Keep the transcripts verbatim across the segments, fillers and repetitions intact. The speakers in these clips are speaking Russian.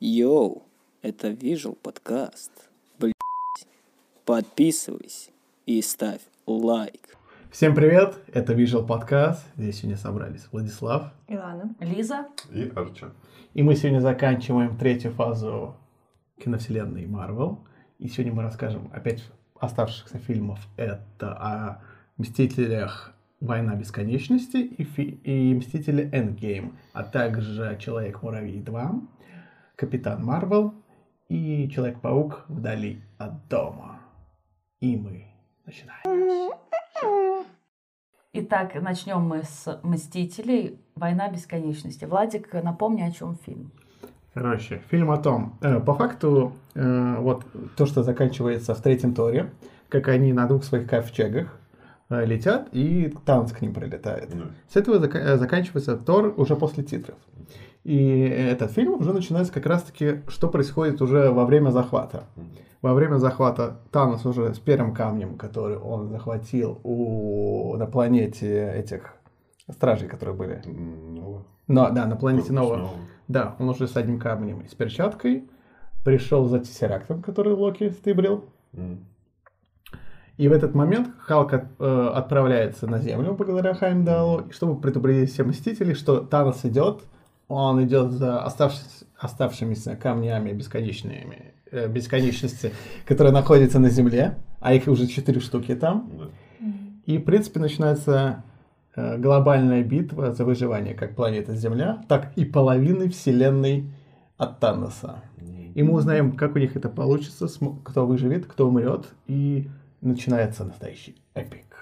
Йоу, это Visual подкаст. Блять, подписывайся и ставь лайк. Всем привет, это Visual подкаст. Здесь сегодня собрались Владислав, Илана, Лиза и Арча. И мы сегодня заканчиваем третью фазу киновселенной Marvel. И сегодня мы расскажем опять оставшихся фильмов. Это о Мстителях Война бесконечности и, фи- и Мстители Endgame, а также Человек-муравей два, Капитан Марвел и Человек-паук Вдали от дома. И мы начинаем. Итак, начнем мы с Мстителей Война бесконечности. Владик, напомни, о чем фильм. Короче, фильм о том, э, по факту, э, вот то, что заканчивается в третьем Торе, как они на двух своих ковчегах э, летят, и Танос к ним прилетает. Mm. С этого зак- заканчивается Тор уже после титров. И этот фильм уже начинается как раз-таки, что происходит уже во время захвата. Во время захвата Танос уже с первым камнем, который он захватил у, на планете этих стражей, которые были. Нова. Но, да, на планете Нова. Снова. Да, он уже с одним камнем и с перчаткой пришел за Тессерактом, который Локи стыбрил. Mm. И в этот момент Халк от- э, отправляется на Землю благодаря Хаймдалу, чтобы предупредить всех Мстителей, что Танос идет, он идет за оставшись- оставшимися камнями бесконечными, э, бесконечности, которые находятся на Земле, а их уже четыре штуки там. Да. И, в принципе, начинается э, глобальная битва за выживание как планеты Земля, так и половины Вселенной от Таноса. И мы узнаем, как у них это получится, см- кто выживет, кто умрет, и начинается настоящий эпик.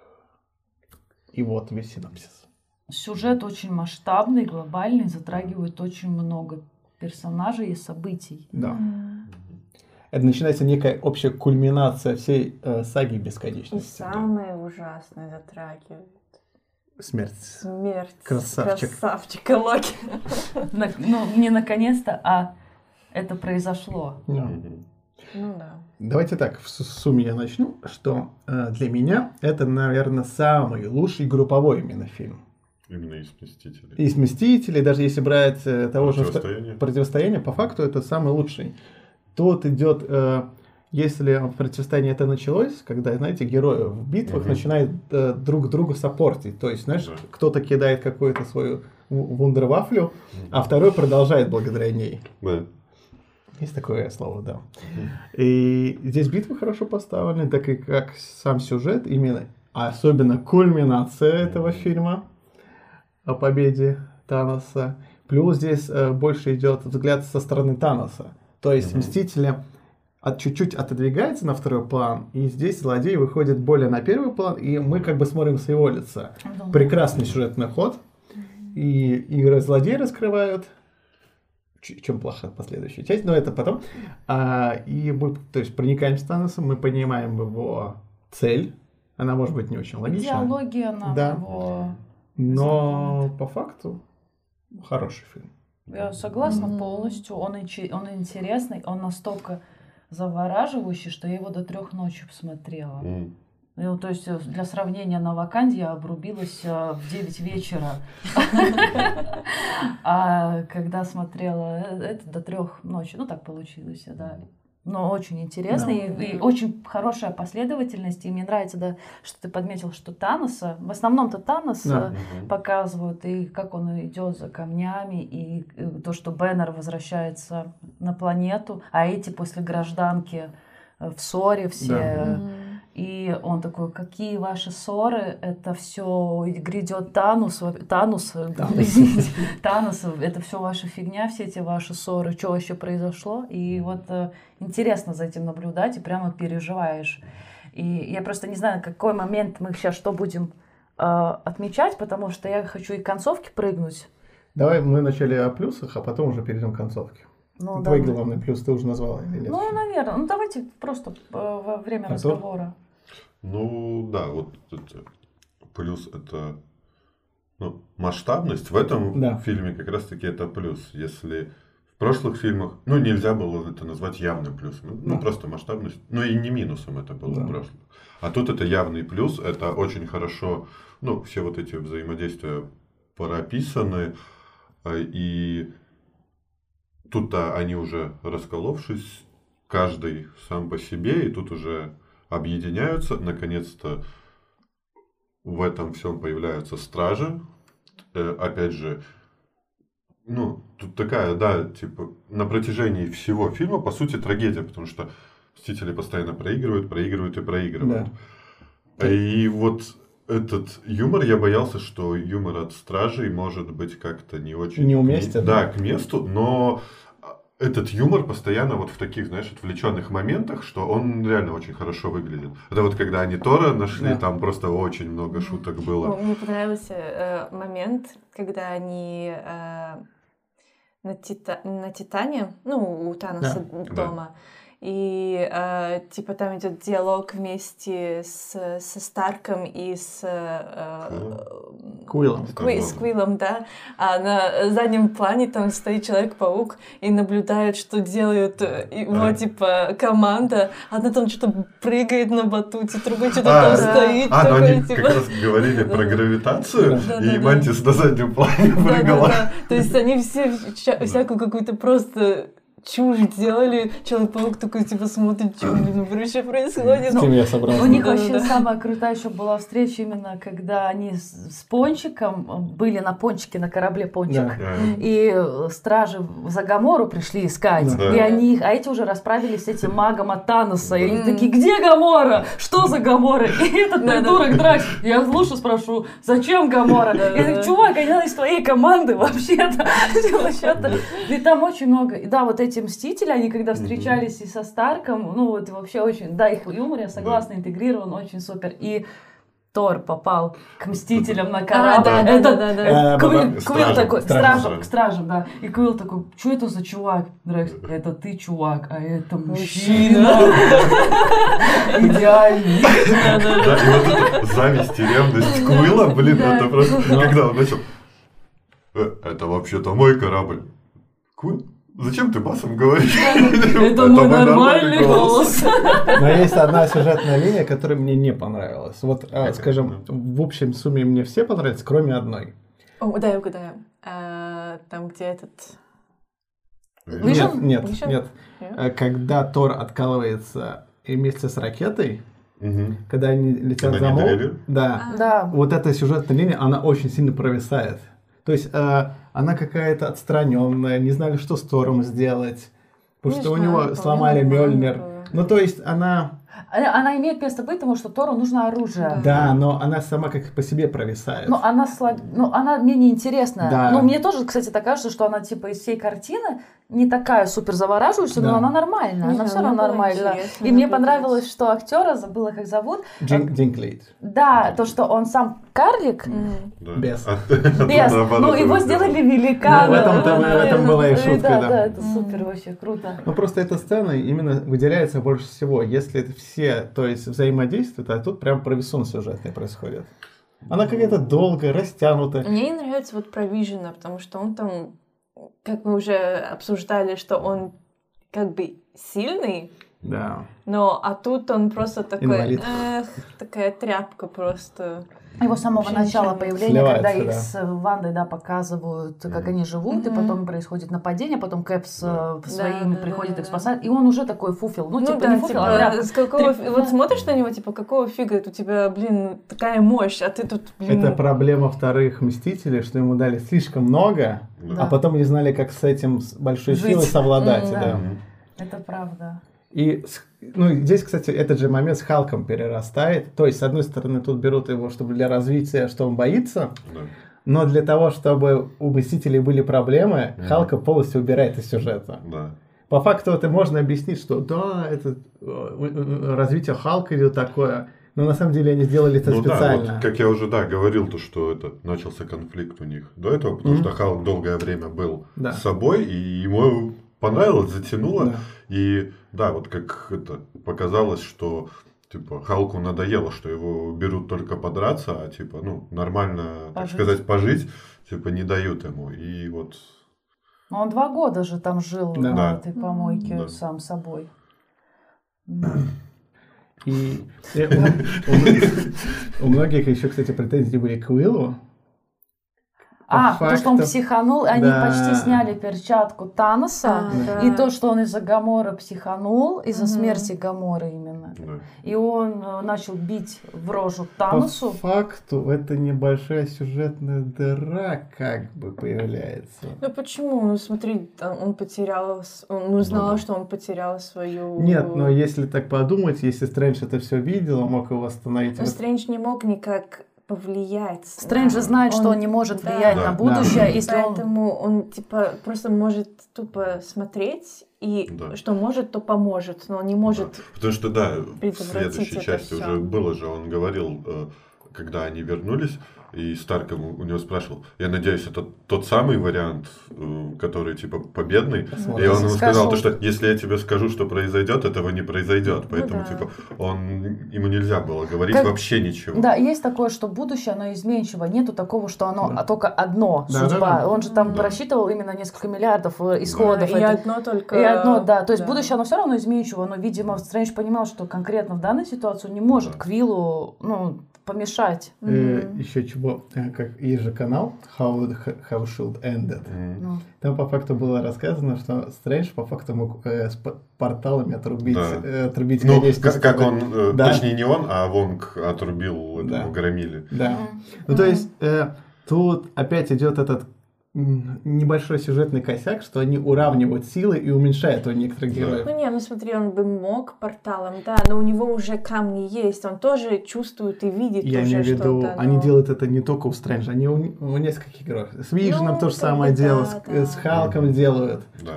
И вот весь синопсис. Сюжет очень масштабный, глобальный, затрагивает очень много персонажей и событий. Да. Это начинается некая общая кульминация всей э, саги и бесконечности. самое ужасное затрагивает Смерть. смерть Красавчик. красавчика Локи. На- ну, не наконец-то, а это произошло. Да. Мгм. Ну да. Давайте так, в с- сумме я начну, что э, для меня это, наверное, самый лучший групповой именно фильм. Именно из Мстителей. Из Мстителей, даже если брать э, того же Противостояние. противостояние, по факту это самый лучший. Тут идет, э, если противостояние это началось, когда, знаете, герои в битвах Мгм. начинают э, друг друга саппортить. То есть, знаешь, Да. кто-то кидает какую-то свою ву- вундервафлю, а второй продолжает благодаря ней. Да. Есть такое слово, да. И здесь битвы хорошо поставлены, так и как сам сюжет, именно, а особенно кульминация этого фильма о победе Таноса. Плюс здесь э, больше идет взгляд со стороны Таноса. То есть Мгм. Мстители от, чуть-чуть отодвигается на второй план, и здесь злодей выходит более на первый план, и мы как бы смотрим с его лица. Прекрасный сюжетный ход, и игры злодеи раскрывают, ч- чем плохо последующая часть, но это потом. А, и мы, то есть, проникаем в Таносом, мы понимаем его цель, она может быть не очень логична, Идеология нам Да. его... но по факту хороший фильм. Я согласна Мгм. полностью. Он, инчи- он интересный, он настолько завораживающий, что я его до трех ночи посмотрела. М. Ну, то есть, э, для сравнения, на Ваканде я обрубилась э, в девять вечера. А когда смотрела э, это до трех ночи, ну так получилось, да. Но очень интересно и, и очень хорошая последовательность. И мне нравится, да, что ты подметил, что Таноса, в основном-то Танос Да. э, Мгм. показывают, и как он идет за камнями, и э, то, что Бэннер возвращается на планету, а эти после гражданки э, в ссоре все. Да. И он такой: какие ваши ссоры, это все грядет Танус, во- Танус, э, Танус. извините, Танус, это все ваша фигня, все эти ваши ссоры, что вообще произошло. И вот э, интересно за этим наблюдать, и прямо переживаешь. И я просто не знаю, на какой момент мы сейчас что будем э, отмечать, потому что я хочу и к концовке прыгнуть. Давай мы начали о плюсах, а потом уже перейдем к концовке. Ну, Твой да. главный плюс ты уже назвала или нет? Ну, наверное. Ну, давайте просто э, во время Артур? разговора. Ну, да, вот это плюс это ну, масштабность. В этом Да. фильме как раз-таки это плюс. Если в прошлых фильмах, ну, нельзя было это назвать явным плюсом. Ну, Да. просто масштабность. Ну, и не минусом это было Да. в прошлом. А тут это явный плюс. Это очень хорошо, ну, все вот эти взаимодействия прописаны. э, И тут-то они уже расколовшись, каждый сам по себе, и тут уже объединяются. Наконец-то в этом всем появляются стражи. Э, опять же, ну, тут такая, да, типа, на протяжении всего фильма, по сути, трагедия, потому что Мстители постоянно проигрывают, проигрывают и проигрывают. Да. И вот этот юмор, я боялся, что юмор от стражей может быть как-то не очень... Неуместен. Да, к месту, но этот юмор постоянно вот в таких, знаешь, отвлеченных моментах, что он реально очень хорошо выглядит. Это вот когда они Тора нашли, Да. там просто очень много шуток О, было. Мне понравился э, момент, когда они э, на, Тита- на Титане, ну, у Таноса дома, и э, типа там идет диалог вместе с, со Старком и с э, Куиллом. Кви- с Квиллом, да. А на заднем плане там стоит Человек-паук и наблюдает, что делают э, его, А. типа, команда. Одна там что-то прыгает на батуте, другой что-то А, там да. стоит. А, ну такой, они типа... как раз говорили про гравитацию, Да, и да, Мантис на заднем плане Да, прыгала. да, да. То есть они все вся- всякую какую-то просто чушь делали. Человек-паук такой, типа, смотрит, что, блин, вообще происходит. С кем я собрался? У них Да, вообще да. самая крутая еще была встреча именно, когда они с, с Пончиком были на Пончике, на корабле Пончик. Да. Да. И э, стражи за Гамору пришли искать. Да. И они их, а эти уже расправились с этим магом от Таноса. И они Мгм. такие, где Гамора? Что за Гамора? И этот Да, да. придурок Дракс. Я лучше спрошу, зачем Гамора? Да, Я да, так, да. чувак, она из твоей команды вообще-то. Вообще-то. И там очень много. И да, вот эти Мстители, они когда встречались и со Старком, ну вот вообще очень, да, их юмор, я согласна, интегрирован, очень супер. И Тор попал к Мстителям на корабль. да, да, Это- да, да, да. это Э, Квилл да, Квилл стражем, такой, стражем, стражем, к стражам, да. И Квилл такой, что это за чувак? Дрекс, это ты, чувак, а это мужчина. Идеальный. Да, и вот эта зависть и ревность Куилла, блин, Да. это просто... Когда он начал... «Э, Это вообще-то мой корабль. Куилл, зачем ты басом говоришь? Это мой нормальный голос. Но есть одна сюжетная линия, которая мне не понравилась. Вот, а, Какая? скажем, в общем сумме мне все понравились, кроме одной. О, дай угадаю. А, Там, где этот... Вижен? Нет, нет, Вижен? нет. Нет? А, Когда Тор откалывается и вместе с ракетой, Мгм. когда они летят Когда за они мол, дрели? да, Да. вот эта сюжетная линия, она очень сильно провисает. То есть э, она какая-то отстраненная, не знали, что с Тором сделать, потому Не что у знаю, него вполне сломали нормально Мёльнир. было. Ну, то есть она, Она она имеет место быть, потому что Тору нужно оружие. да, но она сама как по себе провисает. Ну, она слаб... ну, она мне неинтересная. Да. Ну, мне тоже, кстати, так кажется, что она, типа, из всей картины не такая супер завораживающая, Да. но она нормальная. Не она знаю, все равно мне было нормальная. интересно И мне наблюдать. понравилось, что актера, забыла, как зовут. Дин- Динклейд. Да, то, что он сам карлик, М. Да. Без. А- без. наоборот, Ну, его его сделали сделали. великаном. Ну, в этом-то- в этом была и шутка, да. да. Да, это супер, вообще круто. Ну, просто эта сцена именно выделяется больше всего. Если это все, то есть взаимодействуют, а тут прям провисон сюжетный происходит. Она какая-то долгая, растянутая. Мне не нравится вот про Вижена, потому что он там, как мы уже обсуждали, что он как бы сильный, Да. но а тут он просто такой, Инвалид. эх, такая тряпка просто. Его с самого Вообще начала ничего не появления, сливается, когда их да. с Вандой, да, показывают, как они живут, и Мгм. потом происходит нападение, потом Кэп с Да. э, своими Да, да, приходит да, их да. спасать, и он уже такой фуфел. Ну, типа, да, не фуфел, а тряпка. с какого, Тряп- вот смотришь на него, типа, какого фига, у тебя, блин, такая мощь, а ты тут, блин, Это проблема вторых Мстителей, что ему дали слишком много, Да. а потом не знали, как с этим с большой Жить. силой совладать. М, да. да. Мгм. Это правда. И с- ну, здесь, кстати, этот же момент с Халком перерастает. То есть, с одной стороны, тут берут его, чтобы для развития, что он боится, Да. но для того, чтобы у Мстителей были проблемы, Мгм. Халка полностью убирает из сюжета. Да. По факту это можно объяснить, что да, это э, э, развитие Халка идет такое, но на самом деле они сделали это Ну да, специально. вот, как я уже, да, говорил, то, что это начался конфликт у них до этого, потому Мгм. что Халк долгое время был Да. с собой, и ему понравилось, затянуло. Да. И да, вот как это показалось, что типа Халку надоело, что его берут только подраться, а типа, ну, нормально, так Пожить. сказать, пожить, типа, не дают ему. И вот, Но он два года же там жил Да. на Да. этой помойке Да. сам собой. Да. И э, у, у многих- у многих еще, кстати, претензии были к Уиллу. А, факту... то, что он психанул, они да. почти сняли перчатку Таноса, А, да. и то, что он из-за Гаморы психанул, из-за Мгм. смерти Гаморы именно. Да. И он э, начал бить в рожу По Таносу. факту это небольшая сюжетная дыра как бы появляется. Ну почему? Ну смотри, там он потерял, с- он узнал, Ну да. что он потерял свою... Нет, но если так подумать, если Стрэндж это все видел, он мог его остановить. Но Вот- Стрэндж не мог никак повлиять. Стрэндж на- знает, что он не может да. влиять Да. на будущее, Да. если он... Поэтому он... типа просто может тупо смотреть, и Да. что может, то поможет, но он не может... Да. Потому что, да, в предотвратить следующей это части всё. уже было же, он говорил, э, когда они вернулись, и Старк ему- у него спрашивал, я надеюсь, это тот самый вариант, э, который типа победный. И Посмотрим. он ему Скажу. сказал, то, что если я тебе скажу, что произойдет, этого не произойдет. Поэтому да. типа он ему нельзя было говорить Как- вообще ничего. Да, есть такое, что будущее, оно изменчиво. Нету такого, что оно Да. а только одно Да, судьба. да, да. Он же там Да. рассчитывал именно несколько миллиардов э, исходов. и этой- одно только... И одно, да. То есть да. будущее, оно все равно изменчиво, но, видимо, Стрэндж понимал, что конкретно в данной ситуации он не может Да. Квиллу, ну, помешать. Э, Мгм. еще чего, э, как есть же канал How, How Should Ended. М. Ну, Там по факту было рассказано, что Стрэндж по факту мог э, с п- порталами отрубить, Да. э, отрубить Ну, конечности. как, как он, э, Да. точнее не он, а Вонг отрубил этому Да. громиле. Да. Мгм. Ну, то есть, э, тут опять идет этот м, небольшой сюжетный косяк, что они уравнивают силы и уменьшают у некоторых Да. героев. Ну не, ну смотри, он бы мог порталом, да, но у него уже камни есть, он тоже чувствует и видит Я уже имею в виду, что-то. они но- делают это не только у Стрэнджа, они у, у нескольких героев. С Виженом Ну, то же как самое бы дело, да, с, да. с Халком делают. Да.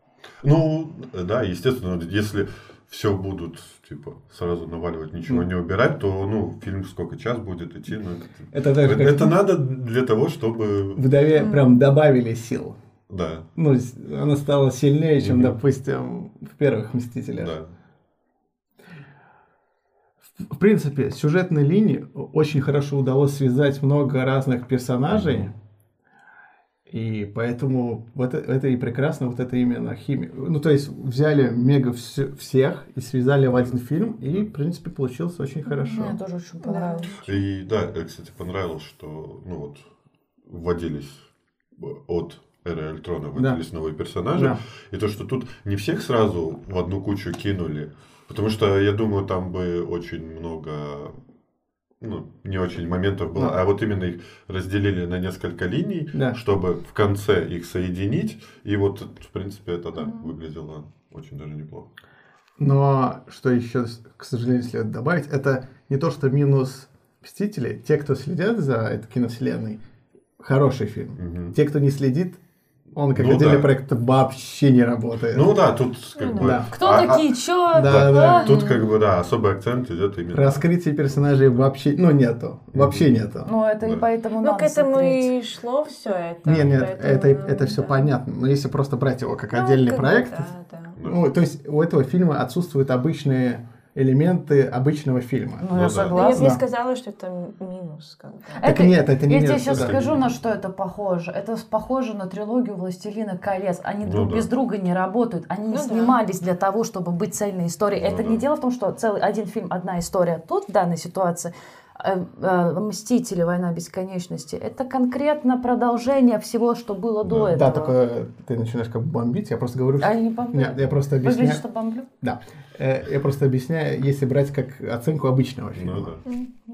Ну, да, естественно, вот если все будут, типа, сразу наваливать, ничего Ну. не убирать, то, ну, фильм сколько, час будет идти, ну, это, Это даже это, как это надо для того, чтобы, вдове прям добавили сил. да, Ну, с- она стала сильнее, чем, Мгм. допустим, в первых «Мстителях». да. В принципе, сюжетной линии очень хорошо удалось связать много разных персонажей. И поэтому вот это, это и прекрасно, вот это именно химия. Ну, то есть взяли мега всё- всех и связали в один фильм, и, в принципе, получилось очень хорошо. Мне тоже очень понравилось. И да, э, кстати, понравилось, что, ну, вот, вводились э, от Эры Альтрона, вводились новые персонажи, Да. и то, что тут не всех сразу в одну кучу кинули, потому что, я думаю, там бы очень много, ну, не очень моментов было, Да. а вот именно их разделили на несколько линий, Да. чтобы в конце их соединить, и вот, в принципе, это, да, выглядело очень даже неплохо. Но что еще, к сожалению, следует добавить, это не то, что минус «Мстители». Те, кто следят за этой киновселенной, хороший фильм. Мгм. Те, кто не следит, он как Ну отдельный да. проект вообще не работает. Ну да, тут как Ну бы... да. Кто а- а- такие? Чё? Да, Да, да. тут как бы, да, особый акцент идет именно. Раскрытия персонажей вообще, ну, нету. Вообще нету. Ну, это и Да. поэтому Ну, надо к этому смотреть. и шло все это. Нет, нет, поэтому, это, это все да. понятно. Но если просто брать его как Ну, отдельный как бы проект, да, да. Да. ну, то есть у этого фильма отсутствуют обычные элементы обычного фильма. Ну, Ну я да. согласна. Но я бы не Да. сказала, что это минус. Как бы. Так нет, это не Я тебе минус, сейчас да. скажу, на что это похоже. Это похоже на трилогию «Властелина колец». Они Ну друг да. без друга не работают. Они не Ну да. снимались для того, чтобы быть цельной историей. Ну это да. не дело в том, что целый один фильм, одна история. Тут, в данной ситуации, э, э, «Мстители. Война бесконечности» — это конкретно продолжение всего, что было до Да. этого. Да, только ты начинаешь как бы бомбить, я просто говорю, А что... я не помню. Нет, я просто Выглядит, объясняю. что бомблю. Да. Э, Я просто объясняю, если брать как оценку обычного фильма. Ну да.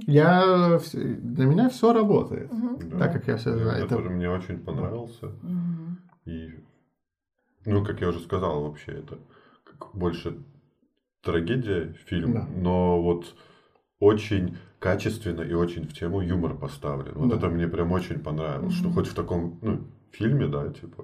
Я, вс- для меня все работает, Да. так как я все знаю. Это- Который мне очень понравился. Мгм. И, ну, как я уже сказал, вообще это как больше трагедия фильм, Да. но вот очень качественно и очень в тему юмор поставлен. Вот Да. это мне прям очень понравилось, что хоть в таком, ну, фильме, да, типа,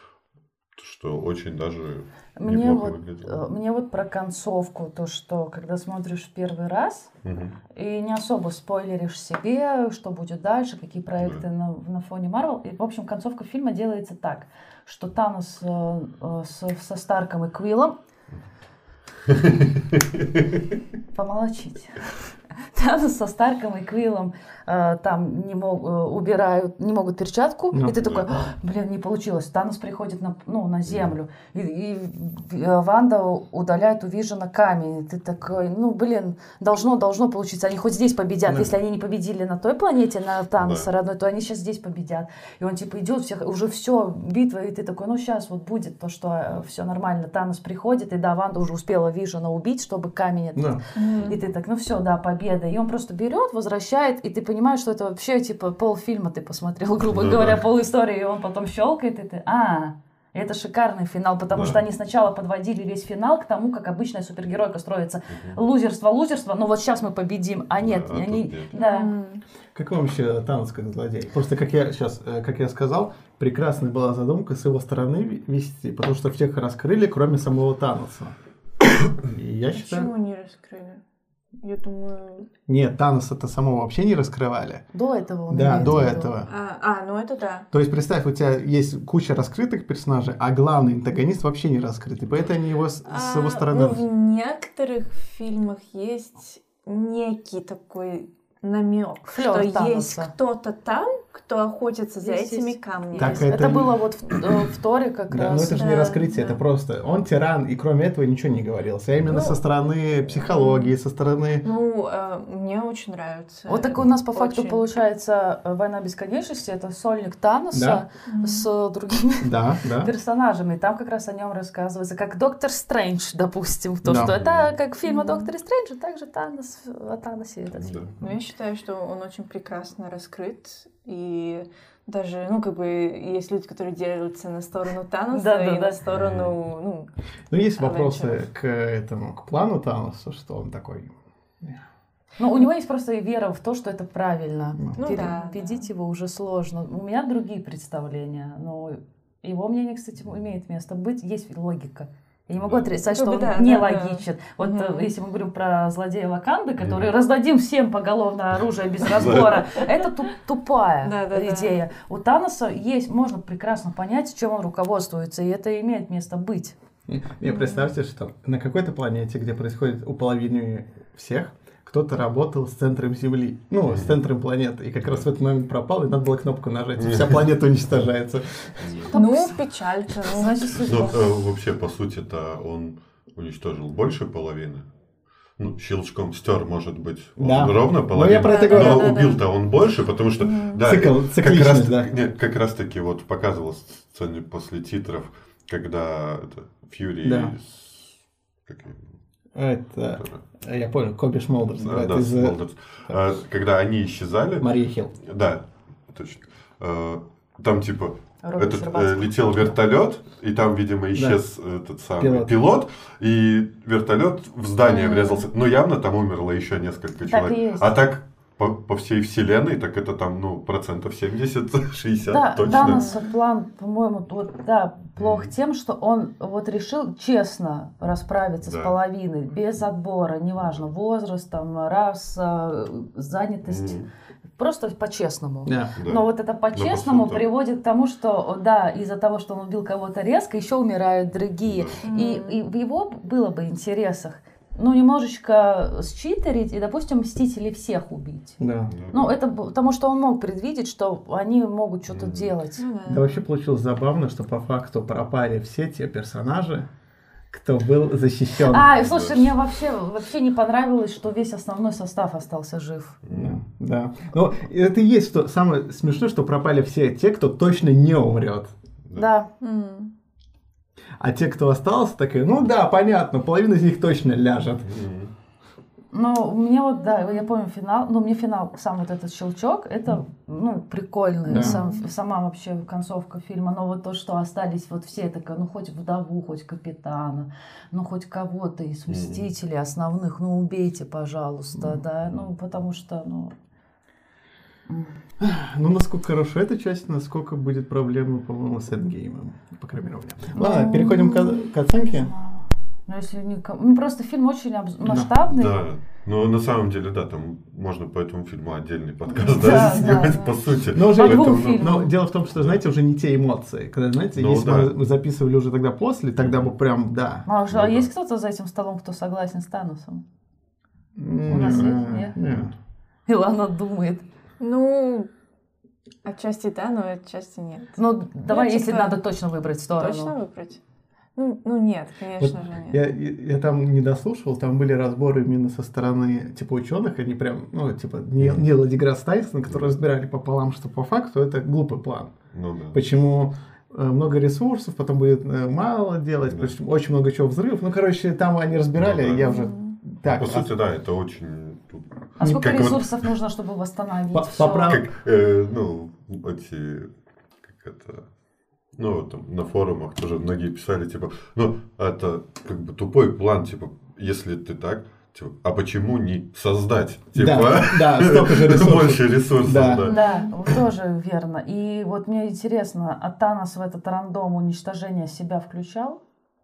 что очень даже Мне неплохо вот, выглядело. э, мне вот про концовку, то, что когда смотришь в первый раз, Мгм. и не особо спойлеришь себе, что будет дальше, какие проекты Да. на, на фоне Марвел. И, в общем, концовка фильма делается так, что Танос э, э, с- со Старком и Квиллом... Помолчите. Танос со Старком и Квиллом э, там не, мог, э, убирают, не могут перчатку, Ну, и ты да. такой, блин, не получилось. Танос приходит на, ну, на землю, и, и э, Ванда удаляет у Вижена камень, и ты такой, ну, блин, должно, должно получиться. Они хоть здесь победят. Да. Если они не победили на той планете, на Таноса Да. родной, то они сейчас здесь победят. И он типа идет, всех, уже все, битва, и ты такой, ну, сейчас вот будет то, что все нормально. Танос приходит, и да, Ванда уже успела Вижена убить, чтобы камень этот. Да. И ты так, ну все, да, победа. И он просто берет, возвращает, и ты понимаешь, что это вообще типа полфильма ты посмотрел, грубо Да, говоря, да. пол истории, и он потом щелкает, и ты, а, это шикарный финал, потому Да. что они сначала подводили весь финал к тому, как обычная супергеройка строится. Лузерство, лузерство, ну вот сейчас мы победим, а нет, Да, а они, тут нет. да. Как вам вообще Танос как злодей? Просто как я сейчас, как я сказал, прекрасная была задумка с его стороны вести, потому что всех раскрыли, кроме самого Таноса. И я считаю... Почему не раскрыли? Я думаю... Нет, Таноса-то самого вообще не раскрывали. До этого он Да, имеет до в виду. этого. А, а, ну это да. То есть, представь, у тебя есть куча раскрытых персонажей, а главный антагонист вообще не раскрытый. Поэтому они его с, с его А, стороны... ну, в некоторых фильмах есть некий такой намек, Флёр что Таноса. есть кто-то там, кто охотится за Есть, этими есть. камнями. Так Это, это- было вот в, э, в Торе как Да, но раз. это же не Да, раскрытие, да. это просто он тиран, и кроме этого ничего не говорилось. А именно Ну, со стороны психологии, со стороны... Ну, э, мне очень нравится. Вот так у нас по факту Очень. получается э, «Война бесконечности», это сольник Таноса Мгм. с другими Да, да. персонажами. И там как раз о нем рассказывается, как Доктор Стрэндж, допустим. То, Да. что это как фильм о Мгм. Докторе Стрэндже, также Танос, о Таносе этот Да. фильм. Ну, я считаю, что он очень прекрасно раскрыт. И даже, ну, как бы, есть люди, которые делятся на сторону Таноса Да, да, и да. на сторону, ну, Ну, есть Avengers. вопросы к этому, к плану Таноса, что он такой... Ну, у него есть просто и вера в то, что это правильно. Ну да, Переубедить да. его уже сложно. У меня другие представления, но его мнение, кстати, имеет место быть. Есть логика. Я не могу Да. отрицать, Как что бы он да, не да, да. логичен. Вот Мгм. э, если мы говорим про злодея Ваканды, который Мгм. раздадим всем поголовно оружие без разбора, это ту- тупая Да, да, да. идея. У Таноса есть, можно прекрасно понять, чем он руководствуется, и это имеет место быть. Не, представьте, что на какой-то планете, где происходит уполовинивание всех, кто-то работал с центром Земли, ну, с центром планеты, и как раз в этот момент пропал, и надо было кнопку нажать, и вся планета уничтожается. ну, печалька. Ну, Значит, Ну, судьба. э, вообще, по сути-то, он уничтожил больше половины. Ну, щелчком стер, может быть, он Да. ровно Ну, половину. я про это Да, говорю. Но да, да. убил-то он больше, потому что да, Цикл, как цикличность, раз, да. нет, как раз таки вот показывал сцене после титров, когда это, Фьюри Да. с- как ее, Это, которая- я понял, Коби Шмолдерс да, играет да, из э, Смолдерс. А, когда они исчезали, Марии Хилл. да, точно. Э, Там типа Роберт этот э, Щербацкий. летел вертолет, и там, видимо, исчез этот самый Пилот. пилот. и вертолет в здание Мгм. врезался. Но явно там умерло еще несколько Так человек. и есть. А так по, по всей вселенной, так это там, ну, процентов семьдесят-шестьдесят Да, точно. Таноса план, по-моему, вот, да, плох Мгм. тем, что он вот решил честно расправиться Да. с половиной, без отбора, неважно, возраст, там, раса, занятость, Мгм. просто по-честному. Да. Да. Но вот это по-честному по сути. приводит к тому, что, да, из-за того, что он убил кого-то резко, еще умирают другие. Да. И, и в его было бы интересах, ну, немножечко считерить и, допустим, Мстителей всех убить. Да. Ну, это б- потому что он мог предвидеть, что они могут что-то Мгм. делать. ну Да, да. вообще получилось забавно, что по факту пропали все те персонажи, кто был защищен. А, и слушай, мне вообще, вообще не понравилось, что весь основной состав остался жив. Да, да. Но это и есть что самое смешное, что пропали все те, кто точно не умрет. Да. М. А те, кто остался, такие, ну да, понятно, половина из них точно ляжет. Мгм. Ну, мне вот, да, я помню финал, ну, мне финал, сам вот этот щелчок, это, ну, прикольно, Да. сам, сама вообще концовка фильма, но вот то, что остались вот все, такая, ну, хоть вдову, хоть капитана, ну, хоть кого-то из Мгм. Мстителей основных, ну, убейте, пожалуйста, Мгм. да, ну, потому что, ну... Ну, насколько хорошо эта часть, насколько будет проблема, по-моему, с эндгеймом, по крайней мере, у меня. Ладно, Ну, переходим к, к оценке. Ну, если никому... Ну, просто фильм очень обз- масштабный. Да, но на самом деле, да, там можно по этому фильму отдельный подкаст Да, да, да, сделать, да. по сути. Но уже По двум Поэтому, ну, фильмам. Но дело в том, что, знаете, уже не те эмоции. Когда, знаете, Ну, если да. мы- мы записывали уже тогда после, тогда бы прям, да. А, Ну, а да. есть кто-то за этим столом, кто согласен с Таносом? У нас есть, нет? Нет. Илана думает. Ну, отчасти да, но отчасти нет. Ну, давай, Ну, если типа, надо точно выбрать сторону. Точно выбрать? Ну, ну нет, конечно Вот же нет. Я, я там не дослушал, там были разборы именно со стороны типа ученых, они прям, ну, типа, не, не Деграсс Тайсон, которые разбирали пополам, что по факту это глупый план. Ну да. Почему э, много ресурсов, потом будет э, мало делать, Да. почему очень много чего взрывов. Ну, короче, там они разбирали, Ну да. я уже так. По а- сути, да, это очень... А сколько Как вот- ресурсов нужно, чтобы восстановить По- всё? поправ- Как, э, ну, эти, как это, ну, там, на форумах тоже многие писали, типа, ну, это как бы тупой план, типа, если ты так, типа, а почему не создать, типа, Да, да, столько же ресурсов. больше ресурсов, Да. да. Да, тоже верно. И вот мне интересно, а Танос в этот рандом уничтожения себя включал?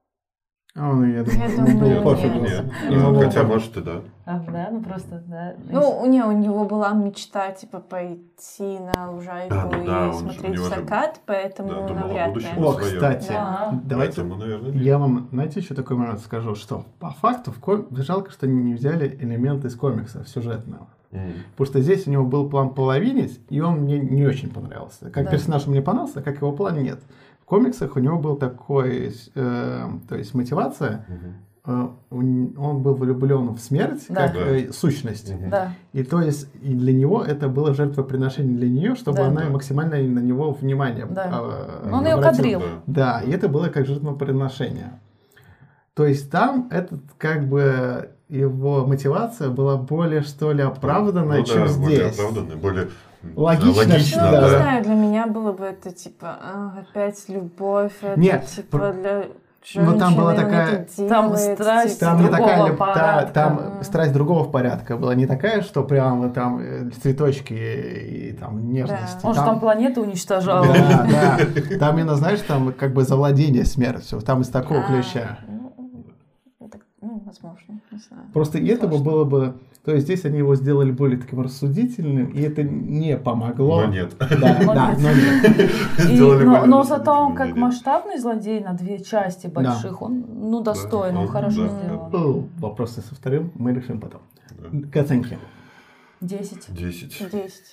А он, я думаю, Я ему думаю, было нет. пофигу. Нет, Ему э, было хотя, пофигу. может, и да. А, да, ну просто, да. Ну, не, у него была мечта, типа, пойти на лужайку А, ну да, и он же- у смотреть него же- закат, поэтому да, думал о навряд ли. будущем. О, своё. кстати, Да. давайте Поэтому, наверное, я вам, знаете, еще такой момент скажу, что по факту в ком... жалко, что не взяли элементы из комикса сюжетного. М. Потому что здесь у него был план половинить, и он мне не очень понравился. Как Да. персонаж он мне понравился, как его план нет. В комиксах у него был такой, э, то есть мотивация, Мгм. э, он он был влюблен в смерть, Да. как Да. э, сущность. Мгм. Да, И то есть и для него это было жертвоприношение для нее, чтобы Да. она Да. максимально на него внимание Да. э, он ее обратила. кадрил. Да. Да, и это было как жертвоприношение. То есть там этот как бы его мотивация была более что ли оправданная, Ну чем да, более здесь. оправданной, более Логично, логично, Ну, да. не да. знаю, для меня было бы это, типа, а, опять любовь, это, Нет, типа, про- для Но там была женщины, он такая- это Там делает, страсть, типа, Там не другого такая, лю- та- порядка. там Мгм. страсть другого порядка была, не такая, что прям там э, цветочки и там нежности. Он же там планеты уничтожал. Да, да. Там именно, знаешь, там как бы завладение смертью, там из такого а, ключа. ну, так, ну, возможно, не знаю. Просто и этого Сложно. было бы... То есть здесь они его сделали более таким рассудительным, и это не помогло. Но нет. Да, Но да, нет. но нет. И- Сделали но, более но зато он рассудительным, как нет. масштабный злодей на две части больших, он ну достойно, Да, он он- хорошо да, сделан. Ну, вопросы со вторым мы решим потом. Да. К оценке. Десять. Десять. Десять.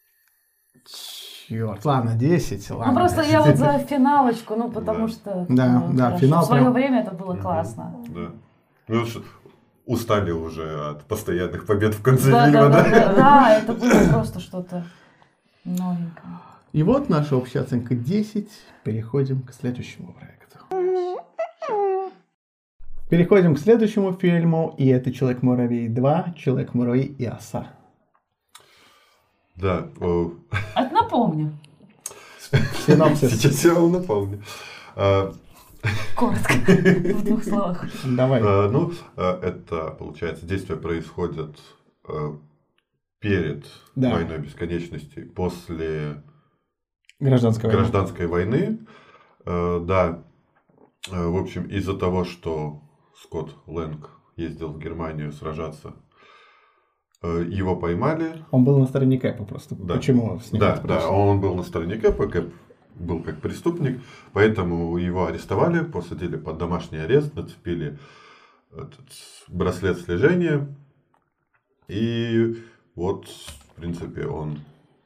Черт, ладно, десять, ладно. Ну просто я вот за финалочку, ну потому Да. что Да, ну, да, хорошо. финал в свое прям- время это было Мгм. классно. Да. Ну, ш- устали уже от постоянных побед в конце Да, фильма, да, да, да? да, да, это было просто что-то новенькое. И вот наша общая оценка десять. Переходим к следующему проекту. Переходим к следующему фильму, и это «Человек-муравей два. Человек-муравей и оса». Да. о, А напомню, Синопсис. Сейчас я вам напомню. А, коротко, в двух словах. Давай. а, Ну, а, это, получается, действия происходят а, перед Да. войной бесконечности, после Гражданская война. гражданской войны. Э, Да, Э, в общем, из-за того, что Скотт Лэнг ездил в Германию сражаться, э, его поймали. Он был на стороне Кэпа просто. Да. Почему с ним Да, это да, произошло? он был на стороне Кэпа, Кэп был как преступник, поэтому его арестовали, посадили под домашний арест, нацепили этот браслет слежения. И вот, в принципе, он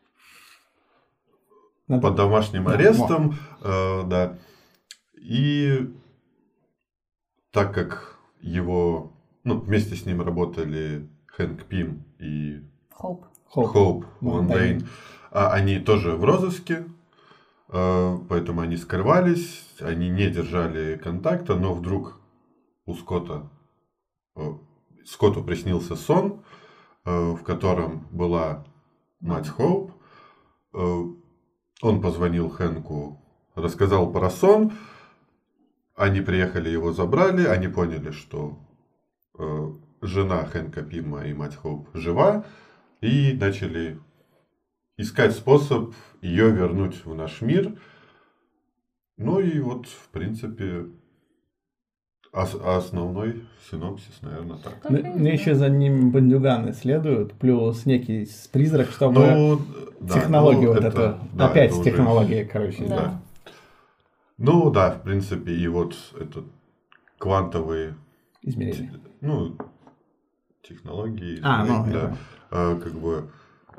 Надо- под домашним Да, арестом, э, да. И так как его, ну, вместе с ним работали Хэнк Пим и Хоуп. Хоуп. Хоуп Ван Ван Дейн. Дейн, а они тоже в розыске, э, поэтому они скрывались, они не держали контакта, но вдруг у Скотта, э, Скотту приснился сон, э, в котором была мать Хоуп. Э, Он позвонил Хэнку, рассказал про сон. Они приехали, его забрали. Они поняли, что э, жена Хэнка Пима и мать Хоуп жива. И начали искать способ ее вернуть в наш мир. Ну и вот, в принципе, ос- основной синопсис, наверное, так. Так Мне и мне есть. еще за ним бандюганы следуют, плюс некий призрак, чтобы Ну, да, технологию ну, вот это- эту. да, Опять это уже- технология, короче. Да. Да. Ну да, в принципе, и вот этот квантовый, Измерение. ну, технологии. А, ну, да. это... а, как бы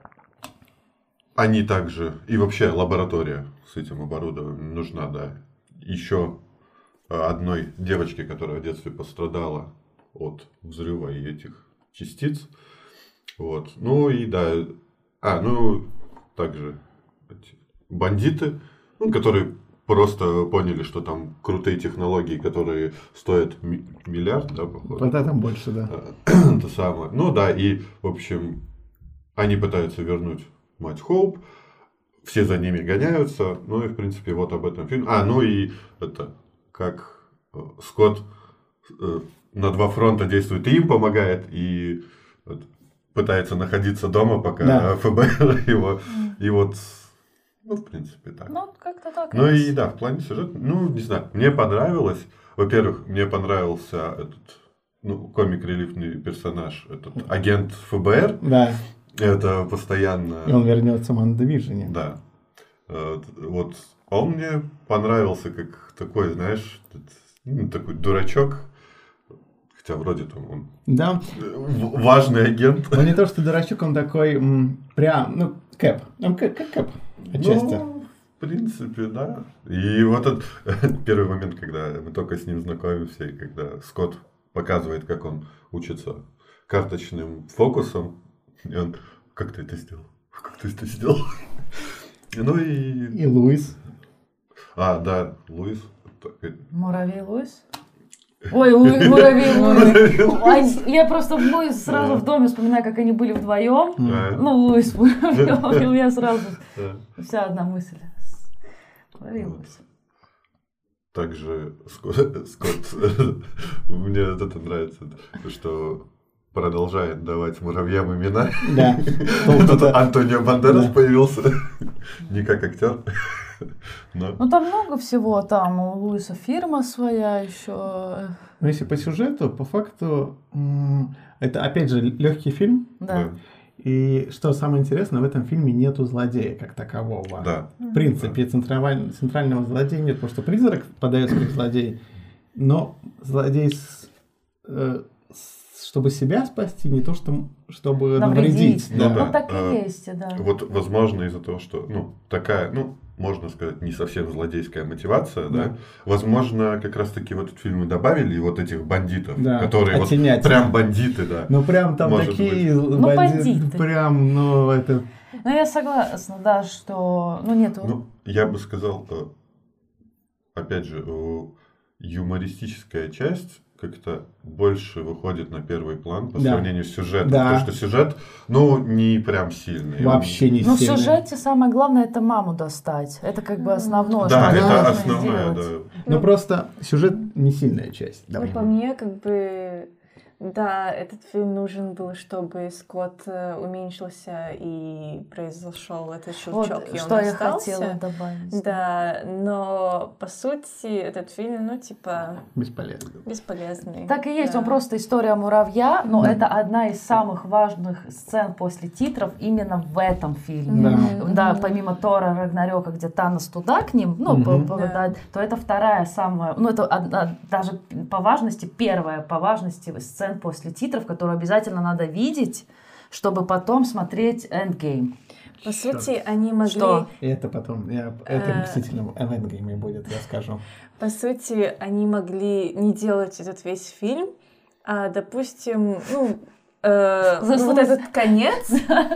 они также, и вообще лаборатория с этим оборудованием нужна, да. Еще одной девочке, которая в детстве пострадала от взрыва и этих частиц. Вот. Ну и да. А, ну также эти бандиты, ну, которые просто поняли, что там крутые технологии, которые стоят ми- миллиард, да, походу. Вот это больше, да. Это самое. Ну да, и, в общем, они пытаются вернуть мать Хоуп, все за ними гоняются, ну и, в принципе, вот об этом фильм. А, ну и это, как Скотт э, на два фронта действует, и им помогает, и вот, пытается находиться дома, пока Да. эф бэ эр его, и вот, ну, в принципе, так. Ну, как-то так. Ну и да, в плане сюжета, ну, не знаю, мне понравилось. Во-первых, мне понравился этот, ну, комик-релифный персонаж, этот агент эф бэ эр. Да. Это постоянно... И он вернется в WandaVision. Да. Э, Вот он мне понравился как такой, знаешь, ну, такой дурачок. Хотя вроде там он Да. в- важный агент. Он не то, что дурачок, он такой м, прям, ну, Кэп. Он как, как Кэп, отчасти. Ну, в принципе, да. И вот этот первый момент, когда мы только с ним знакомимся, и когда Скотт показывает, как он учится карточным фокусом, и он, как ты это сделал? Как ты это сделал? Ну и... И Луис. А, да, Луис. Муравей Луис? Ой, Луи- муравей Луис. Ай, Я просто Луис сразу в доме вспоминаю, как они были вдвоем. Да. Ну, Луис муравей, у меня сразу Да. вся одна мысль. Муравей Вот. Луис. Также Скотт, Скотт, мне это нравится, что продолжает давать муравьям имена. Да. Тут Антонио Бандерас Да. появился, не как актер. Но... Ну, там много всего. Там у Луиса фирма своя еще. Но если по сюжету, по факту, м, это опять же легкий фильм. Да. И что самое интересное, в этом фильме нету злодея как такового. Да. В принципе, центрального, центрального злодея нет, потому что призрак подается как злодей, но злодей, с, э, с- чтобы себя спасти, не то, что, чтобы навредить. Навредить. Ну да. да. Ну, так А, и есть, да. Вот, возможно, из-за того, что, ну, такая, ну, можно сказать, не совсем злодейская мотивация, да. Да. Возможно, как раз-таки в этот фильм и добавили вот этих бандитов, Да, которые вот оттенять. прям бандиты, да. Ну прям там Может такие быть. Ну, бандиты, бандиты. прям, ну это... Ну, я согласна, да, что... Ну, нету... Ну, я бы сказал, э, опять же, э, юмористическая часть как-то больше выходит на первый план по Да. сравнению с сюжетом. Да. Потому что сюжет, ну, не прям сильный. Вообще не Ну, в сильно. сюжете самое главное это маму достать. Это как бы основное, Он- Да, что это должны основная, сделать. да. Ну просто сюжет не сильная часть. Ну, Давай. по мне, как бы, да, этот фильм нужен был, чтобы Скотт э, уменьшился и произошел этот Вот, щелчок, и он что я остался. хотела добавить. Да, но по сути этот фильм, ну, типа, Бесполезно. бесполезный. Так и есть, Да. он просто история муравья, но Да. это одна из самых важных сцен после титров именно в этом фильме. Да. Мгм. Да, помимо Тора Рагнарёка, где Танос туда к ним, ну, Мгм. по- по- Да. да, то это вторая самая, ну, это одна- даже по важности, первая по важности сцен после титров, которую обязательно надо видеть, чтобы потом смотреть Endgame. По сути, они могли... Что? И это потом, я, это Э. мстительным эвенгейме будет, я скажу. По сути, они могли не делать этот весь фильм, а, допустим, ну, э, ну, вот этот конец,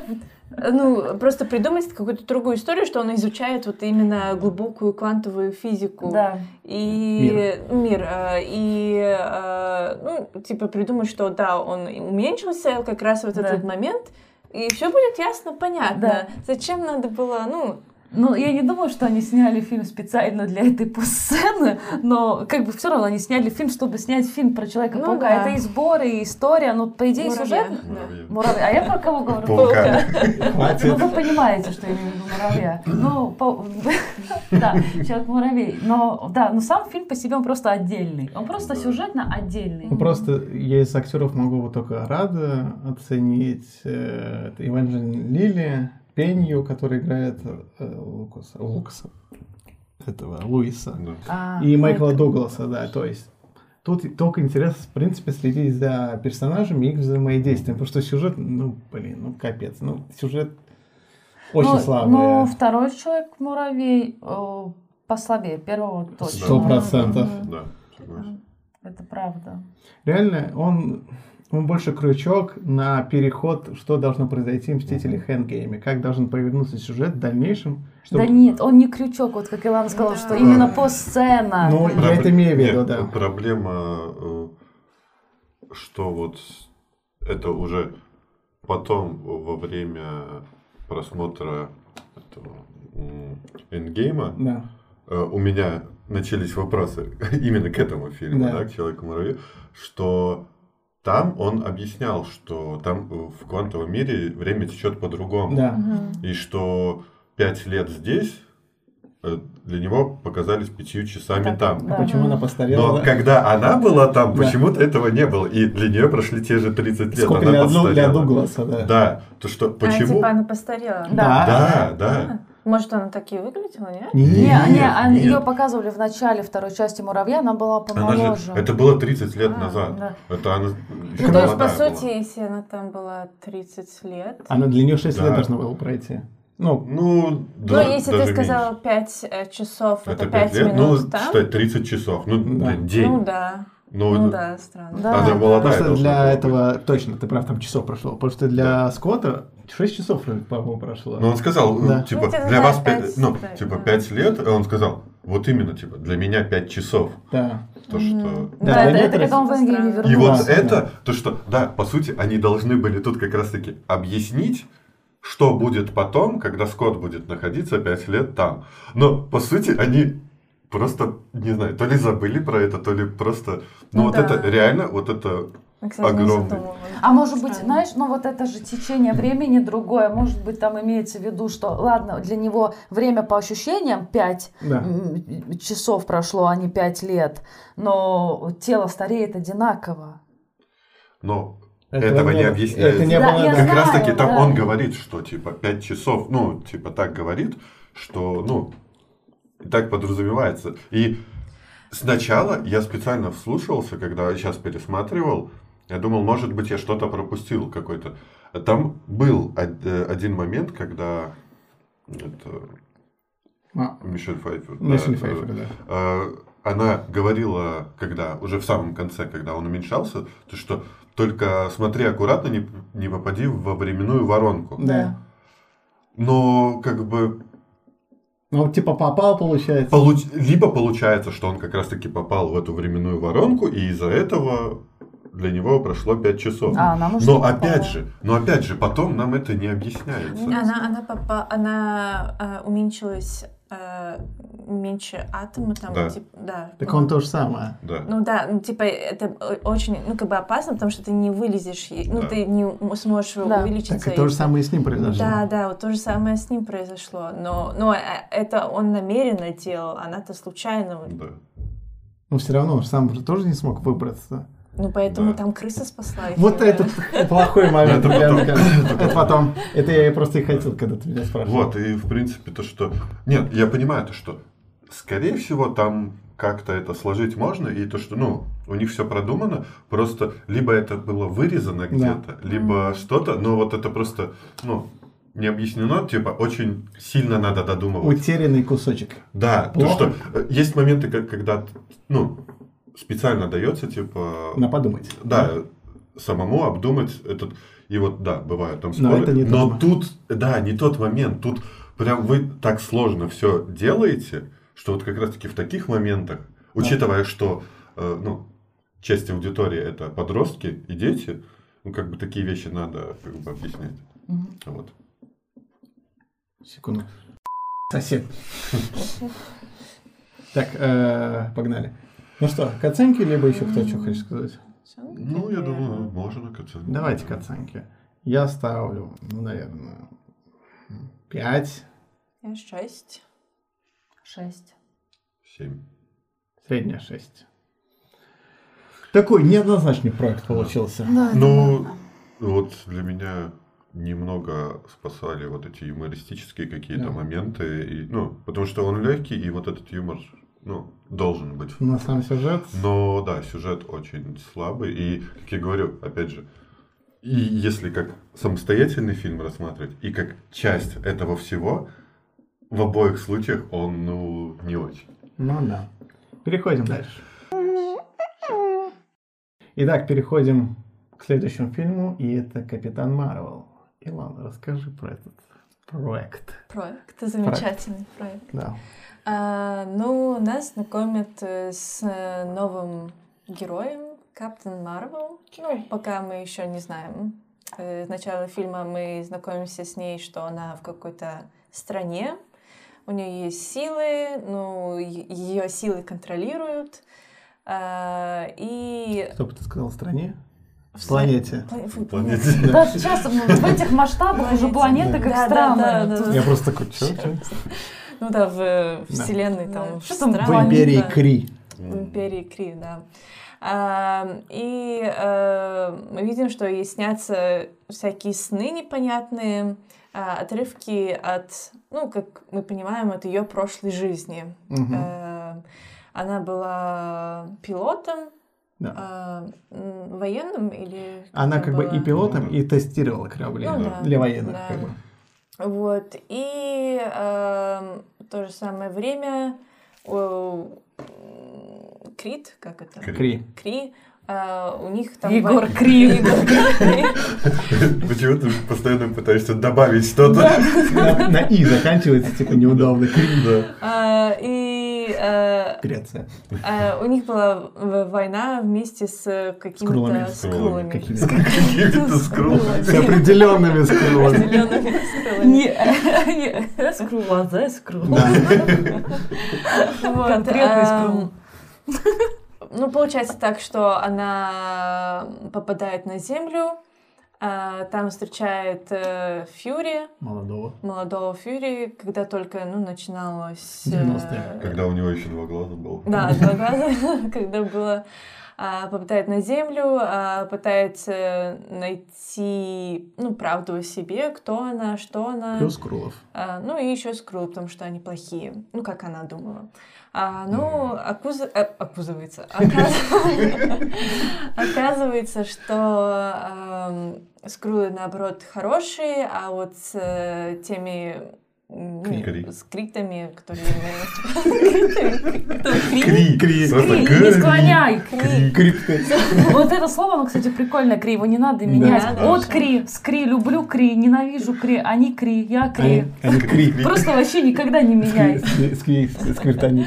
ну, просто придумать какую-то другую историю, что он изучает вот именно глубокую квантовую физику. Да. И мир. э, и, э, ну, типа, придумать, что да, он уменьшился как раз в этот Да. вот момент, и все будет ясно, понятно. Да. Зачем надо было, ну, Ну, я не думаю, что они сняли фильм специально для этой сцены, но как бы все равно они сняли фильм, чтобы снять фильм про Человека-паука. Ну да. Это и сборы, и история, ну, по идее, муравья, сюжет... да. Муравьев. Муравей. А я про кого говорю? Паука. Ну, Хватит. вы понимаете, что я имею в виду муравья. Ну, по- да, Человек-муравей. Но, да, но сам фильм по себе, он просто отдельный. Он просто Да. сюжетно отдельный. Ну, просто я из актеров могу вот только рада оценить э, это Эванжелин Лили, Пенью, который играет э, Лукаса, Лукаса, этого Луиса. Да. А, И Майкла Майк- Дугласа, да, то есть Тут только интересно, в принципе, следить за персонажами и их взаимодействием, потому что сюжет, ну, блин, ну, капец, ну, сюжет очень ну, слабый. Ну, второй Человек-муравей э, послабее первого точно. Сто процентов. Да, согласен. Это правда. Реально, он, он больше крючок на переход, что должно произойти в «Мстителях Эндгейме», как должен повернуться сюжет в дальнейшем. Чтобы... Да нет, он не крючок, вот как Илана сказала, Да. что именно постсцена. Ну, Проб- я это имею в виду, Нет, да. Проблема, э, что вот это уже потом, во время просмотра этого м, Эндгейма, Да. э, у меня начались вопросы именно к этому фильму, Да. да, к Человеку-муравью, что там он объяснял, что там э, в квантовом мире время течет по-другому. Да. Мгм. И что пять лет здесь э, для него показались пятью часами Так, там. да. А почему она постарела? Но да? когда она была там, Да. почему-то этого не было. И для нее прошли те же тридцать лет. Сколько она для, Ду- для постарела. Дугласа, да. Да, то что, А, почему? типа она постарела? Да. Да, да. Может, она так и выглядела, нет? Не, Не, Нет, не, а нет. ее показывали в начале второй части «Муравья», она была Она помоложе. же, это было тридцать лет А, назад. да. Это она Ну, еще то есть, по молодая сути, была. если она там была тридцать лет... Она для нее шесть Да. лет должна была пройти. Ну, Ну, Ну, да, если ты даже сказала меньше. пять часов, это, Это пять пять лет, минут ну, там? считай, тридцать часов. Ну, Да. блин, день. Ну да. Ну, Ну да, странно. Да. Она молодая просто должна для была быть. этого, точно, ты прав, там часов прошло. Потому что для Скотта шесть часов, по-моему, прошло. Ну, он сказал, Да. типа, Ну, где-то для да, вас пять, пять, ну, да, типа, да. пять лет, а он сказал, вот именно, типа, для меня пять часов. Да. То, Мгм. что... Да, Да, это, для это когда он в некоторых Эндгейме это И вернулся. вот Да, это, да. то, что, да, по сути, они должны были тут как раз-таки объяснить, что будет потом, когда Скотт будет находиться пять лет там. Но, по сути, они просто, не знаю, то ли забыли про это, то ли просто... Ну, Ну вот да. это реально, вот это... Я, кстати, не Огромный. задумывалась. А может быть, Странно. знаешь, ну вот это же течение времени другое. Может быть, там имеется в виду, что, ладно, для него время по ощущениям пять Да. м, часов прошло, а не пять лет. Но тело стареет одинаково. Но Этого этого, не не было. объясняется. Это не Да, было, я да. Как знаю, раз таки там да. он говорит, что типа пять часов, ну, типа так говорит, что, ну, и так подразумевается. И сначала я специально вслушивался, когда я сейчас пересматривал, я думал, может быть, я что-то пропустил какой-то. Там был од- э, один момент, когда это, А, Мишель Пфайффер, да, Мишель э, Пфайффер, да. э, она говорила, когда уже в самом конце, когда он уменьшался, то что только смотри аккуратно, не, не попади во временную воронку. Да. Но как бы Ну, типа попал, получается. получ- либо получается, что он как раз таки попал в эту временную воронку, и из-за этого для него прошло пять часов. А, нам уже но попало. опять же, но опять же, потом нам это не объясняется. Она, она, попа- она э, уменьшилась э, меньше атома, там, Да. типа, да. Так ну, он то же самое. Да. Ну да, ну типа это о- очень, ну как бы опасно, потому что ты не вылезешь, и- ну Да. ты не м- сможешь Да. увеличиться. Так и то же самое и с ним произошло. Да, да, вот то же самое с ним произошло. Но, но э, это он намеренно делал, она-то случайно. Да. Но все равно он сам же тоже не смог выбраться. Ну поэтому Да. там крыса спасла их. Вот э, этот плохой момент. Это Яна потом. говорит. Это потом. Это я и просто и хотел, когда ты меня спрашивал. Вот, и в принципе то, что... Нет, я понимаю то, что скорее всего там как-то это сложить можно, и то, что, ну, у них все продумано, просто либо это было вырезано где-то, либо что-то, но вот это просто, ну, не объяснено, типа, очень сильно надо додумывать. Утерянный кусочек. Да, то, Плохо. что э, есть моменты, как- когда, ну, специально дается, типа... На подумать. Да, самому обдумать этот. И вот, да, бывают там Но споры. это не тот но момент. тут, да, не тот момент. Тут прям вы так сложно все делаете, что вот как раз-таки в таких моментах, учитывая, что э, ну, часть аудитории это подростки и дети, ну, как бы такие вещи надо как бы объяснять. Мгм. Вот. Секунду. Сосед. Так, э, погнали. Ну что, к оценке, либо еще кто что хочет сказать? Ну, я думаю, можно к оценке. Давайте к оценке. Я ставлю, ну, наверное, пять. Я шесть. Шесть. Семь. Средняя шесть. Такой неоднозначный проект получился. Да, это Ну, правда. вот для меня немного спасали вот эти юмористические какие-то Да. моменты. И, ну, потому что он легкий, и вот этот юмор ну, должен быть. Но сам сюжет... Но да, сюжет очень слабый. И, как я говорю, опять же, и если как самостоятельный фильм рассматривать, и как часть этого всего, в обоих случаях он, ну, не очень. Ну да. Переходим дальше. Итак, переходим к следующему фильму, и это «Капитан Марвел». Илона, расскажи про этот проект. Проект, замечательный проект. Да. А, ну, нас знакомят с новым героем, Капитан Марвел. Ну, пока мы еще не знаем. С начала фильма мы знакомимся с ней, что она в какой-то стране. У нее есть силы, ну, ее силы контролируют. А, и... Что бы ты сказал, в стране? В планете. В планете. Да, сейчас в этих масштабах уже планеты как странные. Я просто такой, что? Ну да, в вселенной там... Что там в империи Кри. В империи Кри, да. А, и а, мы видим, что ей снятся всякие сны непонятные, а, отрывки от, ну, как мы понимаем, от ее прошлой жизни. Угу. А, она была пилотом, да. а, военным или... Она как была? бы и пилотом, и тестировала корабли, ну, да, да, для военных. Да. Как бы. Вот. И э, в то же самое время э, Крит, как это? Кри. Кри. Э, у них там... Егор Кри. Почему ты постоянно пытаешься добавить что-то? На «и» заканчивается, типа, неудобно. Кри, да. И... Греция. У них была война вместе с какими-то скрулами. Какими-то скрулами. С определенными скрулами. Определенными скрулами. Не скрул, а за скрул. Конкретный скрул. Ну, получается так, что она попадает на Землю, там встречает Фьюри. Молодого. Молодого Фьюри, когда только, ну, начиналось... девяностые. Когда у него еще два глаза было. Да, два глаза, когда было... Попадает на Землю, пытается найти, ну, правду о себе, кто она, что она. Плюс скрулов. Ну, и еще скрул, потому что они плохие. Ну, как она думала. А, ну, окуз... э, окузывается. Оказывается, что э, скрулы, наоборот, хорошие, а вот с э, теми... Ну, с критами, которые... Кри, кри. Не склоняй. Кри. Вот это слово, оно, кстати, прикольное, кри, его не надо менять. От кри, с кри, люблю кри, ненавижу кри, они кри, я кри. Они кри. Просто вообще никогда не меняй. Сквиртани.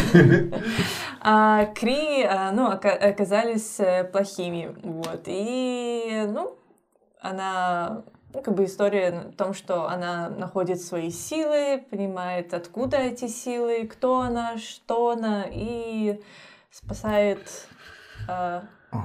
А кри, ну, оказались плохими, вот. И, ну, она... Ну, как бы история о том, что она находит свои силы, понимает, откуда эти силы, кто она, что она, и спасает... Э,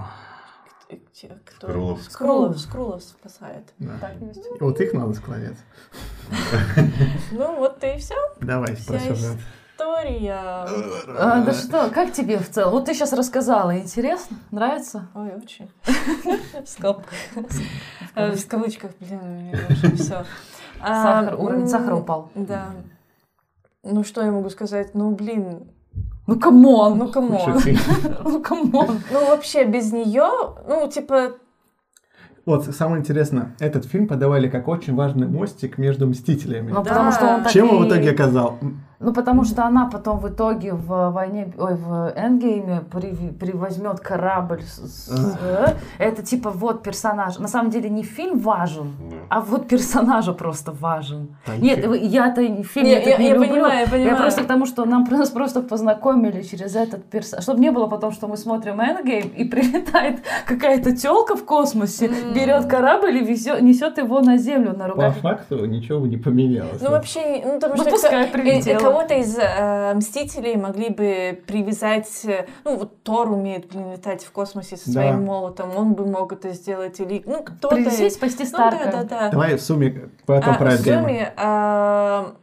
кто? Скрулов. Скрулов. Скрулов спасает. Да. Так, вот их надо склонять. Ну, вот и все. Давай, про сюжет. История. А, да что, как тебе в целом? Вот ты сейчас рассказала, интересно? Нравится? Ой, очень. В скобках. В кавычках, блин, у меня уже все. Сахар, уровень сахара упал. Да. Ну, что я могу сказать? Ну, блин. Ну, камон. Ну, камон. Ну, камон. Ну, вообще, без нее, ну, типа... Вот, самое интересное, этот фильм подавали как очень важный мостик между Мстителями. Ну, потому что он так Чем он и... в итоге оказал? Ну, потому что она потом в итоге в войне, ой, в Эндгейме привозьмет корабль. С, с, это типа вот персонаж. На самом деле не фильм важен, да. а вот персонажа просто важен. А Нет, я-то фильм не, этот я, не я люблю. Понимаю, я, понимаю. я просто к тому, что нам нас просто познакомили через этот персонаж. Чтобы не было потом, что мы смотрим Эндгейм и прилетает какая-то тёлка в космосе, mm. берет корабль и везет, несет его на землю на руках. По факту ничего не поменялось. Ну, вообще, ну, потому ну, что пускай прилетела. Кого-то из э, Мстителей могли бы привязать... Ну, вот Тор умеет, блин, летать в космосе со своим да. молотом, он бы мог это сделать. Или, ну, кто-то... Привезти, спасти Старка. Ну, да, да, да. Давай в сумме потом а, про В сумме а,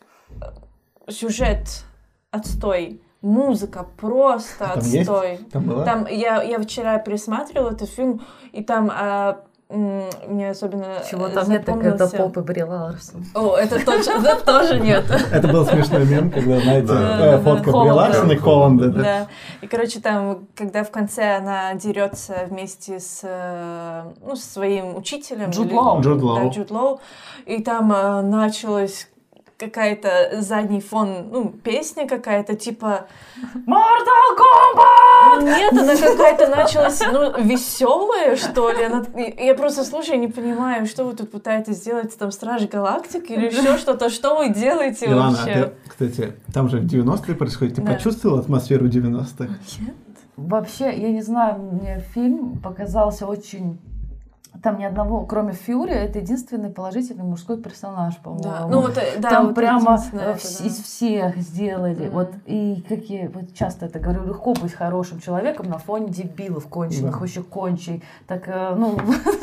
сюжет отстой, музыка просто а там отстой. Есть? Там была? Там, я, я вчера пересматривала этот фильм, и там... А, мне особенно Чего-то нет, так это Поп и Бри Ларсон. О, это точно, это тоже нет. Это был смешной мем, когда, знаете, фотка Бри Ларсон и Холланда. Да. И, короче, там, когда в конце она дерется вместе с, ну, со своим учителем. Джуд Лоу. Джуд Лоу. Да, Джуд Лоу. И там началась какая-то задний фон, ну, песня какая-то, типа... Mortal Kombat! Нет, она какая-то началась, ну, веселая, что ли. Она... Я просто слушаю и не понимаю, что вы тут пытаетесь сделать, там, Стражи Галактики или еще что-то, что вы делаете Илана, вообще? а ты, кстати, там же в девяностые происходит, ты Да. почувствовала атмосферу девяностых? Нет. Вообще, я не знаю, мне фильм показался очень... Там ни одного, кроме Фьюри, это единственный положительный мужской персонаж, по-моему. Да. Ну, вот, да, Там вот прямо единственное, вс- это, да. из всех сделали. Мгм. Вот, и какие, вот часто это говорю, легко быть хорошим человеком на фоне дебилов конченых, Да. вообще кончей. Так, э, ну,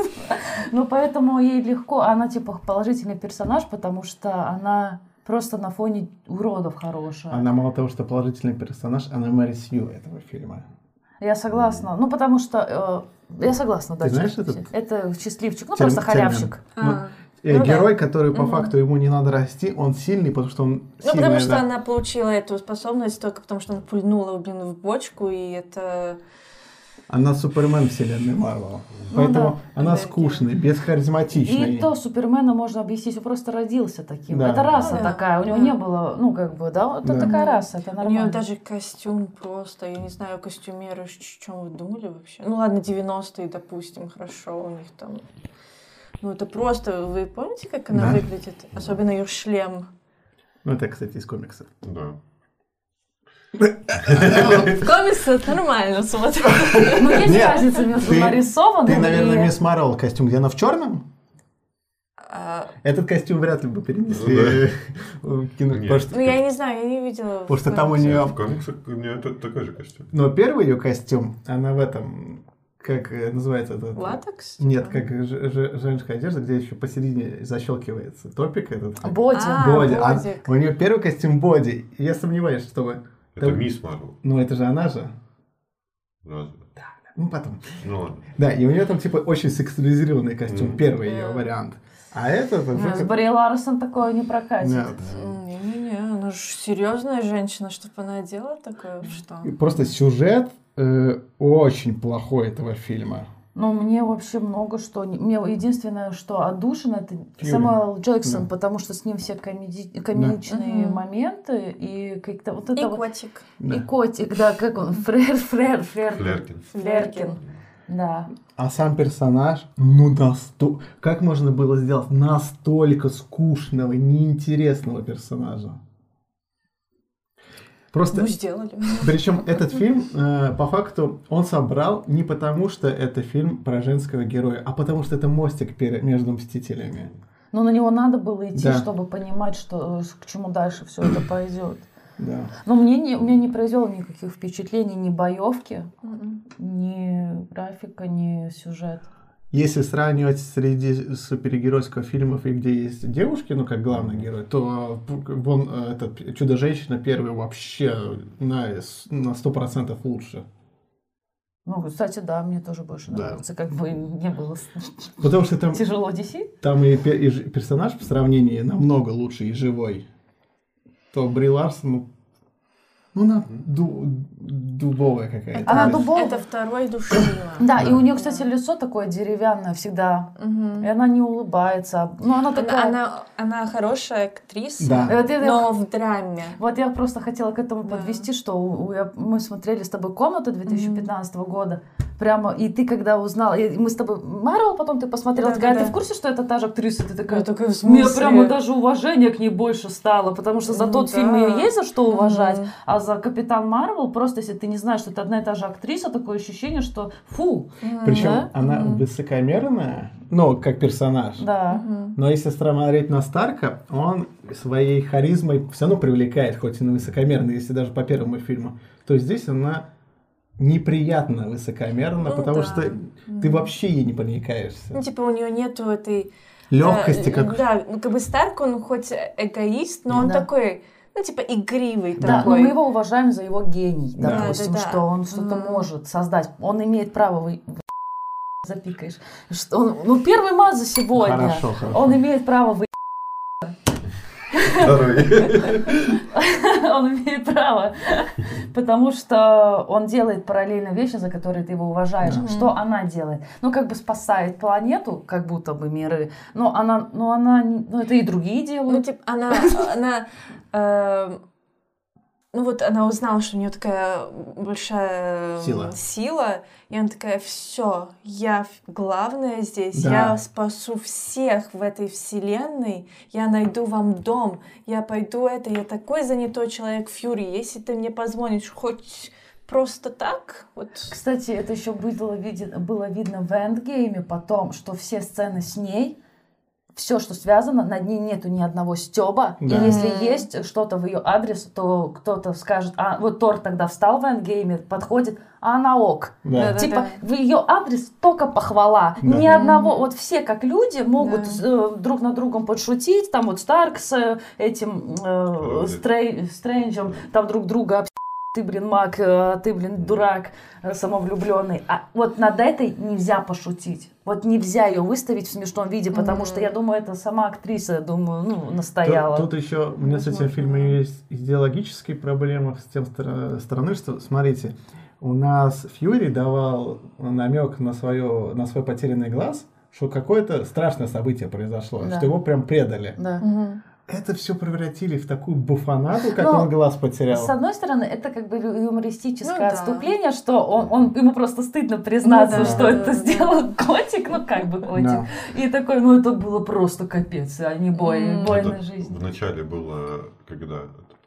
ну, поэтому ей легко. Она типа положительный персонаж, потому что она просто на фоне уродов хорошая. Она мало того, что положительный персонаж, она Мэри Сью этого фильма. Я согласна. Ну, потому что... э, я согласна, да. Ты знаешь счастливчик. этот Это счастливчик. Ну, термин- просто халявщик. термин? А. Э, Ну Герой, да. который по Мгм. факту ему не надо расти, он сильный, потому что он Ну, сильный. потому что да. она получила эту способность только потому, что она пульнула, блин, в бочку, и это... Она Супермен вселенной Марвел. Ну Поэтому да. она Да, скучная, безхаризматичная. И то Супермена можно объяснить, он просто родился таким. Да. Это раса Ну да. такая, у него Да. не было, ну, как бы, да, это Да. такая раса, это У нормально. нее даже костюм просто, я не знаю, костюмеры, о чем вы думали вообще? Ну ладно, девяностые, допустим, хорошо, у них там... Ну это просто, вы помните, как она Да. выглядит? Особенно ее шлем. Ну, это, кстати, из комиксов. Да. Ну, в комиксах нормально смотрю. Ну, есть Нет, разница между ты- нарисованным Ты, наверное, и... мисс Марвел костюм, где она в черном? А, Этот костюм вряд ли бы перенесли в кино. Нет. Потому что- Ну я не знаю, я не видела. Потому что в там у комиксах. нее... В комиксах у нее это такой же костюм. Но первый ее костюм, она в этом, как э, называется этот? Латекс? Нет, как ж- ж- женская одежда, где еще посередине защелкивается топик этот. как- Боди. А, боди. А бодик. у нее первый костюм боди. И я сомневаюсь, что вы... Это Там- мисс Марвел. Ну, это же она же. Разве? Ну, потом. Ну ладно. Да, и у нее там типа очень сексуализированный костюм, Мгм. первый ее Да. вариант. А этот... Ну, уже с как- Бри Ларсон такое не прокатит. Нет. М, Не-не-не, она же серьезная женщина, чтобы она делала такое, что? И Просто сюжет э, очень плохой этого фильма. Ну, мне вообще много что... не- Мне единственное, что отдушина, это Фьюри. Сэмюэл Джексон, Да. потому что с ним все комеди- комичные Мгм. моменты, и как-то вот это И вот... котик. Да. И котик, да, как он, Фрер, Фрер, Фрер. Флеркин. Флеркин. Да. А сам персонаж, ну, насто... как можно было сделать настолько скучного, неинтересного персонажа? Просто, Ну, сделали. причем этот фильм, э, по факту, он собрал не потому, что это фильм про женского героя, а потому что это мостик пер- между Мстителями. Но на него надо было идти, Да. чтобы понимать, что, к чему дальше все это пойдет. Да. Но мне не, мне не произвело никаких впечатлений ни боевки, Мгм. ни графика, ни сюжет. Если сравнивать среди супергеройских фильмов, и где есть девушки, ну, как главный герой, то э, вон э, этот Чудо-женщина первый вообще на, с- на сто процентов лучше. Ну, кстати, да, мне тоже больше Да. нравится. Как бы не было с- Потому что там, тяжело ди си. там и, пе- и ж- персонаж в сравнении намного лучше и живой. То Бри Ларсон, ну, ну она ду- дубовая какая-то. Она То есть- дубовая. Это второй душила. Да, и у нее, кстати, лицо такое деревянное всегда. Мгм. И она не улыбается. Ну, она такая... Она, она, она хорошая актриса, Да. Вот я- но в драме. Вот я просто хотела к этому Да. подвести, что у- у- я- мы смотрели с тобой «Комнату» две тысячи пятнадцатого года. Прямо, и ты когда узнала, и мы с тобой Марвел потом ты посмотрела, Да, такая, да, ты да. в курсе, что это та же актриса? Ты такая, Я такая, в у меня смысле? прямо даже уважение к ней больше стало, потому что за Ну тот да. фильм ее есть за что уважать, Мгм. а за Капитан Марвел, просто если ты не знаешь, что это одна и та же актриса, такое ощущение, что фу, Мгм. Причем Да? она Мгм. высокомерная, ну, как персонаж. да. Мгм. Но если смотреть на Старка, он своей харизмой все равно привлекает, хоть и на высокомерный, если даже по первому фильму. То здесь она неприятно высокомерна, Ну потому да. что ты вообще ей не проникаешься. Ну, типа, у нее нету этой... Легкости, э, как... Да, ну, как бы Старк, он хоть эгоист, но он Да. такой, ну, типа, игривый Да, но такой. мы его уважаем за его гений, Да. допустим, Да, да, да. что он что-то Мгм. может создать. Он имеет право вы- запикаешь. Что он, ну, первый маз за сегодня. Хорошо, хорошо. Он имеет право вы... Он имеет право, потому что он делает параллельно вещи, за которые ты его уважаешь. Mm-hmm. Что она делает? Ну, как бы спасает планету, как будто бы миры, но она, ну, она, ну, это и другие делают. Ну, типа, она, она, э, ну, вот она узнала, что у нее такая большая сила, сила и она такая, все, я главная здесь, да. я спасу всех в этой вселенной, я найду вам дом, я пойду это, я такой занятой человек, Фьюри, если ты мне позвонишь хоть просто так, вот. Кстати, это еще было видно, было видно в Эндгейме потом, что все сцены с ней, все, что связано, над ней нету ни одного стёба. Да. И если есть что-то в ее адрес, то кто-то скажет, а вот Тор тогда встал в Эндгейме, подходит, а она ок. Да. Типа Да, да. в ее адрес только похвала. Да. Ни одного, вот все как люди могут Да. э, друг над другом подшутить, там вот Старк с э, этим э, Стрей, Стрэнджем, там друг друга обс***, ты, блин, маг, ты, блин, дурак, самовлюбленный. А вот над этой нельзя пошутить. Вот нельзя ее выставить в смешном виде, потому mm-hmm. что, я думаю, это сама актриса, я думаю, ну, настояла. Тут, тут еще у меня с этим фильмом есть идеологические проблемы с тем стороны, что, смотрите, у нас Фьюри давал намек на, свое, на свой потерянный глаз, что какое-то страшное событие произошло, да. что его прям предали. Да. Mm-hmm. Это все превратили в такую буфанаду, как Но, он глаз потерял. С одной стороны, это как бы юмористическое ну, отступление, да. что он, он, ему просто стыдно признаться, ну, да, что да, это да, сделал да. котик, ну как бы котик. Да. И такой, ну это было просто капец, а не бой, mm. бойная жизнь. Вначале было, когда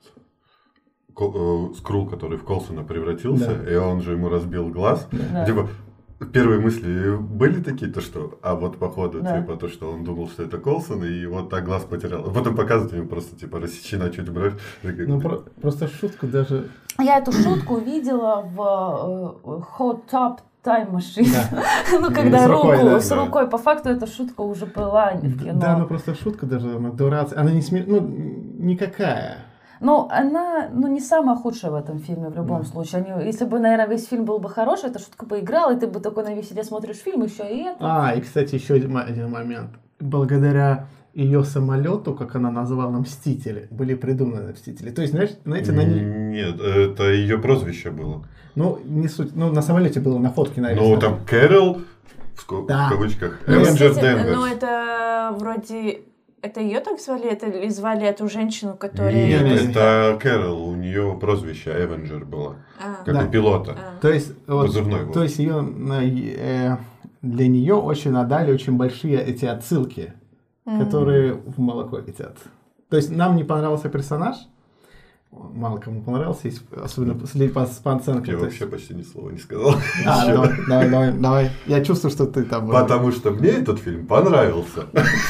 этот, Скрул, который в Колсона превратился, да. и он же ему разбил глаз. Да. Типа, первые мысли были такие, то что, а вот походу, да. типа, то, что он думал, что это Колсон, и вот так глаз потерял. Потом показывают ему просто, типа, рассечена чуть бровь. Ну, про- просто шутка даже... Я эту шутку видела в uh, Hot Top Time Machine. Да. ну, когда с руку, рукой, да, с рукой. Да. По факту эта шутка уже была в кино. Да, ну просто шутка даже, дурацкая. Она не смешная, ну, никакая. Ну, она, ну, не самая худшая в этом фильме в любом mm. случае. Они, если бы, наверное, весь фильм был бы хороший, эта шутка бы играла, и ты бы такой на веселе смотришь фильм, еще и это. А, и, кстати, еще один, один момент. Благодаря ее самолету, как она назвала Мстители, были придуманы Мстители. То есть, знаешь, знаете, на ней... Нет, это ее прозвище было. Ну, не суть. Ну, на самолете было на фотке нарисовано. Ну, там Кэрол, в, скоб... да. в кавычках, Эвенджер Денверс. Ну, это вроде... Это ее так звали? Это или звали эту женщину, которая... Нет, это Кэрол, у нее прозвище Эвенджер было, а. как да. у пилота. А. То есть, вот, то есть ее, э, для нее очень отдали очень большие эти отсылки, mm. которые в молоко летят. То есть нам не понравился персонаж, мало кому понравился, особенно по, по оценкам. Я вообще почти ни слова не сказал. А, давай, давай, давай, давай. Я чувствую, что ты там... Потому что мне этот фильм понравился.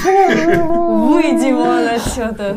Выйди вон отсюда.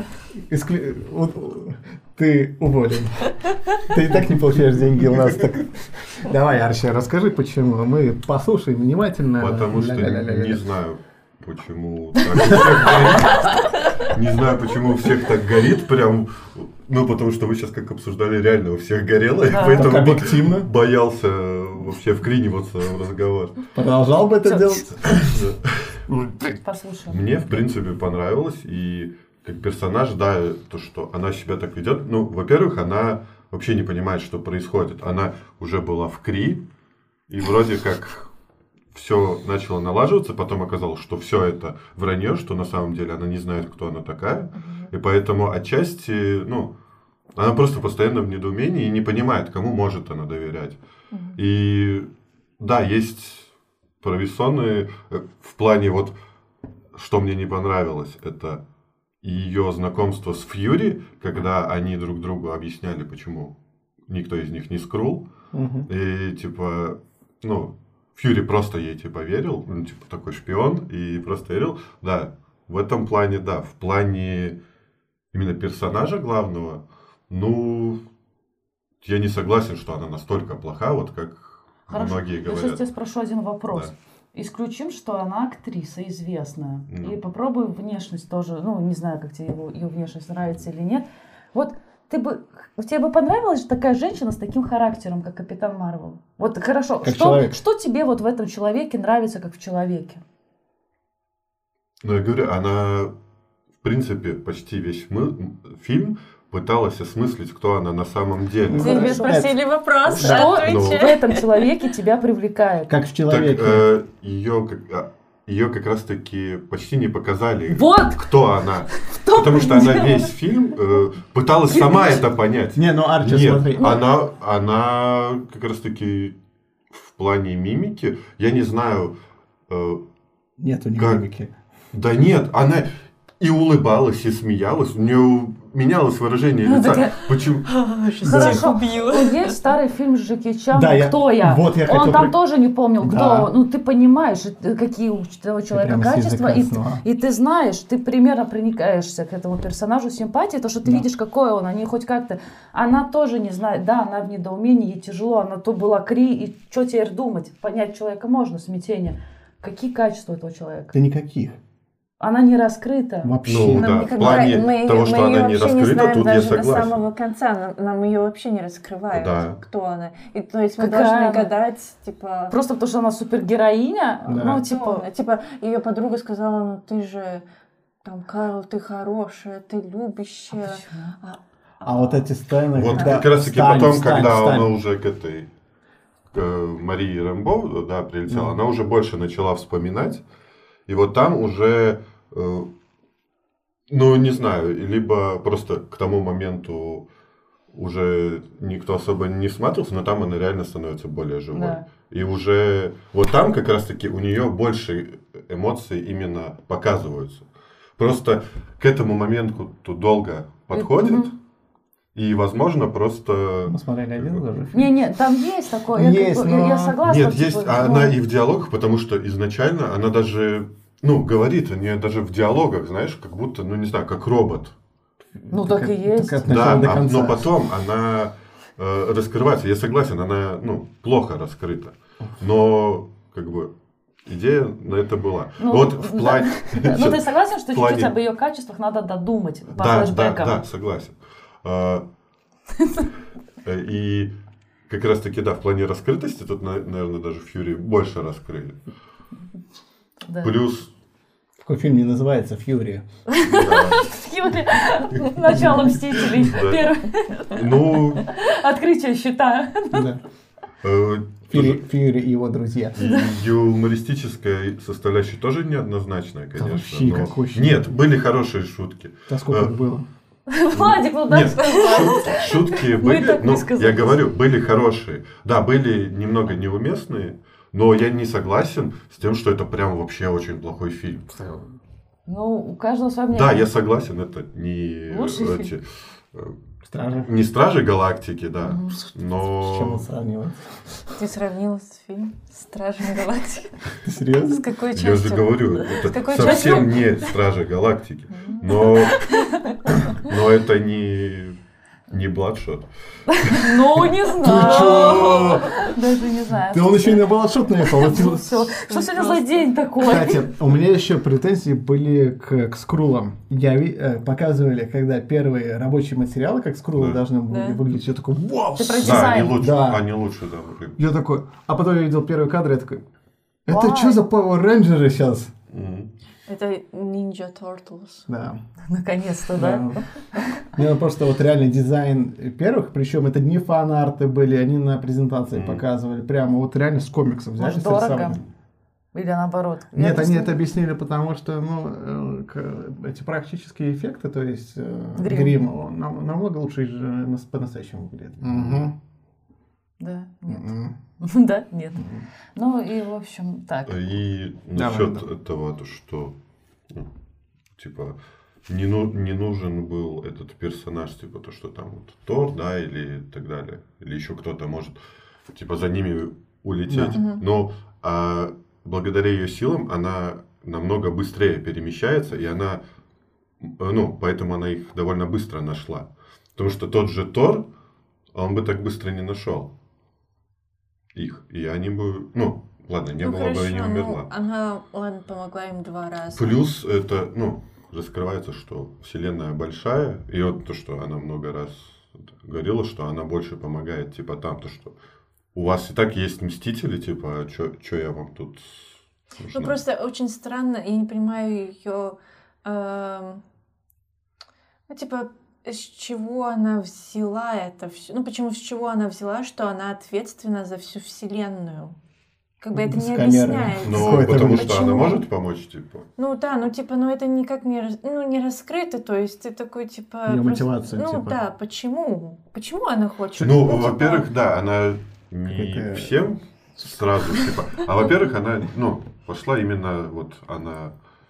Ты уволен. Ты и так не получаешь деньги у нас. Так... Давай, Арча, расскажи, почему. Мы послушаем внимательно. Потому что не знаю, почему так горит. Не знаю, почему у всех так горит. Прям... Ну, потому что вы сейчас как обсуждали, реально у всех горело, а, и поэтому объективно боялся вообще вклиниваться в разговор. Продолжал бы это делать? Послушаем. Мне, в принципе, понравилось, и как персонаж, да, то, что она себя так ведет, ну, во-первых, она вообще не понимает, что происходит. Она уже была в Кри, и вроде как все начало налаживаться, потом оказалось, что все это вранье, что на самом деле она не знает, кто она такая. И поэтому отчасти, ну, она просто постоянно в недоумении и не понимает, кому может она доверять. Mm-hmm. И да, есть провисоны в плане вот, что мне не понравилось, это ее знакомство с Фьюри, когда они друг другу объясняли, почему никто из них не Скрул. Mm-hmm. И типа, ну, Фьюри просто ей типа верил, ну, типа такой шпион, и просто верил. Да, в этом плане, да, в плане именно персонажа главного, ну, я не согласен, что она настолько плоха, вот как Хорошо. многие говорят. Я сейчас тебя спрошу один вопрос. Да. Исключим, что она актриса известная. Ну. И попробуй внешность тоже, ну, не знаю, как тебе его, ее внешность нравится или нет. Вот ты бы, тебе бы понравилась такая женщина с таким характером, как Капитан Марвел? Вот хорошо, Как что, человек. что тебе вот в этом человеке нравится, как в человеке? Ну, я говорю, она, в принципе, почти весь мы, фильм пыталась осмыслить, кто она на самом деле. Ну, Тебе хорошо. спросили вопрос, Что Ну. в отвечай. этом человеке тебя привлекает? Как в Так человеке. э, ее, как, а, ее как раз-таки почти не показали, Вот! кто она. Кто Потому что она весь фильм э, пыталась сама это понять. Не, ну Арчи, Нет, смотри. она, она как раз-таки в плане мимики, я не знаю, э, Нет, у нее Как? мимики. да нет, она и улыбалась, и смеялась, у нее менялось выражение Ну, лица. так я- Почему? Хорошо. убью. Вот есть старый фильм с Джеки Чаном Да, я- «Кто я?». вот я Он хотел там про- тоже не помнил, кто Да. он. Ну, ты понимаешь, э, какие у этого человека прямо с качества, языка и, сняла. и ты знаешь, ты примерно проникаешься к этому персонажу симпатии, то, что ты Да. видишь, какой он, они хоть как-то... Она тоже не знает, да, она в недоумении, ей тяжело, она то была кри, и что теперь думать? Понять человека можно, смятение. Какие качества этого человека? Да никаких. Она не раскрыта. Вообще. Ну, Нам да, в никогда- плане мы, того, мы что её она не вообще не раскрыта, знаем тут я даже до согласен. самого конца. Нам, нам ее вообще не раскрывают, Да. кто она. И то есть мы Какая должны она? гадать, типа, Просто потому, что она супергероиня, Да. ну, кто типа... она. Типа, ее подруга сказала, ну ты же, там, Карл, ты хорошая, ты любящая. А, А вот эти сцены, Вот когда... как раз таки Встань, потом, встань, когда встань. она уже к этой к Марии Рэмбо, да, прилетела, Мгм. она уже больше начала вспоминать. И вот там уже, э, ну, не знаю, либо просто к тому моменту уже никто особо не всматривался, но там она реально становится более живой. Да. И уже вот там как раз таки у нее больше эмоций именно показываются. Просто к этому моменту тут долго подходит. Мгм. И, возможно, просто... Мы смотрели один даже фильм. Не-не, там есть такое, я, Есть, как бы- я- я но- согласна. Нет, типа, есть ну, она и в диалогах, потому что изначально она даже, ну, говорит, у нее даже в диалогах, знаешь, как будто, ну, не знаю, как робот. Ну так и есть. Так от Да, начала до а- конца. но потом она э, раскрывается. Я согласен, она, ну, плохо раскрыта. Но, как бы, идея на это была. Ну, Вот в да. плане... Ну ты согласен, что в плане- чуть-чуть об ее качествах надо додумать по Да, да, флешбекам? да, согласен. А, э, И как раз таки, да, в плане раскрытости тут, на- наверное, даже Фьюри больше раскрыли. Да. Плюс, Такой фильм не называется «Фьюри». да, Фьюри. Начало «Мстителей». Да. Первое ну, открытие щита. Да. э, Фьюри, тоже Фьюри и его друзья. и юмористическая составляющая тоже неоднозначная, конечно. вообще но- как вообще. Нет, были хорошие шутки. Да сколько Э, их было? Владик, ну дай Нет, сказать. шут- шутки Мы были, так ну, высказались. я говорю, были хорошие. Да, были немного неуместные, но я не согласен с тем, что это прям вообще очень плохой фильм. Ну, у каждого свое мнение. Да, я согласен, это не Лучший эти, э, Стражи. не Стражи Галактики, да, Мгм. С чем но он сравнивает? ты сравнила с фильм «Стражи Галактики». Ты серьезно? С какой я частью? же говорю, это какой совсем не Стражи Галактики, но, но это не, не Бладшот. Ну, не знаю. чё? Даже не знаю. Да он еще и на балашот наехал. Вот Ну, всё. Что сегодня за день такой? Кстати, у меня еще претензии были к, к скрулам. Я ви- э, показывали, когда первые рабочие материалы, как скрулы Да. должны были Да. выглядеть. Я такой, вау! Ты про Да, дизайн. они лучше, Да. они лучше, да. блин. Я такой, а потом я видел первые кадры, я такой, это Вау. что за Power Rangers сейчас? Мгм. Это Ninja Turtles. Да. Наконец-то, да? Мне ну, просто вот реально дизайн первых, причем это не фан-арты были, они на презентации Мгм. показывали, прямо вот реально с комиксов взяли. Может, срисовали. дорого? Или наоборот? Я Нет, просто- они это объяснили, потому что ну, э, к- эти практические эффекты, то есть э, Грим. грим, он нам- намного лучше же нас- по-настоящему выглядит. Мгм. Да, нет. Мгм. Да, нет. Ну и, в общем, так. И Давай, насчет да. этого, то, что, ну, типа, не, ну, не нужен был этот персонаж, типа, то, что там вот Тор, да, или так далее, или еще кто-то может, типа, за ними улететь. Да. Мгм. Но а, благодаря ее силам она намного быстрее перемещается, и она, э, ну, поэтому она их довольно быстро нашла. Потому что тот же Тор, он бы так быстро не нашел их, и они бы, ну, ладно, не Ну, было бы, и не хорошо, умерла. ну, она, ладно, помогла им два раза. Плюс это, ну, раскрывается, что Вселенная большая, и вот то, что она много раз говорила, что она больше помогает, типа, там, то, что у вас и так есть Мстители, типа, что я вам тут нужна? Ну, просто очень странно, я не понимаю ее, э, ну, типа, с чего она взяла это все, ну, почему, с чего она взяла, что она ответственна за всю вселенную. Как бы это не объясняется. Ну, потому что она может помочь, типа. Ну да, ну типа, ну это никак не, ну, не раскрыто, то есть ты такой, типа... Ее мотивация, ну, типа. Ну да, почему? Почему она хочет? Ну, ну во-первых, типа... да, она не это... всем сразу, типа... А во-первых, она, ну, пошла именно, вот, она,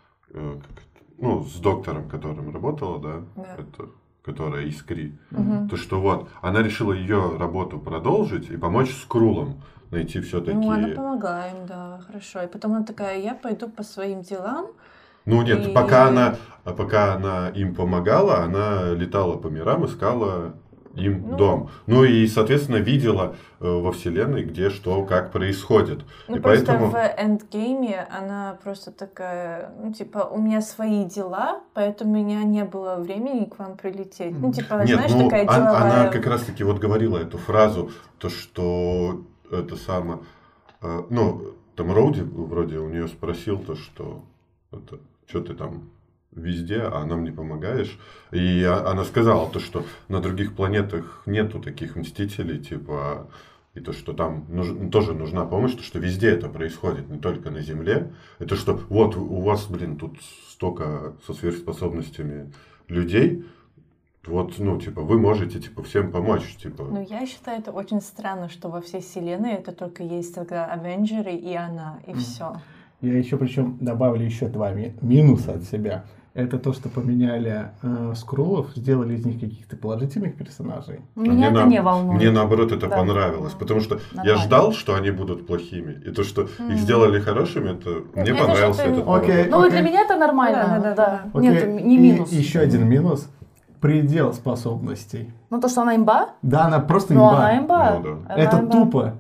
э, ну, с доктором, которым работала, да, да. это, которая из Кри, угу. то, что вот, она решила ее работу продолжить и помочь Скрулам найти все-таки... Ну, она помогла им, да, хорошо. И потом она такая, я пойду по своим делам. Ну, нет, и... пока, она, пока она им помогала, она летала по мирам, искала им ну... дом. Ну, и, соответственно, видела э, во вселенной, где что, как происходит. Ну, и просто поэтому... в эндгейме она просто такая, ну, типа, у меня свои дела, поэтому у меня не было времени к вам прилететь. Ну, типа, нет, знаешь, ну, такая она, деловая... она как раз-таки вот говорила эту фразу, то, что... Это самое, э, ну, там Роуди вроде у нее спросил то, что это, что ты там везде, а нам не помогаешь. И она сказала то, что на других планетах нету таких мстителей, типа, и то, что там нуж, тоже нужна помощь, то, что везде это происходит, не только на Земле. И то, что вот у вас, блин, тут столько со сверхспособностями людей, вот, ну, типа, вы можете, типа, всем помочь, типа. Ну, я считаю, это очень странно, что во всей вселенной это только есть тогда Авенджеры и она, и mm. все. Я еще, причем, добавлю еще два ми- минуса от себя. Это то, что поменяли э, скруллов, сделали из них каких-то положительных персонажей. Меня мне это на... не волнует. Мне, наоборот, это да. понравилось, потому что Нормально. я ждал, что они будут плохими. И то, что mm. их сделали хорошими, это мне это понравился это... этот поворот. Okay, ну, okay. для меня это нормально. Да, да, да. Okay. Нет, не минус. И еще один минус. Предел способностей. Ну, то, что она имба? Да, она просто ну, имба. Она имба. Ну, да. она это имба. тупо.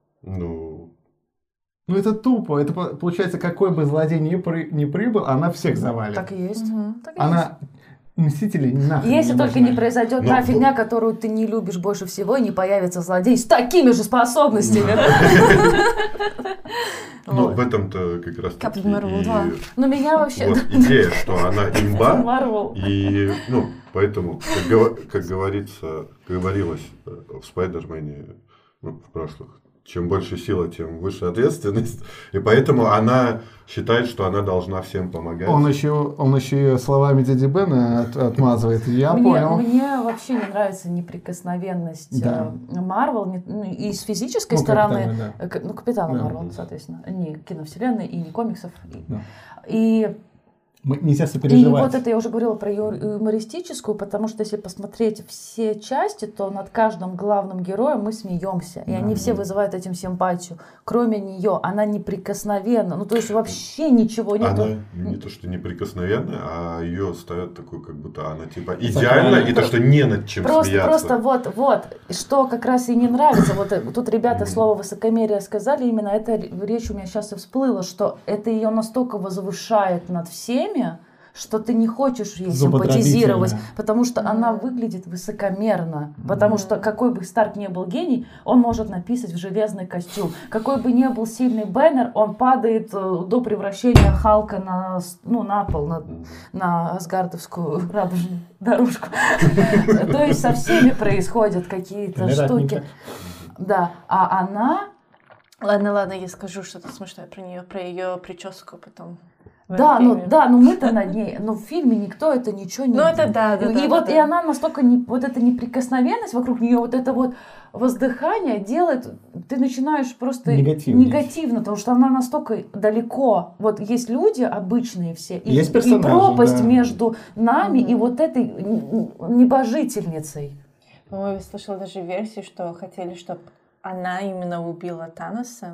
Ну... Ну, это тупо. Это, получается, какой бы злодей ни, при... ни прибыл, она всех завалит. Так и есть. Угу. Так и она... есть. Мстители нахрен Если не только нужны. не произойдет Но... та фигня, которую ты не любишь больше всего, и не появится злодей с такими же способностями. Ну, в этом-то как раз таки и... Ну, меня вообще... Вот идея, что она имба, и, ну, поэтому, как говорится, говорилось в Спайдермене, ну, в прошлых, чем больше сила, тем выше ответственность. И поэтому она считает, что она должна всем помогать. Он еще, он еще словами дяди Бена от, отмазывает. Я мне, понял. Мне вообще не нравится неприкосновенность Марвел. Да. Ну, и с физической ну, стороны. Капитана, да. Ну, Капитана Марвел, да. соответственно. Не киновселенной и не комиксов. Да. И... Нельзя сопереживать. И вот это я уже говорила про юмористическую, потому что если посмотреть все части, то над каждым главным героем мы смеемся. И да, они да. все вызывают этим симпатию. Кроме нее, она неприкосновенна. Ну, то есть вообще ничего нет. Она не то, что неприкосновенная, а ее ставят такой, как будто она типа идеальна, и то, что не над чем просто, смеяться. Просто вот, вот, что как раз и не нравится. Вот тут ребята слово высокомерие сказали, именно эта речь у меня сейчас и всплыла, что это ее настолько возвышает над всеми, что ты не хочешь ей симпатизировать, потому что она выглядит высокомерно. Потому что какой бы Старк ни был гений, он может написать в железный костюм. Какой бы ни был сильный Бэннер, он падает до превращения Халка на, ну, на пол, на, на асгардовскую радужную дорожку. То есть со всеми происходят какие-то штуки. Да, а она... Ладно, ладно, я скажу что-то смешное про нее, про ее прическу потом. Да, ну да, но мы-то над ней, но в фильме никто это ничего не... Ну это да, да, И да, вот да, и да. она настолько, не, вот эта неприкосновенность вокруг нее, вот это вот воздыхание делает, ты начинаешь просто негативно, потому что она настолько далеко. Вот есть люди обычные все, и, и пропасть да. между нами mm-hmm. и вот этой небожительницей. Ой, я слышала даже версию, что хотели, чтобы она именно убила Таноса.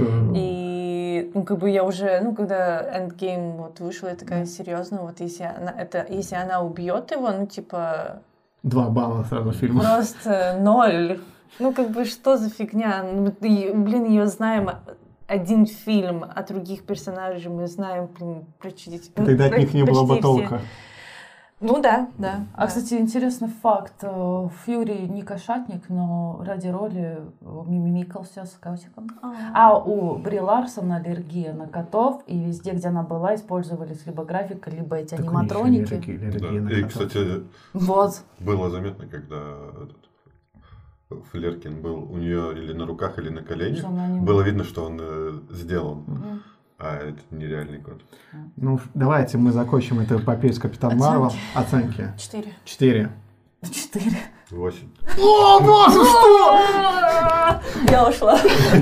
И, ну, как бы я уже, ну, когда Endgame вот вышел, я такая, серьезно, вот если она, это, если она убьет его, ну, типа... Два балла сразу фильма. Просто ноль. Ну, как бы, что за фигня? Ну, и, блин, ее знаем один фильм, а других персонажей мы знаем, блин, почти... Тогда от них не было бы толка. Ну да, да. А, да. кстати, интересный факт. Фьюри не кошатник, но ради роли мимикался с котиком. А. А у Бри Ларсон аллергия на котов, и везде, где она была, использовались либо графика, либо эти Так у них аниматроники. аллергия- аллергия на Да. И, котов. кстати, Вот. было заметно, когда этот Флеркин был у нее или на руках, или на коленях. Что она не- Было видно, что он э, сделан. Мгм. А это нереальный кот. Ну, давайте мы закончим эту эпопею с Капитан Марвел. Оценки. Четыре. Четыре. Четыре. Восемь. О, боже, что? Я ушла.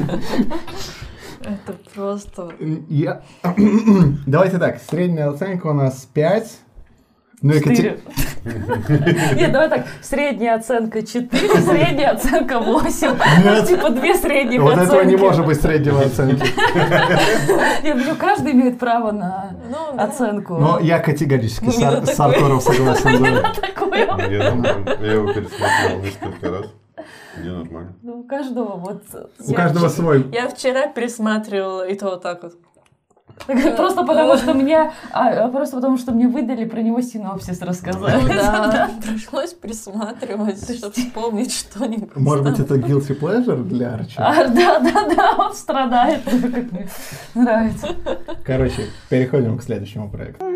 Это просто... Я... Давайте так, средняя оценка у нас пять. Ну, Четыре. Нет, давай так, средняя оценка четыре, средняя оценка восемь. Нет. Типа две средних Вот оценки. этого не может быть среднего оценки. Я говорю, каждый имеет право на Ну, да. оценку. Но я категорически Ну, с не Ар- на с такой. Артуром согласен. да. Такое. Мне нормально. Я его пересмотрел несколько раз. Мне нормально. Ну, у каждого вот... У каждого свой. Я вчера пересматривала, и то вот так вот. Просто потому, что мне... а, Просто потому, что мне выдали про него синопсис рассказать. Ну да, пришлось пересматривать, чтобы вспомнить что-нибудь. Может быть, там. это guilty pleasure для Арчи? А, да, да, да, он страдает. Как мне нравится. Короче, переходим к следующему проекту.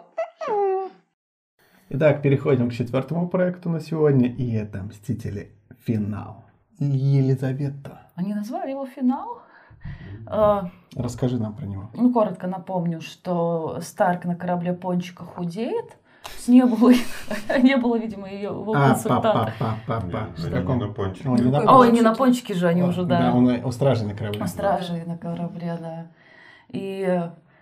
Итак, переходим к четвертому проекту на сегодня, и это «Мстители. Финал». Елизавета, Они назвали его «Финал». А, расскажи нам про него. Ну, коротко напомню, что Старк на корабле Пончика худеет. С Небулой не было, видимо, ее А, консультанта. па-па-па-па-па. Не, они не на пончике. Он не на Ой, не Пончики. на Пончике же они уже, Да, да. он у стражи на корабле. У стражи на корабле, да. И...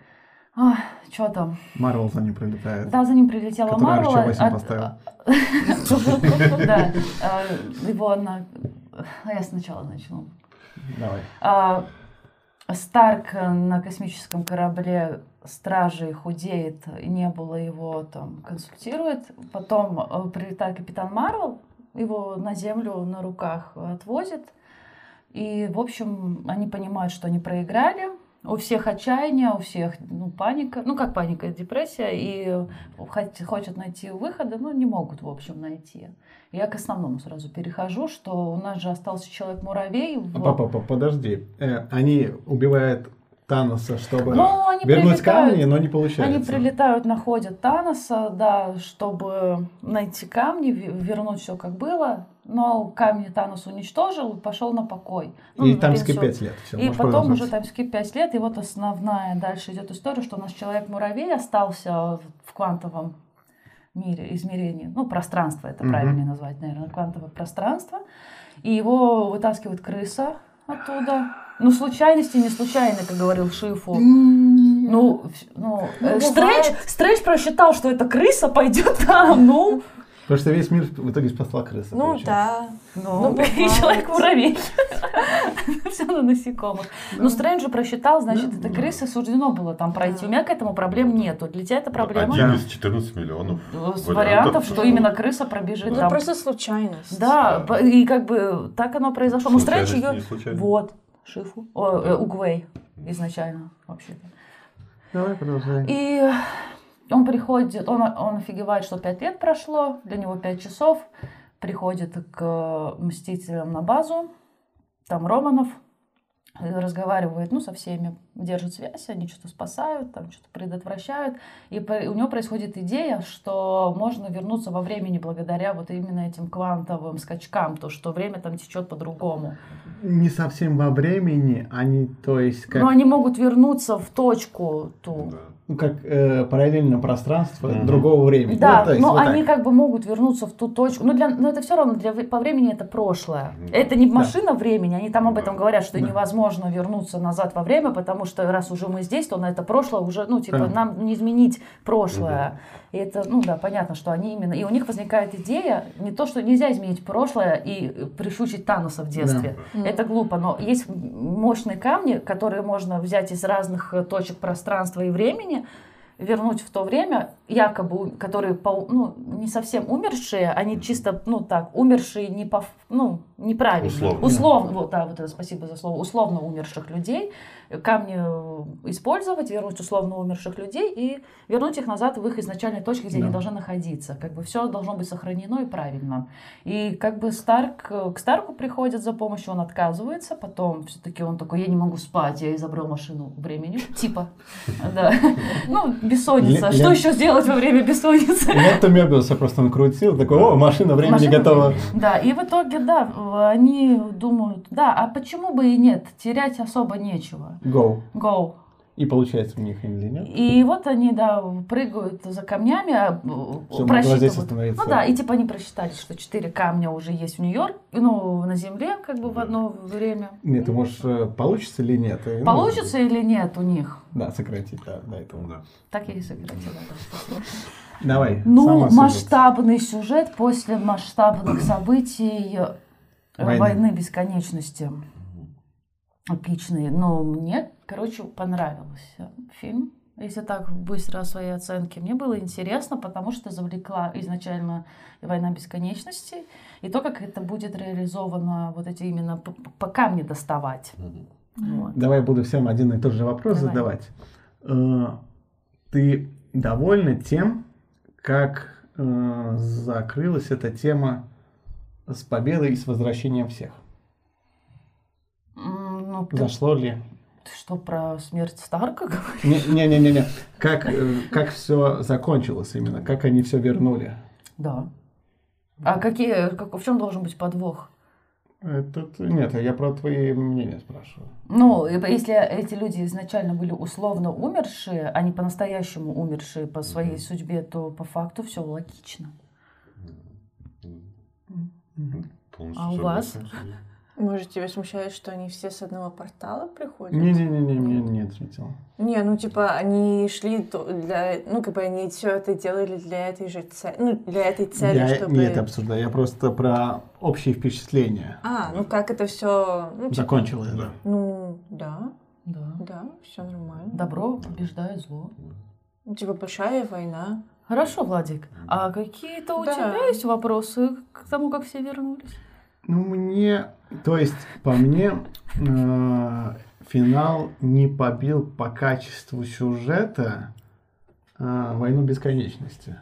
Что там? Марвел за ним прилетает. Да, за ним прилетела Который Марвел. Арчи восемь от- поставил. Да. а, Его на... а Я сначала начну. Давай. А, Старк на космическом корабле стражей худеет, и Небула его там консультирует. Потом э, прилетает Капитан Марвел, его на землю на руках отвозит. И, в общем, они понимают, что они проиграли. У всех отчаяние, у всех ну, паника. Ну, как паника, депрессия. И хот- хотят найти выходы, но не могут, в общем, найти. Я к основному сразу перехожу, что у нас же остался Человек-муравей. в- Папа, подожди. Э, Они убивают Таноса, чтобы Ну, они вернуть прилетают. камни, но не получается. Они прилетают, находят Таноса, да, чтобы найти камни, ве- вернуть все как было. Но камни Танос уничтожил и пошел на покой. Ну, И на таймские пенсию. пять лет. Всё, И можешь потом продолжать. уже таймские пять лет. И вот основная дальше идет история, что у нас Человек-муравей остался в квантовом мире, измерении. Ну, пространство, это Мгм. правильнее назвать, наверное, квантовое пространство. И его вытаскивает крыса оттуда. Ну, случайности не случайны, как говорил Шифу. Ну, вс- ну, э, бывает. Стрэндж, Стрэндж просчитал, что эта крыса пойдет там, ну, Потому что весь мир в итоге спасла крыса. Ну получается. да. ну, Ну, и бывает. Человек-муравей. Все на насекомых. Ну, Стрэндж же просчитал, значит, Да. этой крысе суждено было там пройти. Да. У меня к этому проблем нету. Для тебя это проблема? Один Да. из четырнадцати миллионов С вариантов, вариантов, что что- именно крыса пробежит Ну там. просто случайность. Да, Да. по- и как бы так оно произошло. Ну, Стрэндж Случайность, ее... не случайно. Вот, Шифу. О, э, Угвей изначально, вообще-то. Давай продолжай. И он приходит, он, он офигевает, что пять лет прошло, для него пять часов, приходит к Мстителям на базу, там Романов, разговаривает, ну, со всеми, держит связь, они что-то спасают, там что-то предотвращают, и по- у него происходит идея, что можно вернуться во времени благодаря вот именно этим квантовым скачкам, то, что время там течет по-другому. Не совсем во времени, они, то есть, как, Но они могут вернуться в точку ту. Да. ну, как э, параллельное пространство Мгм. другого времени. Да, Ну, то есть, но вот они так. как бы могут вернуться в ту точку. Но, для, но это все равно для, по времени это прошлое. Да. Это не машина времени. Они там об Да. этом говорят, что Да. невозможно вернуться назад во время, потому что раз уже мы здесь, то на это прошлое уже, ну, типа, Да. нам не изменить прошлое. И это, ну да, понятно, что они именно... И у них возникает идея, не то, что нельзя изменить прошлое и прищучить Таноса в детстве. Да. Это глупо, но есть мощные камни, которые можно взять из разных э, точек пространства и времени, вернуть в то время, якобы, которые, по, ну, не совсем умершие, они чисто, ну, так, умершие не по, ну, неправильно. Условно. Условно, вот, да, вот это, спасибо за слово, условно умерших людей, камни использовать, вернуть условно умерших людей и вернуть их назад в их изначальной точке, где Да. они должны находиться. Как бы все должно быть сохранено и правильно. И как бы Старк, к Старку приходит за помощью, он отказывается, потом все-таки он такой, я не могу спать, я изобрел машину времени, типа, да. Ну, бессонница. Ле- Что ле- еще сделать во время бессонницы? Это Мебиуса просто он крутил, такой, о, машина времени Машина готова. времени. Да, и в итоге, да, они думают, да, а почему бы и нет, терять особо нечего. Go. Go. И получается у них или нет? И вот они, да, прыгают за камнями, а, Чтобы просчитывают. здесь остановиться. Ну да, и типа они просчитали, что четыре камня уже есть в Нью-Йорке, ну, на Земле, как бы в одно время. Нет, ты можешь, э, получится или нет? И, ну, Получится или нет у них? Да, сократить, да, до этого. Да. Так я и сократила. да. Давай. Ну, сама сюжет. масштабный сюжет после масштабных событий э, Войны. войны бесконечности. Эпичные. Но мне, короче, понравился фильм. Если так быстро о своей оценке. Мне было интересно, потому что завлекла изначально «Война бесконечности» и то, как это будет реализовано, вот эти именно по, по камне доставать. Вот. Давай буду всем один и тот же вопрос Давай. задавать. Э, Ты довольна тем, как э, закрылась эта тема с победой и с возвращением всех? М, Ну, ты, Зашло ли? ты что, про смерть Старка говоришь? Не-не-не-не. Как, э, как все закончилось именно? Как они все вернули? Да. А какие, как, в чем должен быть подвох? Этот, нет, я про твои мнения спрашиваю. Ну, и если эти люди изначально были условно умершие, а не по-настоящему умершие по своей судьбе, то по факту все логично. Полностью А у вас? согласен. Может, тебя смущает, что они все с одного портала приходят? Не-не-не, мне не ответил. Не, ну типа они шли то- для, ну как бы они все это делали для этой же цели, ну для этой цели, Я чтобы. не это обсуждаю, я просто про общие впечатления. А, ну как это все, ну, типа, Закончилось, да. ну да, Да. да, все нормально. Добро побеждает зло. Ну, типа большая война. Хорошо, Владик. А какие-то у Да. тебя есть вопросы к тому, как все вернулись? Ну, мне, то есть, по мне, э, финал не побил по качеству сюжета э, «Войну бесконечности».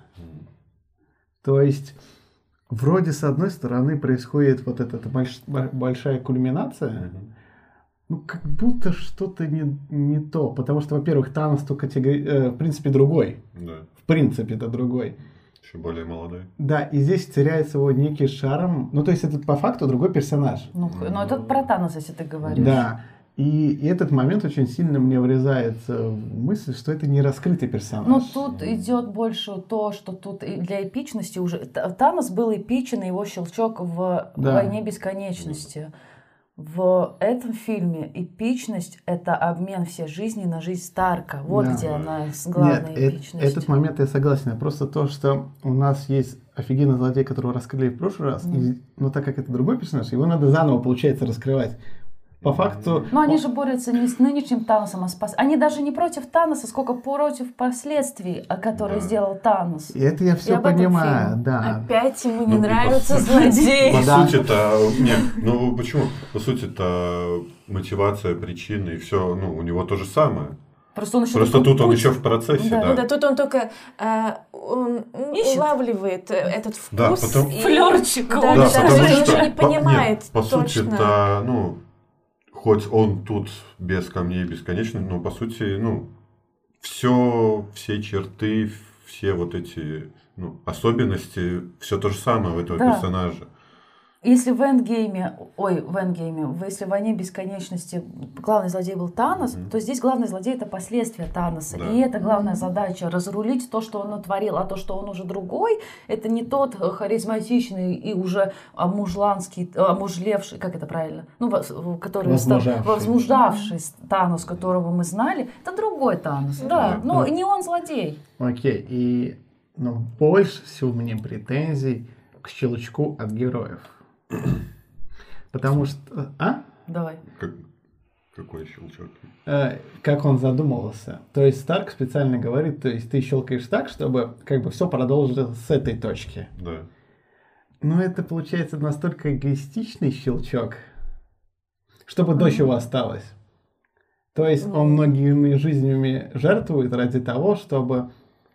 То есть, вроде с одной стороны происходит вот эта больш- большая кульминация, ну, как будто что-то не, не то. Потому что, во-первых, Танос, категори... э, в принципе, другой. Да. В принципе, это другой. Еще более молодой. Да, и здесь теряется его некий шарм. Ну, то есть, это по факту другой персонаж. Ну, х- ну это про Таноса, если ты говоришь. Да. И, и этот момент очень сильно мне врезается в мысль, что это не раскрытый персонаж. Ну, тут идет больше то, что тут и для эпичности уже... Т- Танос был эпичен, и его щелчок в Да. «Войне бесконечности». В этом фильме эпичность — это обмен всей жизни на жизнь Старка. Вот Да. где она с главной Нет, э- эпичностью. этот момент я согласен. Просто то, что у нас есть офигенный злодей, которого раскрыли в прошлый раз, и- но так как это другой персонаж, его надо заново, получается, раскрывать. По факту... Но они же борются не с нынешним Таносом, а с пос- Они даже не против Таноса, сколько против последствий, а, которые Да. сделал Танос. И это я все об этом понимаю, фильм. да. Опять ему не Ну, и по нравятся сути- злодеи. По Да. сути-то, нет, ну почему? По сути-то мотивация, причины и все, ну, у него то же самое. Просто он еще Просто такой тут он путь. еще в процессе, Да. да. Ну да, тут он только э, он Ищет. улавливает э, этот вкус. Да, потом- и- Флёрчик. Да, Да, да, потому он что еще не по- понимает нет, по точно. сути-то, ну, хоть он тут без камней бесконечный, но по сути, ну, все, все черты, все вот эти, ну, особенности, все то же самое у этого Да. персонажа. Если в Эндгейме, ой, в Эндгейме, в- если в «Войне бесконечности» главный злодей был Танос, Мгм. то здесь главный злодей — это последствия Таноса. Да. И это главная задача — разрулить то, что он натворил. А то, что он уже другой, это не тот э, харизматичный и уже мужланский, мужлевший, как это правильно? Ну, вос- который стал- Возмужавший. возмужавший Танос, которого мы знали. Это другой Танос, да. Да. Но не он злодей. Окей, и но больше всего мне претензий к щелчку от героев. Потому что... А? Давай. Как- Какой щелчок? Э, как он задумывался. То есть Старк специально говорит, то есть ты щелкаешь так, чтобы как бы все продолжилось с этой точки. Да. Но это получается настолько эгоистичный щелчок, чтобы дочь его осталась. То есть он многими жизнями жертвует ради того, чтобы...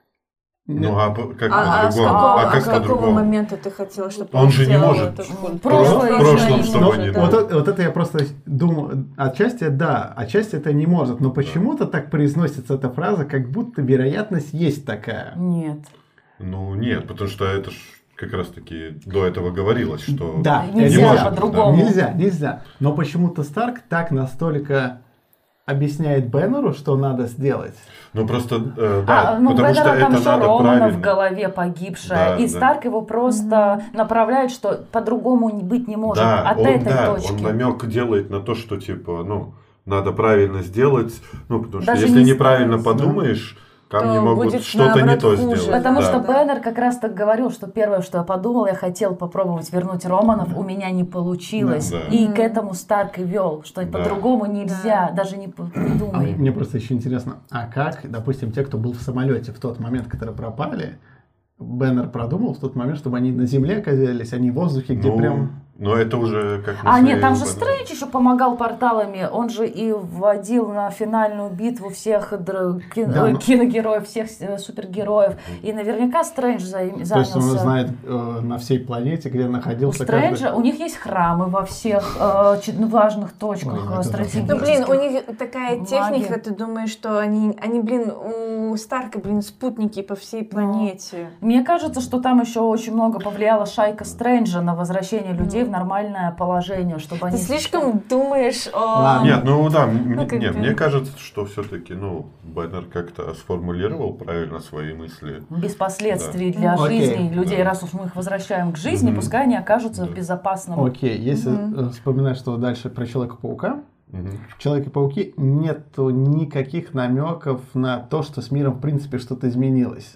Ну а по- как А, а с по-другому? какого, А а как с какого по-другому? момента ты хотела, чтобы Он же не сделал может. эту штуку? В Прошлое прошлом, уже чтобы не не да. Вот, было. это- вот это я просто думаю, отчасти да, отчасти это не может, но почему-то так произносится эта фраза, как будто вероятность есть такая. Нет. Ну нет, потому что это ж как раз таки до этого говорилось, что Да, Нельзя не может, по-другому. Нельзя, нельзя. Но почему-то Старк так настолько объясняет Беннеру, что надо сделать. Ну просто, э, да, А, ну, потому что Беннера там это еще надо Романа в правильно. голове погибшая. Да, и да. Старк его просто направляет, что по-другому не- быть не может Да, от он, этой да, точки. он намек делает на то, что типа, ну, надо правильно сделать, ну, потому что Даже если не неправильно стараться. подумаешь, камни То могут будет, что-то не наоборот, то хуже. сделать. Потому Да. что Да. Беннер как раз так говорил, что первое, что я подумал, я хотел попробовать вернуть Романов, у меня не получилось. Да. И Мгм. к этому Старк и вел, что Да. по-другому нельзя, Да. даже не п- А придумай. мне просто еще интересно, а как, допустим, те, кто был в самолете в тот момент, которые пропали, Беннер продумал в тот момент, чтобы они на земле оказались, а не в воздухе, где Ну, прям... но это уже как А, мысли нет, там же Беннера. Стрэндж еще помогал порталами. Он же и вводил на финальную битву всех др- кин- Да, ой, но- киногероев, всех э, супергероев. И наверняка Стрэндж за- То есть занялся. он знает э, на всей планете, где У находился Стрэнджа, каждый... у них есть храмы во всех э, чи- ну, важных точках Ой, э, ну это стратегических. Ну, блин, у них такая Магия. техника, ты думаешь, что они, они, блин, у Старка, блин, спутники по всей планете. Мне кажется, что там еще очень много повлияла шайка Стрэнджа на возвращение людей в нормальное положение, чтобы Ты они... слишком думаешь о... Ладно. Нет, ну да, м- Ну, как нет, бы. мне кажется, что все-таки, ну, Беннер как-то сформулировал правильно свои мысли. без последствий для Ну, окей. жизни людей, Да. раз уж мы их возвращаем к жизни, Мгм. пускай они окажутся в Да. безопасном. Окей, если Мгм. э, вспоминать, что дальше про Человека-паука, Мгм. в Человеке-пауке нету никаких намеков на то, что с миром в принципе что-то изменилось.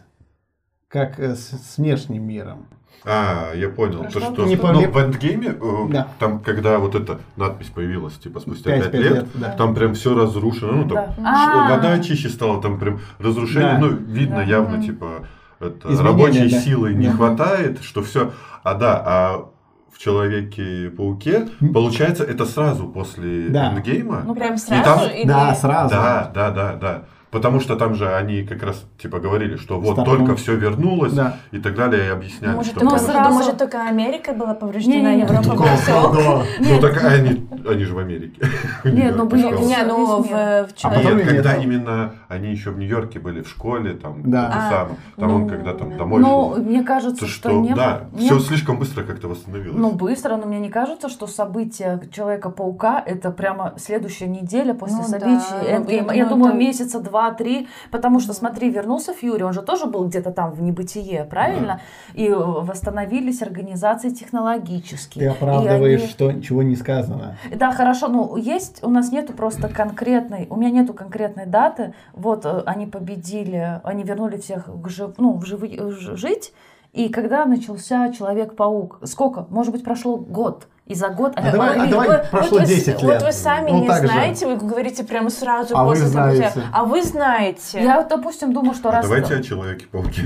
Как э, с, с внешним миром. А, я понял. Про То, что что ты? Не ну, помню. в эндгейме, э, Да. там, когда вот эта надпись появилась, типа, спустя Пять, пять пять лет, лет, да. там прям все разрушено. Ну, там Да. ш- А. вода чище стала, там прям разрушение. Да. Ну, видно Да. явно, Мгм. типа, это, Изменения, рабочей да. силы не Да. хватает, что все. А да, а в Человеке-пауке, М. получается, это сразу после Да. эндгейма. Ну, Прям И сразу? там- или- Да, сразу. Да, да, да, да. Потому что там же они как раз типа говорили, что вот Стартанул. только все вернулось Да. и так далее, и объясняли, Может, что только, Ну, прям- сразу- может, только Америка была повреждена, Не-не-не. Европа была всё. Да. Ну так они, они же в Америке. Нет, ну, блин, Школа. Не, ну в, в А потом человеке. Нет, когда нет. именно они еще в Нью-Йорке были в школе, там, Да. это А, самое, там он ну, когда там домой Ну, шел, мне кажется, то что, что, не да, не- все слишком быстро как-то восстановилось. Ну, быстро, но мне не кажется, что события Человека-паука это прямо следующая неделя после Ну событий да, Эндгейма. я Я думаю, думаю, это- месяца два-три, потому что, смотри, вернулся Фьюри, он же тоже был где-то там в небытие, правильно? И э, восстановились организации технологические. Ты И оправдываешь, они- что чего не сказано. Да, хорошо, ну есть, у нас нету просто конкретной, у меня нету конкретной даты, вот э, они победили, они вернули всех к жив, ну, в живы- э, ж- жить, и когда начался Человек-паук, сколько, может быть, прошло год, и за год они А давай- а могли- давай- Вы- прошло вот вы с- десять лет. Вот вы сами Ну, не так же. знаете, вы говорите прямо сразу А вы после события. знаете. А вы знаете. Я, допустим, думаю, что А раз... давайте о Человеке-пауке.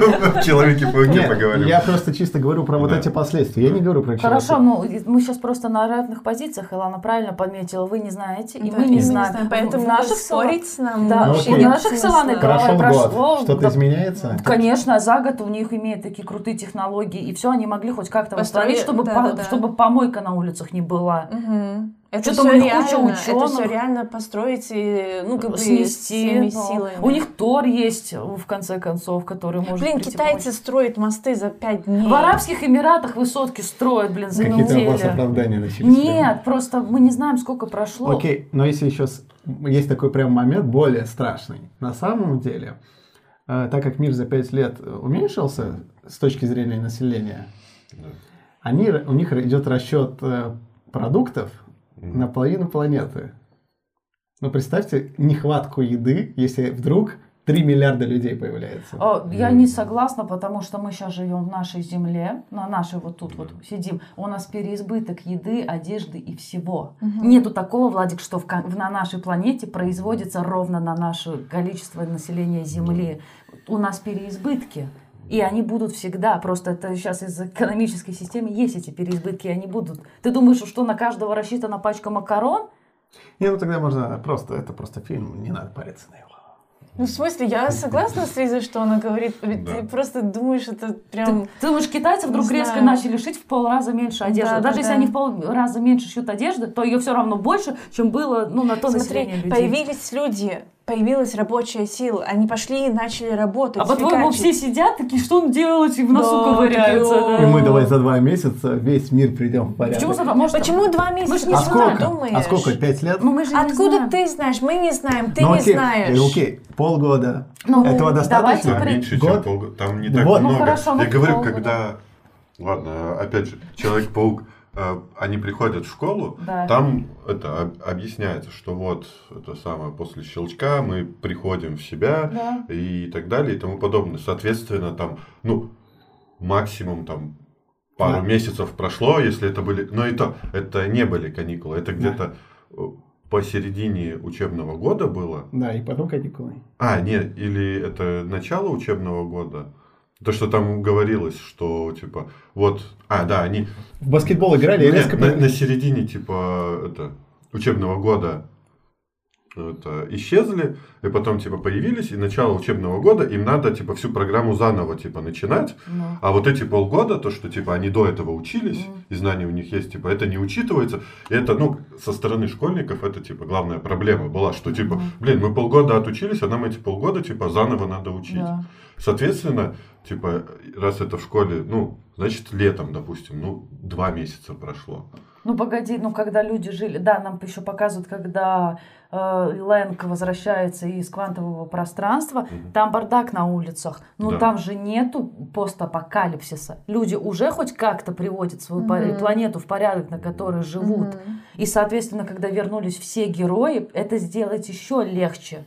В Человеке-пауке Нет, поговорим. я просто чисто говорю про вот Да. эти последствия. Я не говорю про Хорошо, человека. ну и мы сейчас просто на равных позициях, Илана правильно подметила, вы не знаете, и Да, мы и не знаем. Поэтому В наших спорить с нам Да, Ну, вообще окей. нет наших смысла. Иланы Прошел прошло, год. Что-то да. изменяется? Конечно, за год у них имеют такие крутые технологии, и все, они могли хоть как-то Построить, восстановить, чтобы, да, по- да, да. чтобы помойка на улицах не была. Мгм. Это Что-то все у них реально, куча это все ученых. реально построить и, ну, как бы Снести. всеми но силами. У них Тор есть, в конце концов, который может Блин, прийти китайцы помочь. строят мосты за пять дней. В Арабских Эмиратах высотки строят, блин, за Какие-то у вас неделю. оправдания начались? Нет, просто мы не знаем, сколько прошло. Окей, но если еще с- есть такой прям момент более страшный. На самом деле, э, так как мир за пять лет э, уменьшился с точки зрения населения, Да. они, р- у них идет расчет э, продуктов Мгм. на половину планеты. Ну, представьте нехватку еды, если вдруг три миллиарда людей появляется. О, я не согласна, потому что мы сейчас живем в нашей земле, на нашей вот тут вот сидим. У нас переизбыток еды, одежды и всего. Угу. Нету такого, Владик, что в, в, на нашей планете производится ровно на наше количество населения Земли. У нас переизбытки. И они будут всегда. Просто это сейчас из-за экономической системы есть эти переизбытки, и они будут. Ты думаешь, что на каждого рассчитана пачка макарон? Не, ну тогда можно просто, это просто фильм, не надо париться на его. Ну, в смысле, я согласна с Лизой, что она говорит. Да. Ты просто думаешь, это прям... Ты, ты думаешь, китайцы вдруг резко начали шить в полраза меньше одежды. Да, Даже да, если да. они в полраза меньше шьют одежды, то ее все равно больше, чем было ну, на то Смотри, население людей. Появились люди, появилась рабочая сила. Они пошли и начали работать. А по-твоему все сидят такие, что он делать, и в носу да, ковыряются. Да. И мы давай за два месяца весь мир придем в порядок. Почему, за... Может, Почему два месяца? Мы же не а знаем, сколько? Думаешь? А сколько? Пять лет? Ну, мы же Откуда знаем. Ты знаешь? Мы не знаем, ты ну, не окей, знаешь. Окей, полгода. Ну, этого достаточно? Там меньше, чем полгода. Там не так вот. много. Ну, хорошо, Я говорю, полгода. когда... Ладно, опять же, Человек-паук, они приходят в школу, да. там это объясняется, что вот это самое после щелчка мы приходим в себя да. и так далее и тому подобное. Соответственно, там, ну, максимум там пару да. месяцев прошло, если это были, но и то, это не были каникулы, это где-то да. посередине учебного года было. Да, и потом каникулы. А, нет, или это начало учебного года. То, что там говорилось, что, типа, вот, а, да, они... В баскетбол играли и резко... На, на середине, типа, это, учебного года это, исчезли, и потом, типа, появились, и начало учебного года, им надо, типа, всю программу заново, типа, начинать, mm. а вот эти полгода, то, что, типа, они до этого учились, mm. и знания у них есть, типа, это не учитывается, и это, ну, со стороны школьников, это, типа, главная проблема была, что, типа, mm. блин, мы полгода отучились, а нам эти полгода, типа, заново надо учить. Yeah. Соответственно, типа, раз это в школе, ну, значит, летом, допустим, ну, два месяца прошло. Ну, погоди, ну, когда люди жили, да, нам еще показывают, когда э, Лэнг возвращается из квантового пространства, угу. там бардак на улицах, но да. там же нету постапокалипсиса. Люди уже хоть как-то приводят свою угу. планету в порядок, на которой живут. Угу. И, соответственно, когда вернулись все герои, это сделать еще легче.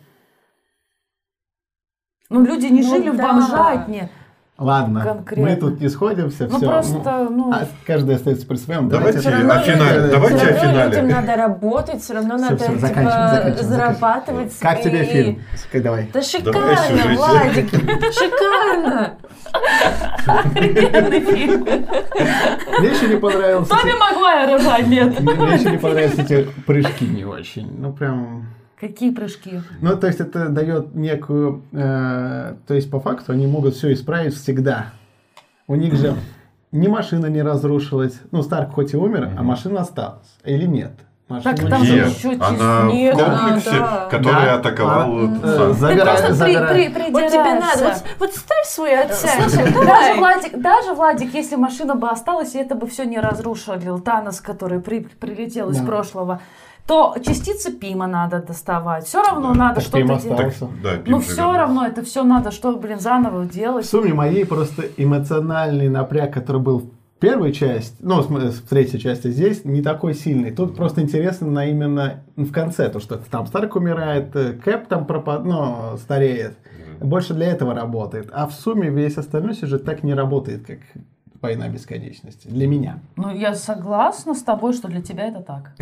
Ну, люди не ну, жили да. в бомжатне. Ладно, конкретно. Мы тут не сходимся, ну, все. Просто, ну... А каждый остается при своем. Давайте, давайте о финале. Давайте все о равно финале. людям надо работать, все равно все, надо все, типа, заканчиваем, заканчиваем, зарабатывать заканчиваем. Как свои... тебе фильм? Давай. Да шикарно, Владик, шикарно. Охрененный фильм. Мне еще не понравился... Тоби Магуайр рожать нет. Мне еще не понравились эти прыжки не очень. Ну, прям... Какие прыжки? Ну, то есть это дает некую... Э, то есть по факту они могут все исправить всегда. У них же ни машина не разрушилась. Ну, Старк хоть и умер, mm-hmm. а машина осталась. Или нет? Так там же еще она в комплексе, да. который да. атаковал а, э, забирай, Ты забирай. просто при, при, вот тебе надо, вот, вот ставь свой оценку. Слушай, даже Владик, даже Владик, если машина бы осталась, и это бы все не разрушил Танос, который при, прилетел да. из прошлого, то частицы Пима надо доставать. Все равно да. надо так что-то делать. Да, ну все равно это все надо, что, блин, заново делать. В сумме моей просто эмоциональный напряг, который был в первой части, ну в третьей части здесь, не такой сильный. Тут просто интересно на именно в конце, то что там Старк умирает, Кэп там пропад, ну, стареет. Больше для этого работает. А в сумме весь остальной сюжет так не работает, как «Война бесконечности». Для меня. Ну, я согласна с тобой, что для тебя это так.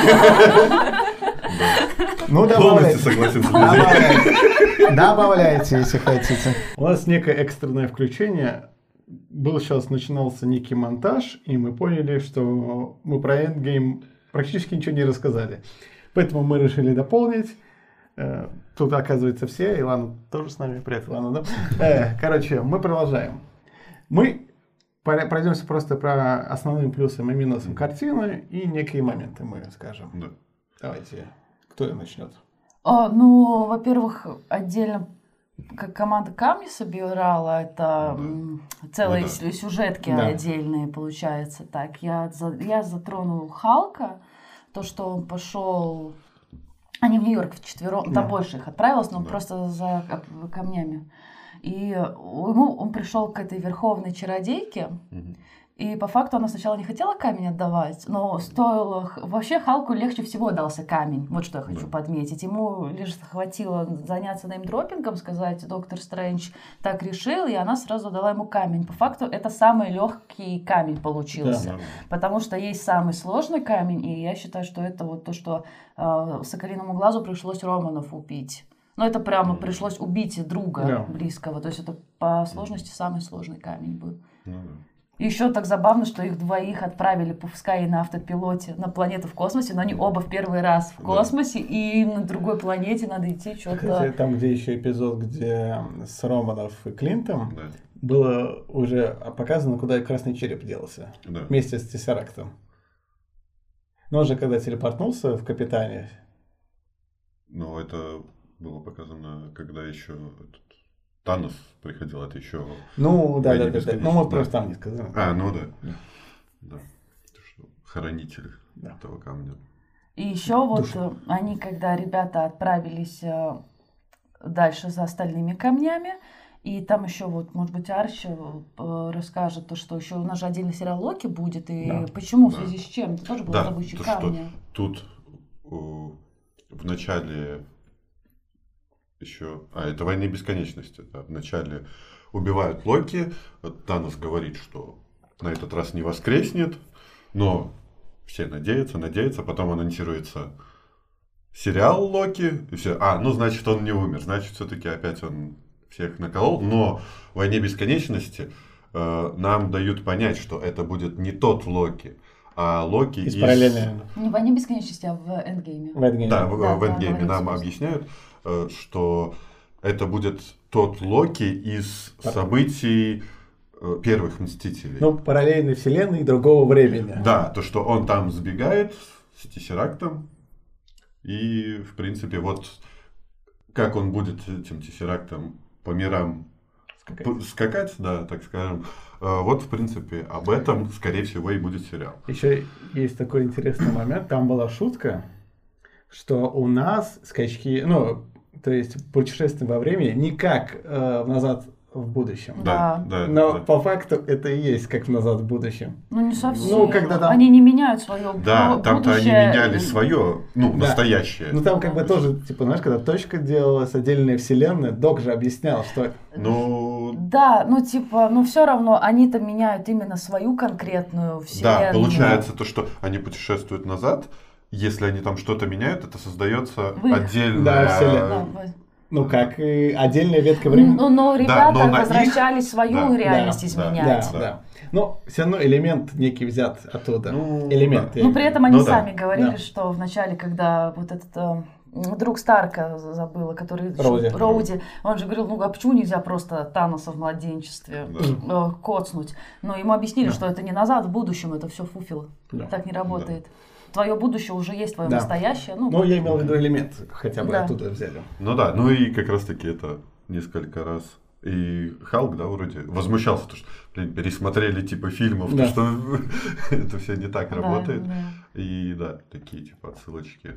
Ну, добавляйте. Полностью согласен. Добавляйте, если хотите. У нас некое экстренное включение. Был сейчас, начинался некий монтаж, и мы поняли, что мы про Endgame практически ничего не рассказали. Поэтому мы решили дополнить. Тут, оказывается, все. Илана тоже с нами. Привет, Илана, да? Короче, мы продолжаем. Мы пройдемся просто про основные плюсы и минусы картины и некие моменты мы скажем. Да. Давайте. Кто начнет? О, ну, во-первых, отдельно как команда Камни собирала, это да. целые ну, да. сюжетки да. отдельные, получается. Так, я, я затронул Халка, то, что он пошел... Они в Нью-Йорк вчетвером, да. там больше их отправилось, но да. просто за камнями. И ему, он пришел к этой верховной чародейке, угу. И по факту она сначала не хотела камень отдавать, но стоило... Вообще Халку легче всего дался камень. Вот что я хочу да. подметить. Ему лишь хватило заняться неймдропингом, сказать, доктор Стрэндж так решил, и она сразу дала ему камень. По факту это самый легкий камень получился. Да. Потому что есть самый сложный камень, и я считаю, что это вот то, что э, Соколиному глазу пришлось Романов убить. Но это прямо mm-hmm. пришлось убить друга yeah. близкого. То есть это по сложности самый сложный камень был. Mm-hmm. Еще так забавно, что их двоих отправили пускай и на автопилоте на планету в космосе, но они оба в первый раз в космосе, да. и на другой планете надо идти что-то... Там, где еще эпизод, где с Романов и Клинтом, да. было уже показано, куда красный череп делся, да. вместе с Тессерактом. Но он же когда телепортнулся в Капитане... Ну, это было показано, когда еще... Танос приходил, это еще... Ну, да, да, да, да. Ну, мы да. просто там не сказали. А, ну да. Да. да. Что, хранитель да. этого камня. И еще вот Душа. Они, когда ребята отправились дальше за остальными камнями, и там еще вот, может быть, Арчи расскажет то, что еще у нас же отдельный сериал Локи будет, и да. почему, в связи да. с чем? Это тоже было да, добычей то, камня. Тут uh, в начале... Еще, а это «Войны бесконечности». Да. Вначале убивают Локи, Танос говорит, что на этот раз не воскреснет, но все надеются, надеются, потом анонсируется сериал Локи, и все, а, ну значит он не умер, значит все-таки опять он всех наколол, но в «Войне бесконечности» э, нам дают понять, что это будет не тот Локи, а Локи из... из... параллельной. Не в «Войне бесконечности», а в «Эндгейме». В Эндгейме. Да, в, да, в «Эндгейме» да, нам объясняют, что это будет тот Локи из событий первых Мстителей. Ну, параллельной вселенной другого времени. Да, то, что он там сбегает с Тессерактом, и, в принципе, вот как он будет этим Тессерактом по мирам скакать, скакать да, так скажем, вот, в принципе, об этом, скорее всего, и будет сериал. Еще есть такой интересный момент, там была шутка, что у нас скачки, ну, то есть путешествие во времени не как э, «Назад в будущем». Да, да. Но да. по факту это и есть как «Назад в будущем». Ну, не совсем. Ну, когда там... Они не меняют свое да, будущее. там-то они меняли свое, ну, да. настоящее. Ну, там как бы тоже, типа, знаешь, когда точка делалась, отдельная вселенная, Док же объяснял, что... Ну... Да, ну, типа, но все равно они-то меняют именно свою конкретную вселенную. Да, получается то, что они путешествуют назад. Если они там что-то меняют, это создается Вы... отдельная... Да, вселенная. Да, ну, как и отдельная ветка времени. Ну, но ребята да, но возвращались их... свою да, реальность да, изменять. Да, да. да. Но все равно элемент некий взят оттуда. Ну, элемент. Да. Ну, при этом они ну, сами да. говорили, да. что вначале, когда вот этот... Э, друг Старка забыла, который... Роуди. Роуди. Он же говорил, ну, а почему нельзя просто Таноса в младенчестве да. э, коцнуть? Но ему объяснили, да. что это не назад, в будущем, это все фуфело. Да. Так не работает. Да. Твое будущее уже есть, твое да. настоящее. Ну, Но я имел в виду элемент, хотя бы да. оттуда взяли. Ну да, ну и как раз таки это несколько раз. И Халк, да, вроде возмущался, то, что, блин, пересмотрели типа фильмов, да. то, что это все не так работает. Да, да. И да, такие типа отсылочки.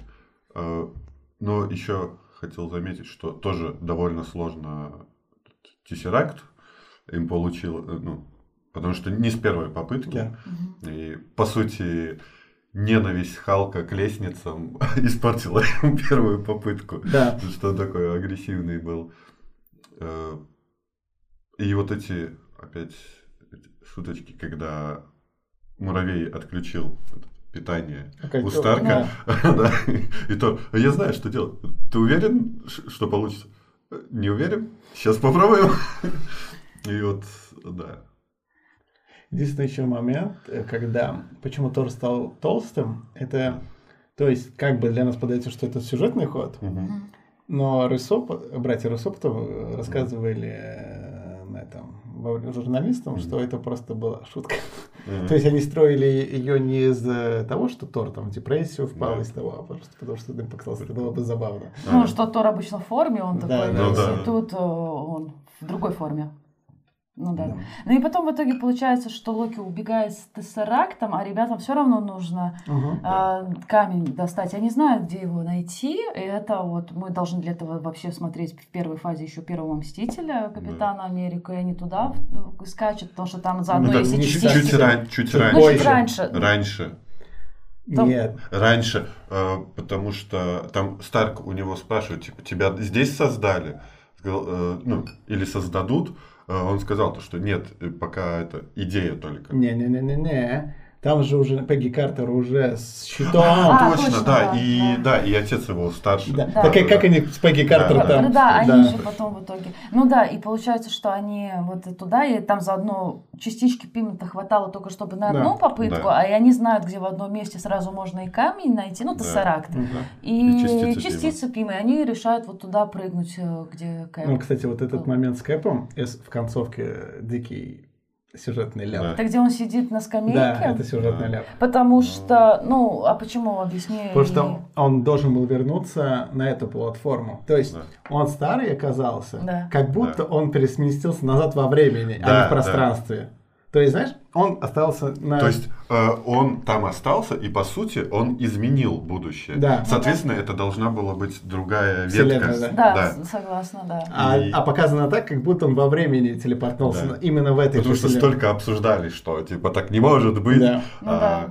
Но еще хотел заметить, что тоже довольно сложно Тессеракт им получил, ну, потому что не с первой попытки. Да. И по сути... Ненависть Халка к лестницам испортила ему первую попытку. Да. Что он такой агрессивный был. И вот эти, опять, эти шуточки, когда муравей отключил питание Опять у Старка. Да. да. И то, я знаю, что делать. Ты уверен, что получится? Не уверен? Сейчас попробуем. И вот, да. Единственный еще момент, когда почему Тор стал толстым, это, то есть, как бы для нас подается, что это сюжетный ход, угу. но Руссо, братья Руссо потом рассказывали на этом, журналистам, что это просто была шутка. Mm-hmm. То есть они строили ее не из-за того, что Тор там в депрессию впал, из того, а просто потому что им показалось, это было бы забавно. Ну, что Тор обычно в форме, он да, такой, да, весь, да. и тут он в другой форме. Ну да. Да. Ну и потом в итоге получается, что Локи убегает с Тессерактом, а ребятам все равно нужно Мгм. а, камень достать. Они знают, где его найти. И это вот мы должны для этого вообще смотреть в первой фазе еще первого Мстителя, Капитана Америку, и они туда в- скачут, потому что там заодно Ну, так, есть и чуть- частички. чуть, ран- чуть Чуть раньше. Ну, чуть позже. раньше. Раньше. Там- Нет. Раньше, э, потому что там Старк у него спрашивает, типа, тебя здесь создали? Сказал, э, ну, или создадут? Э, Он сказал, то, что нет, э, пока это идея только. Не-не-не-не-не. Там же уже Пегги Картер уже с щитом. А, точно, точно, да, да, и да. да, и отец его старше. Да. Да. Так и как они с Пегги Картер Да, там? Да, да, они да. же потом в итоге. Ну да, и получается, что они вот и туда, и там заодно частички пимента хватало только чтобы на Да. одну попытку, Да. а и они знают, где в одном месте сразу можно и камень найти, ну, Да. тессеракт. Мгм. И, И частицы частицы пима, и они решают вот туда прыгнуть, э, где Кэп. Ну, кстати, вот этот момент с Кэпом эс- в концовке дикий сюжетный ляп. Да. Это где он сидит на скамейке? Да, это сюжетный Да. ляп. Потому что, ну, а почему, объясни. Потому что он должен был вернуться на эту платформу. То есть Да. он старый оказался, Да. как будто Да. он пересместился назад во времени, а Да, не в пространстве. То есть, знаешь, он остался на... То есть э, он там остался, и по сути он изменил будущее. Да. Соответственно, это должна была быть другая Вселенная, ветка. да. Да, с- согласна, да. А, И- а показано так, как будто он во времени телепортнулся. Да. Именно в этой Потому же что вселенной. столько обсуждали, что типа так не может быть. Да. Ну А,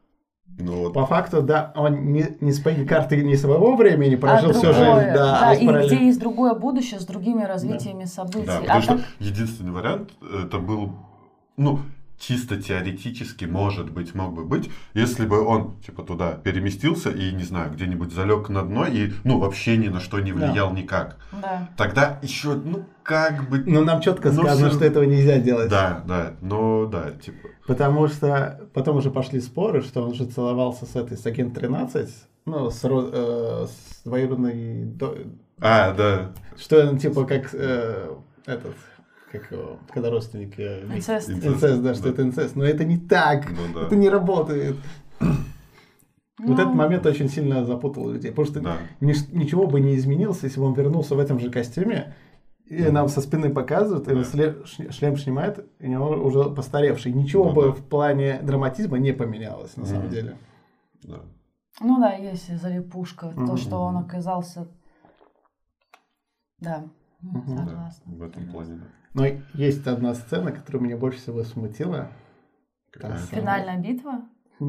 ну вот. По факту, да, он не, не с Пегги Картой, не своего времени прожил а всю другое, жизнь, да, да, а и из параллель- где есть другое будущее с другими развитиями событий. Да, А потому что так- единственный вариант это был, ну, чисто теоретически, может быть, мог бы быть, если бы он, типа, туда переместился и, не знаю, где-нибудь залег на дно и, ну, вообще ни на что не влиял никак. Да. Тогда еще, ну, как бы... Но нам четко Ну, сказано, всё- что этого нельзя делать. Да, да, но, да, типа... Потому что потом уже пошли споры, что он же целовался с этой, с агент тринадцать, ну, с, ро- э, с двоюродной... до- А, да. Что он типа как э, этот, как его, когда родственники... э, Инцест. Инцест, да, что Да. это инцест. Но это не так. Ну, да. Это не работает. Вот Ну, этот момент очень сильно запутал людей. Потому что Да. нич- ничего бы не изменилось, если бы он вернулся в этом же костюме. И нам со спины показывают, и он Да. сле- ш- шлем снимает, и он уже постаревший. Ничего Ну бы да. в плане драматизма не поменялось, на самом Мгм. деле. Да. Ну да, есть залипушка. То, Мгм. что он оказался... Да, Мгм. Да, согласна. в этом плане, да. Но есть одна сцена, которая меня больше всего смутила. Какая? Там с- Финальная битва?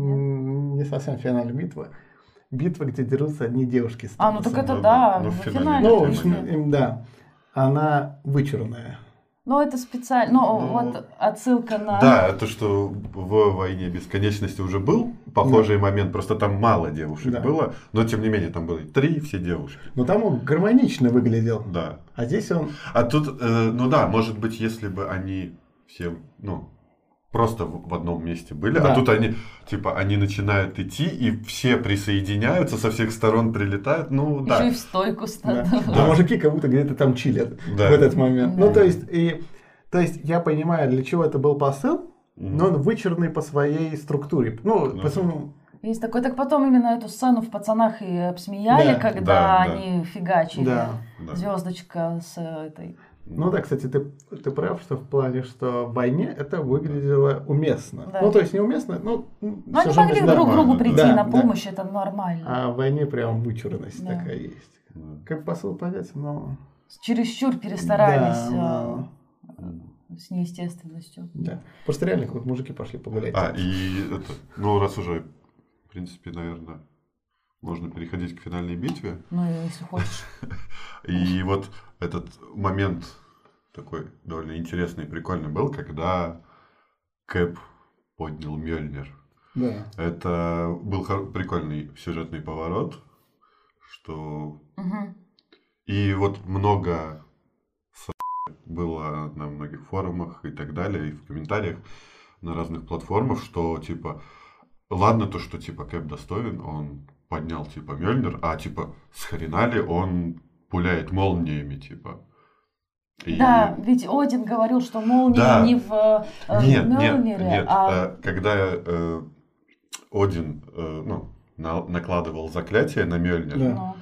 М, Не совсем финальная битва. Битва, где дерутся одни девушки. с А, ну так Таносом. это Ну, да, ну, в финальная финальной Ну, в битва, битве. общем, им, да. Она вычурная. Ну, это специально. Ну, Ну, вот отсылка на... Да, то, что в «Войне бесконечности» уже был похожий момент, просто там мало девушек Да. было, но тем не менее там было три, все девушки. Но там он гармонично выглядел. Да. А здесь он... А тут, э, ну да, может быть, если бы они все, ну, просто в, в одном месте были, Да. а тут они, типа, они начинают идти, и все присоединяются, со всех сторон прилетают, ну да. Еще и в стойку Да. стал. А мужики как будто где-то там чилят Да. в этот момент. Да. Ну, то есть, и, то есть, я понимаю, для чего это был посыл, Мгм. но он вычурный по своей структуре. Ну, Ну, по своему... Есть такой. Так потом именно эту сцену в «Пацанах» и обсмеяли, Да. когда Да, они фигачили. Да. Да. Звездочка с этой... Ну да, кстати, ты, ты прав, что в плане, что в «Войне» это выглядело уместно. Да. Ну, то есть, неуместно, ну... Ну, они сюжетно, могли да. друг другу прийти Да, на да. помощь, это нормально. А в «Войне» прям вычурность Да. такая есть. Да. Как посыл понять, но... Чересчур перестарались Да, а, с неестественностью. да. Просто реально, как вот мужики пошли погулять. А, и это, ну раз уже, в принципе, наверное, можно переходить к финальной битве. Ну, если хочешь. И вот этот момент такой довольно интересный и прикольный был, когда Кэп поднял Мьёльнир. Да. Это был хор- прикольный сюжетный поворот, что... Мгм. И вот много с- было на многих форумах и так далее, и в комментариях на разных платформах, что типа, ладно то, что типа Кэп достоин, он поднял типа Мьёльнир, а типа с хрена ли он пуляет молниями, типа. И- Да, ведь Один говорил, что молния Да. не в э, Нет, нет, Мьёлнире, нет. а... э, Когда э, Один э, ну, на- накладывал заклятие на Мьёльнир, Да. Ну,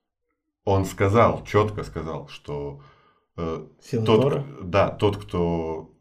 он сказал, четко сказал, что э, Сила тот, Тора. да, тот, кто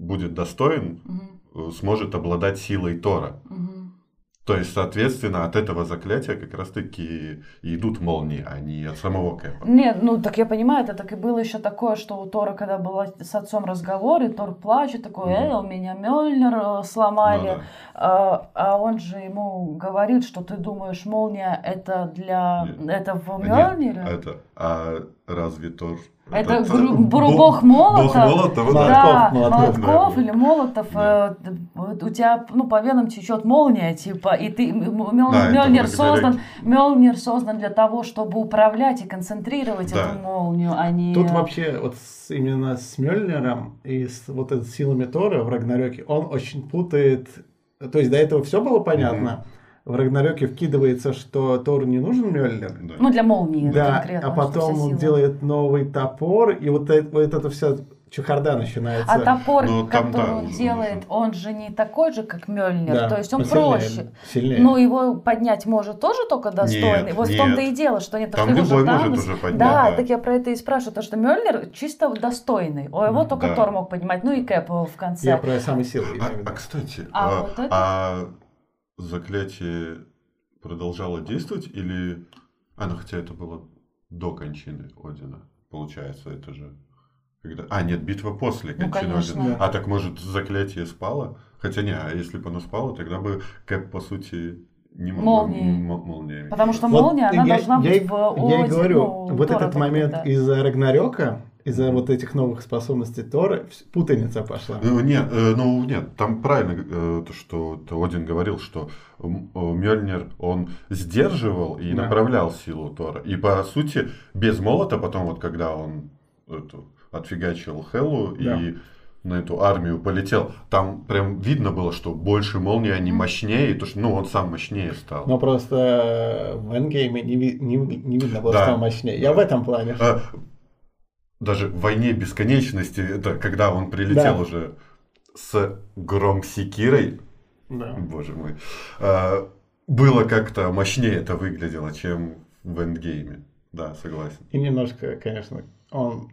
будет достоин, угу. сможет обладать силой Тора. Угу. То есть, соответственно, от этого заклятия как раз-таки идут молнии, а не от самого Кэпа. Нет, ну так я понимаю, это так и было еще такое, что у Тора, когда был с отцом разговор, и Тор плачет, такой, эй, у меня Мёльнир сломали. Ну, да. а, а он же ему говорит, что ты думаешь, молния это для... Нет. Это в Мёльнире? Нет, это... А разве Тор... Это, это гру- бог Молотов, бог Молотов, да, Молотков, Молотков, Молотков да. или Молотов, да. э, у тебя ну, по венам течет молния, типа, и ты Мёл, да, Мёльнир создан, Мёльнир создан для того, чтобы управлять и концентрировать да. эту молнию, а не... Тут вообще вот с, именно с Мёльниром и с вот этой силами Тора в Рагнарёке он очень путает, то есть до этого все было понятно. Mm-hmm. В Рагнарёке вкидывается, что Тору не нужен Мёльнир. Да. Ну, для молнии да, конкретно. А потом он делает новый топор, и вот это, вот это все чехарда начинается. А топор, ну, там, который да, он уже делает, нужен. Он же не такой же, как Мёльнир. Да, то есть он сильнее, проще. Сильнее. Но его поднять может тоже только достойный. Нет, вот нет. в том-то и дело, что нет там любой может уже поднять. Да, да, так я про это и спрашиваю. То, что Мёльнир чисто достойный. О, его только да. Тор мог поднимать. Ну и Кэп в конце. Я про самые силы. А, а кстати, а, а, вот это? а заклятие продолжало действовать или... А, ну хотя это было до кончины Одина, получается, это же... Когда... А, нет, битва после кончины ну, конечно, Одина. да. А так, может, заклятие спало? Хотя не, а если бы оно спало, тогда бы Кэп, по сути, не мог молнии. бы молниями. Потому что вот молния, она я, должна я, быть в Одине. Я и говорю, ну, вот Тора этот момент тогда. из-за Рагнарёка, из-за вот этих новых способностей Тора, путаница пошла. Ну нет, э, ну нет, там правильно э, то, что то Один говорил, что э, Мёльнир, он сдерживал и да. направлял силу Тора. И по сути, без молота, потом вот когда он эту, отфигачил Хеллу да. и на эту армию полетел, там прям видно было, что больше молнии, они мощнее, и то, что ну, он сам мощнее стал. Но просто в эндгейме не, не, не видно было, да. что он мощнее. Я да. в этом плане. А, даже в «Войне бесконечности», это когда он прилетел да. уже с Гром-секирой, да. боже мой, а, было как-то мощнее это выглядело, чем в эндгейме. Да, согласен. И немножко, конечно, он...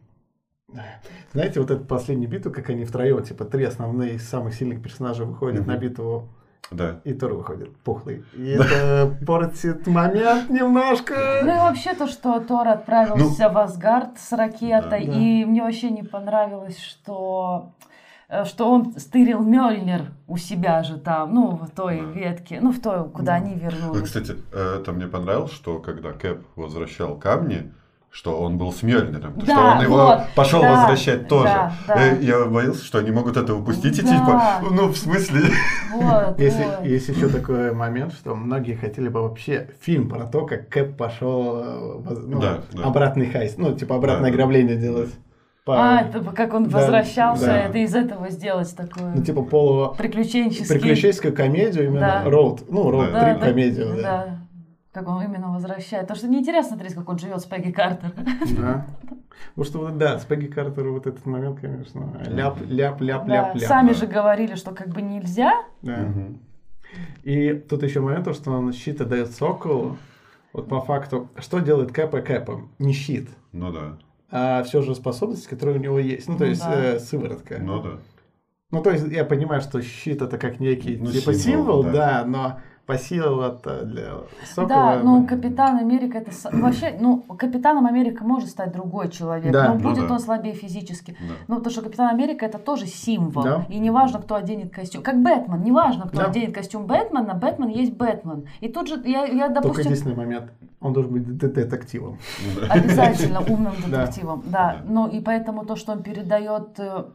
Знаете, вот эту последнюю битву, как они втроем, типа три основные из самых сильных персонажей выходят mm-hmm. на битву, да. и Тор выходит пухлый. И это портит момент немножко. Ну и вообще то, что Тор отправился ну, в Асгард с ракетой, да. и мне вообще не понравилось, что... что он стырил Мёльнир у себя же там, ну, в той да. ветке, ну, в той, куда да. они вернулись. Ну, кстати, это мне понравилось, что когда Кэп возвращал камни, что он был с Мёльниром, да, что он его вот, пошел да, возвращать тоже. Да, да. Я боялся, что они могут это упустить, да. и типа, ну, в смысле... Вот, если, вот. Есть еще такой момент, что многие хотели бы вообще фильм про то, как Кэп пошел ну, да, да. обратный хайст, ну, типа обратное да, ограбление да. делать. По... А, это как он да, возвращался, да. это из этого сделать такое. Ну, типа полу... приключенческий... приключенческую комедию, именно да. роуд, ну, роуд-трип-комедию. Да, да, да. да. Как он именно возвращает. Потому что неинтересно смотреть, как он живет с Пегги Картер. Да. Потому что, да, с Пегги Картер вот этот момент, конечно, ляп, ляп, ляп, да, ляп, ляп. Сами да. же говорили, что как бы нельзя. Да. Угу. И тут еще момент, то, что он щит отдает Соколу. Вот по факту, что делает Кэпа Кэпом? Не щит. Ну да. А все же способности, которые у него есть. Ну, то ну, есть да. э, сыворотка. Ну да. Ну, то есть я понимаю, что щит это как некий ну, типа символ, символ, да, да но по силам это для Сокола... Да, ну Капитан Америка это... Вообще, ну, Капитаном Америка может стать другой человек, да. но ну, будет да. он слабее физически. Да. Ну, потому что Капитан Америка это тоже символ. Да. И неважно, кто оденет костюм. Как Бэтмен, неважно, кто да. оденет костюм Бэтмена, Бэтмен есть Бэтмен. И тут же, я, я допустим... Только единственный момент, он должен быть детективом. Обязательно умным детективом, да. Ну, и поэтому то, что он передает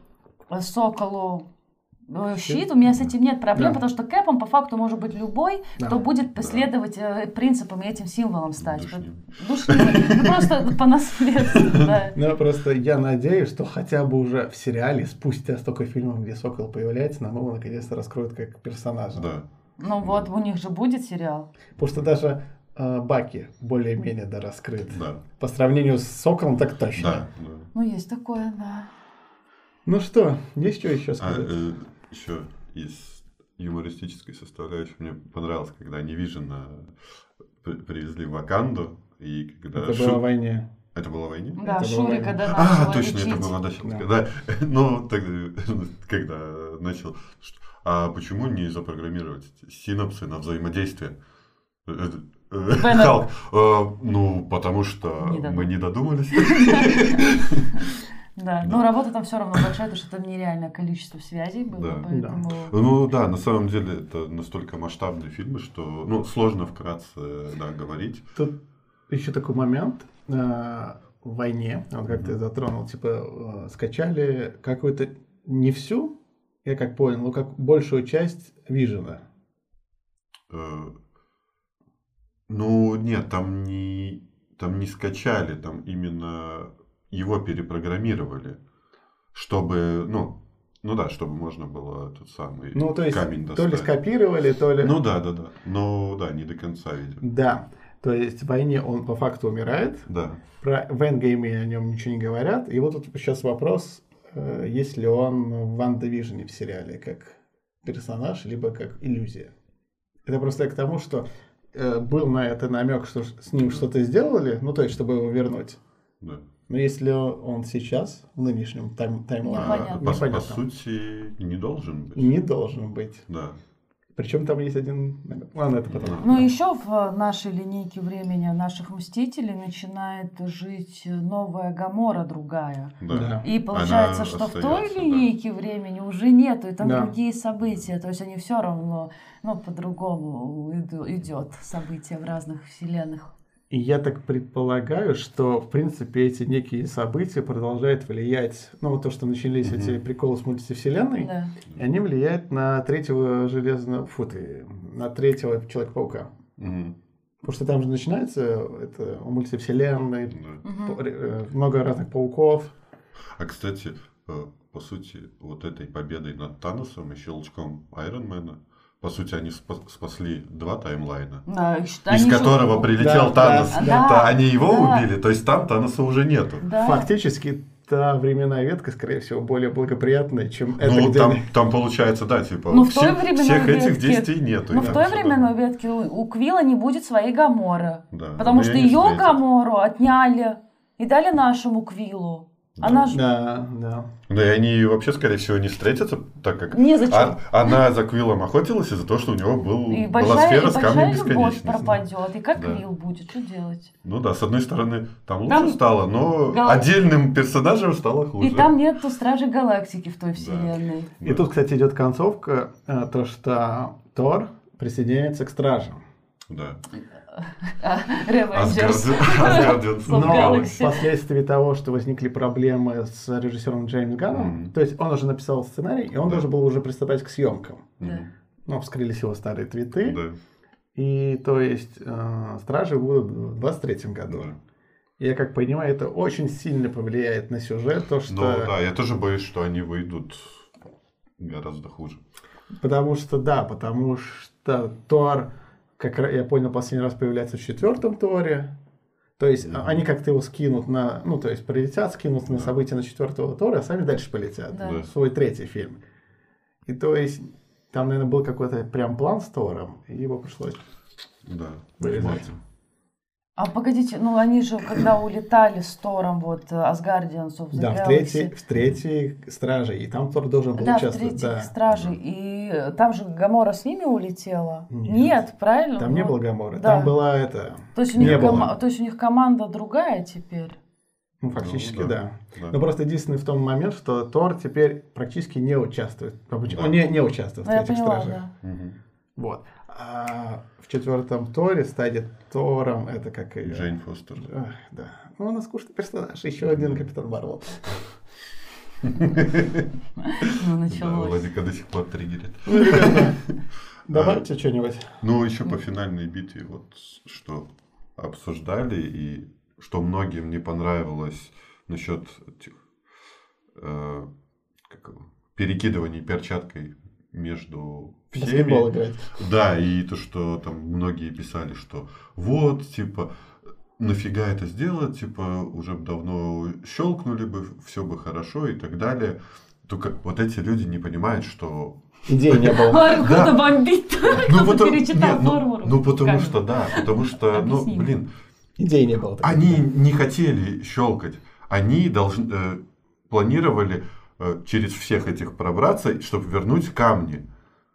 Соколу щит, у меня с этим нет проблем, да. потому что Кэпом по факту может быть любой, да. кто будет последовать да. принципам и этим символом стать. Душним. Ну просто по наследству, да. Ну просто я надеюсь, что хотя бы уже в сериале, спустя столько фильмов, где Сокол появляется, нам его наконец-то раскроют как персонажа. Да. Ну вот, у них же будет сериал. Потому что даже э, Баки более-менее да, раскрыт. Да. По сравнению с Соколом так точно. Да, да. Ну есть такое, да. Ну что, есть что еще сказать? А, э, еще из юмористической составляющей мне понравилось, когда они Вижена привезли в Ваканду. И когда Это Шу... было в войне. Это было о войне? Да, Это Шури, было- когда начала А, точно, лечить. это было, да, сейчас. Да. Да. Ну, тогда, когда начал, что- а почему не запрограммировать эти синапсы на взаимодействие? Э, э, Беннет. Халк, э, ну, потому что Не додумались. мы не додумались. Да, но работа там все равно большая, потому что там нереальное количество связей было, Да. поэтому... Ну да, на самом деле это настолько масштабные фильмы, что ну, сложно вкратце да, говорить. Тут еще такой момент. э, В войне, вот как ты затронул, типа э, скачали какую-то, не всю, я как понял, но как большую часть Вижена. Э, Ну нет, там не, там не скачали, там именно его перепрограммировали, чтобы, ну, ну да, чтобы можно было тот самый Ну, то есть, камень то достать. ли скопировали, то ли... Ну да, да, да. Но да, не до конца, видимо. Да, то есть в войне он по факту умирает, Да. про в Эндгейме о нем ничего не говорят, и вот тут сейчас вопрос, э, есть ли он в Ванда Вижне в сериале как персонаж, либо как иллюзия. Это просто к тому, что э, был на это намек, что с ним что-то сделали, ну то есть, чтобы его вернуть. Да. Но если он сейчас, в нынешнем тайм, таймлайне, А, Непонятно. по, по непонятно. сути, не должен быть. Не должен быть. Да. Причем там есть один намек. Ладно, это потом. Ну, еще в нашей линейке времени наших Мстителей начинает жить новая Гамора другая. Да. Да. И получается, Она что в той остается, да. линейке времени уже нету, и там Да. другие события. То есть они все равно, ну, по-другому иду- идет события в разных вселенных. И я так предполагаю, что, в принципе, эти некие события продолжают влиять, ну, вот то, что начались Мгм. эти приколы с мультивселенной, Да. и они влияют на третьего железного, фу ты, на третьего Человека-паука. Мгм. Потому что там же начинается это мультивселенной, Да. Мгм. п- э, много разных пауков. А, кстати, э, по сути, вот этой победой над Таносом и щелчком Айронмена, по сути, они спа- спасли два таймлайна, Да, и из они же- которого прилетел Да, Танос. да, да. Да, они его Да. убили, то есть там Таноса уже нету. Да. Фактически, та временная ветка, скорее всего, более благоприятная, чем это, Ну, где там, они- там получается, да, типа, Ну, в все- той временной всех этих ветке- действий нету. Но и в там той всё временной нормально. ветке у, у Квилла не будет своей Гаморы. Да, Потому но что я не ее встретил. Гамору отняли и дали нашему Квиллу. Да. Она же Да, да. Да и они вообще, скорее всего, не встретятся, так как незачем. а- она за Квиллом охотилась из-за того, что у него был, И была большая, сфера и с большая камнем любовь бесконечности. пропадет. И как Да. Квилл будет, что делать? Ну да, с одной стороны, там лучше Там стало, но гал- отдельным персонажем стало хуже. И там нету Стражей Галактики в той вселенной. И тут, кстати, идет концовка, э, то, что Тор присоединяется к Стражам. Да. Ревенджерс. Асгардианс. Of Но Galaxy. впоследствии того, что возникли проблемы с режиссером Джеймс Ганном, Мгм. то есть он уже написал сценарий, и он Да. должен был уже приступать к съемкам. Мгм. Но вскрылись его старые твиты, Да. и то есть э, Стражи будут в двадцать третьем году. Да. Я как понимаю, это очень сильно повлияет на сюжет, то что... Ну да, я тоже боюсь, что они выйдут гораздо хуже. Потому что, да, потому что Тор, как ра- я понял, последний раз появляется в четвертом Торе. То есть Мгм. они как-то его скинут на, ну, то есть прилетят, скинут на Да. события на четвертого Тора, а сами дальше полетят Да. Да. в свой третий фильм. И то есть там, наверное, был какой-то прям план с Тором, и его пришлось. Да. Вырезать. возможно. А погодите, ну они же, когда улетали с Тором, вот, Asgardians of the Да, в Galaxy, третьей, в третьей Страже, и там Тор должен был да, в участвовать. третьих Да. Стражей. И там же Гамора с ними улетела? Нет. правильно? Там не Ну, было Гаморы, да. там была это, То есть, у не них было. кома- то есть у них команда другая теперь? ну, фактически, Ну, да. Да. Но просто единственный в том момент, что Тор теперь практически не участвует. Обыч- Да. Он не, не участвует Ну, в я этих поняла, стражах. да. Мгм. Вот. А в четвертом Торе станет Тором, это как ее... Джейн Фостер. Ах, да. Ну, она скучный персонаж. Еще один Капитан Марвел. Ну, Да, началось. Владика до сих пор триггерит. Ну, ребята, добавьте что-нибудь. Ну, еще по финальной битве, вот что обсуждали, и что многим не понравилось насчет этих э, как его, перекидываний перчаткой между Баскетбол всеми. играть. Да, и то, что там многие писали, что вот, типа, нафига это сделать, типа, уже б давно щелкнули бы, все бы хорошо и так далее. Только вот эти люди не понимают, что Идей не было. Ой, Да. кто-то бомбит. ну, Кто-то потому, перечитал нет, ну, формулу. ну, потому Камень. что, да, потому что, ну, Объясни. блин, Идеи не было. Такой, они да. не хотели щелкать. Они должны, э, планировали э, через всех этих пробраться, чтобы вернуть камни.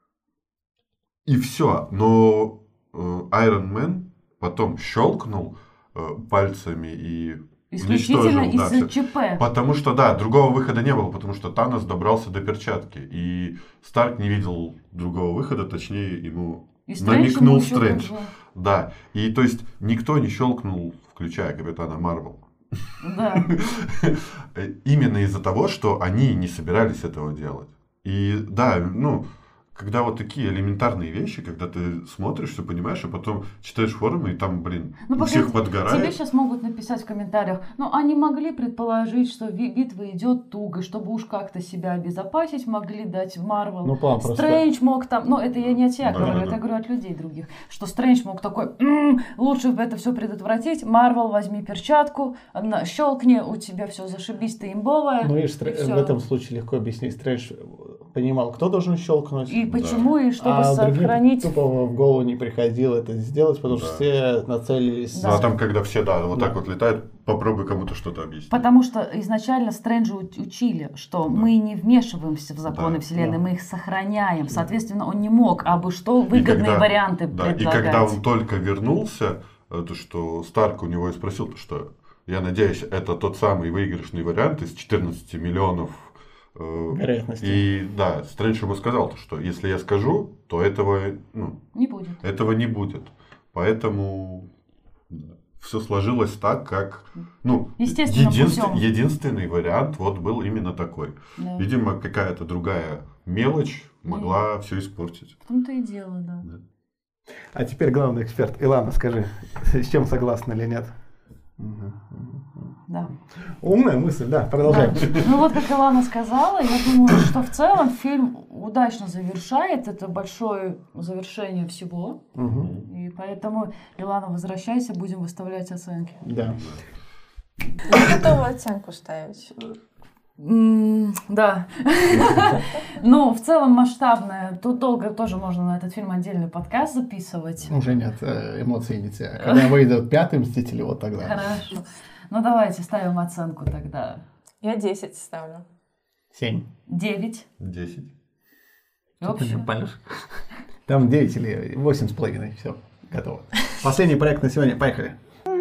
И все. Но э, Iron Man потом щелкнул э, пальцами и исключительно уничтожил. из-за да, ЧП. Потому что, да, другого выхода не было, потому что Танос добрался до перчатки. И Старк не видел другого выхода, точнее, ему и намекнул Стрэндж. Да. И то есть никто не щелкнул, включая Капитана Марвел. Да. Именно из-за того, что они не собирались этого делать. И да, ну, когда вот такие элементарные вещи, когда ты смотришь, все понимаешь, а потом читаешь форумы, и там, блин, ну, у всех подгорает. Тебе сейчас могут написать в комментариях, ну, они могли предположить, что битва идет туго, чтобы уж как-то себя обезопасить, могли дать в Марвел. Ну, план Стрэндж просто... мог там, ну, это я не от тебя да, говорю, да, это да. я говорю от людей других, что Стрэндж мог такой, м-м, лучше бы это все предотвратить, Марвел, возьми перчатку, щелкни, у тебя все зашибись, ты имбовая. Ну, и, Стр... и в этом случае легко объяснить. Стрэндж понимал, кто должен щелкнуть. И почему, да. и чтобы а сохранить... тупо в голову не приходило это сделать, потому да. что все нацелились... Да. Ну, а там, когда все, да, вот да. так вот летают, попробуй кому-то что-то объяснить. Потому что изначально Стрэнджа учили, что да. мы не вмешиваемся в законы да. Вселенной, да. мы их сохраняем. Соответственно, он не мог, а бы что, выгодные когда, варианты да, предлагать. И когда он только вернулся, то что Старк у него и спросил, то, что я надеюсь, это тот самый выигрышный вариант из четырнадцати миллионов. Вероятности. И да, Стрэндж ему сказал, что если я скажу, то этого, ну, не будет. Этого не будет. Поэтому все сложилось так, как ну, единствен, единственный вариант вот был именно такой. Да. Видимо, какая-то другая мелочь могла да. все испортить. В том-то и дело, да. да. А теперь главный эксперт. Илана, скажи, с чем согласна или нет? Да. Умная мысль, да, продолжаем. Да. Ну вот, как Илана сказала, я думаю, что в целом фильм удачно завершает. Это большое завершение всего. Угу. И поэтому, Илана, возвращайся, будем выставлять оценки. Да. Я готова оценку ставить. Mm, да. Ну, в целом масштабная. Тут долго тоже можно на этот фильм отдельный подкаст записывать. Уже нет, эмоций не те. Когда выйдет пятый Мстители, вот тогда. Хорошо. Ну, давайте ставим оценку тогда. Я десять ставлю. семь. девять. десять. Общее. Там девять или восемь с половиной. Все, готово. Последний проект на сегодня. Поехали.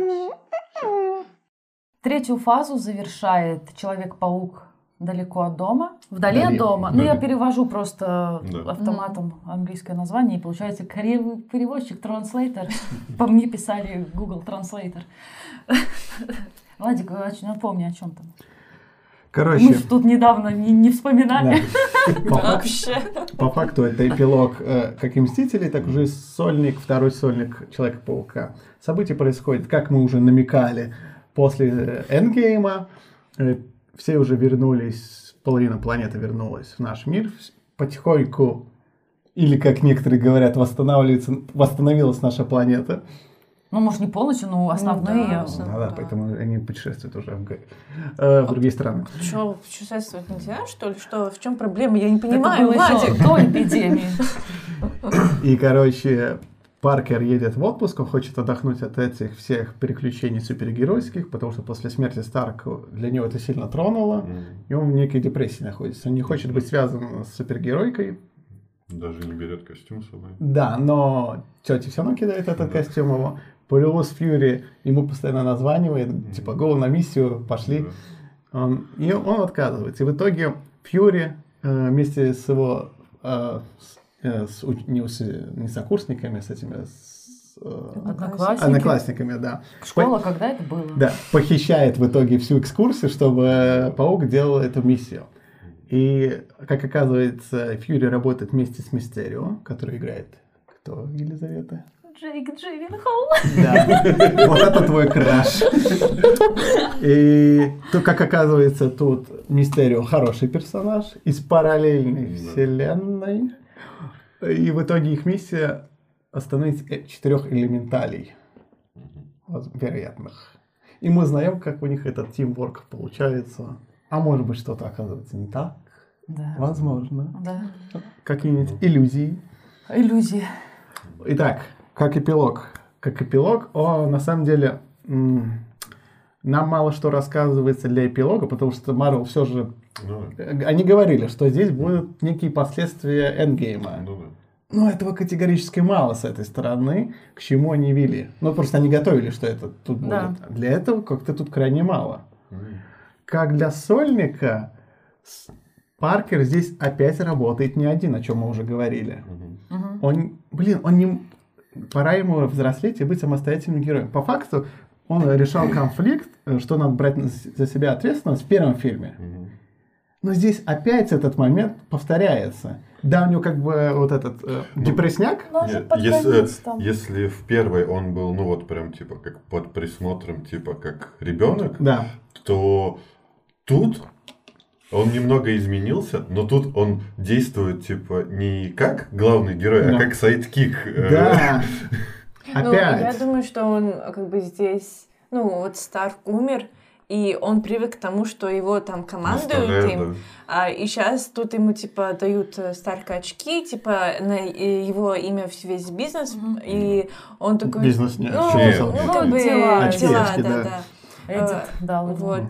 Третью фазу завершает Человек-паук далеко от дома. Вдали Вдали. от дома. Вдали. Ну, я перевожу просто да. автоматом английское название, и получается переводчик, транслейтер. По мне писали Google Translator. Владик, напомни, о чем там. Короче. Мы тут недавно не, не вспоминали. Да. По, Вообще. По факту это эпилог э, как и Мстителей, так уже сольник, второй сольник Человека-паука. События происходят, как мы уже намекали, после Эндгейма. Э, все уже вернулись, половина планеты вернулась в наш мир. Потихоньку, или как некоторые говорят, восстанавливается, восстановилась наша планета. Ну, может, не полностью, но основные. Ну, да, да, да, поэтому они путешествуют уже в, э, в другие страны. Что, путешествовать нельзя, что ли? Что, в чем проблема? Я не понимаю, Это было Владик. еще до эпидемии. И, короче, Паркер едет в отпуск, он хочет отдохнуть от этих всех приключений супергеройских, потому что после смерти Старка для него это сильно тронуло, mm. и он в некой депрессии находится. Он не хочет быть связан с супергеройкой. Даже не берет костюм с собой. Да, но тетя все равно кидает этот да. костюм его. Плюс Фьюри ему постоянно названивает, mm. типа, го на миссию, пошли. Да. Он, и он отказывается. И в итоге Фьюри э, вместе с его... Э, с, не, с, не сокурсниками, с этими с, Одноклассниками. одноклассниками, да. Школа, По... когда это было? Да, похищает в итоге всю экскурсию, чтобы Паук делал эту миссию. И, как оказывается, Фьюри работает вместе с Мистерио, который играет кто, Елизавета? Джейк Джилленхол. Да, вот это твой краш. И то, как оказывается, тут Мистерио хороший персонаж из параллельной вселенной. И в итоге их миссия остановить четырех элементалей вероятных. И мы знаем, как у них этот тимворк получается. А может быть, что-то оказывается не так. Да. Возможно. Да. Какие-нибудь иллюзии. Иллюзии. Итак, как эпилог. Как эпилог, он на самом деле м- нам мало что рассказывается для эпилога, потому что Marvel все же... Ну, Они говорили, что здесь будут некие последствия эндгейма. ну да. Но этого категорически мало с этой стороны, к чему они вели. Ну, просто они готовили, что это тут будет. Да. Для этого как-то тут крайне мало. М. Как для сольника, с- Паркер здесь опять работает не один, о чем мы уже говорили. Мгм. Мгм. Он, блин, он не... Пора ему взрослеть и быть самостоятельным героем. По факту, он решал конфликт, э, что надо брать на с- за себя ответственность в первом фильме. Мгм. Но здесь опять этот момент повторяется. Да, у него как бы вот этот э, Ну, депрессняк. Ну, уже Нет, под если, конец там. если в первой он был, ну вот прям типа как под присмотром, типа как ребенок, Да. то тут он немного изменился, но тут он действует типа не как главный герой, Да. а как сайдкик. э, Да. Ну, я Опять. думаю, что он как бы здесь, ну, вот Старк умер, и он привык к тому, что его там командуют наставляет, им. А, и сейчас тут ему, типа, дают э, Старка очки, типа, на э, его имя весь бизнес, Мгм. и он такой... Бизнес не Ну, Нет, ну, нет. как бы Дела. Очки, дела, очки, да, да. да. Эдит дал ему. Вот,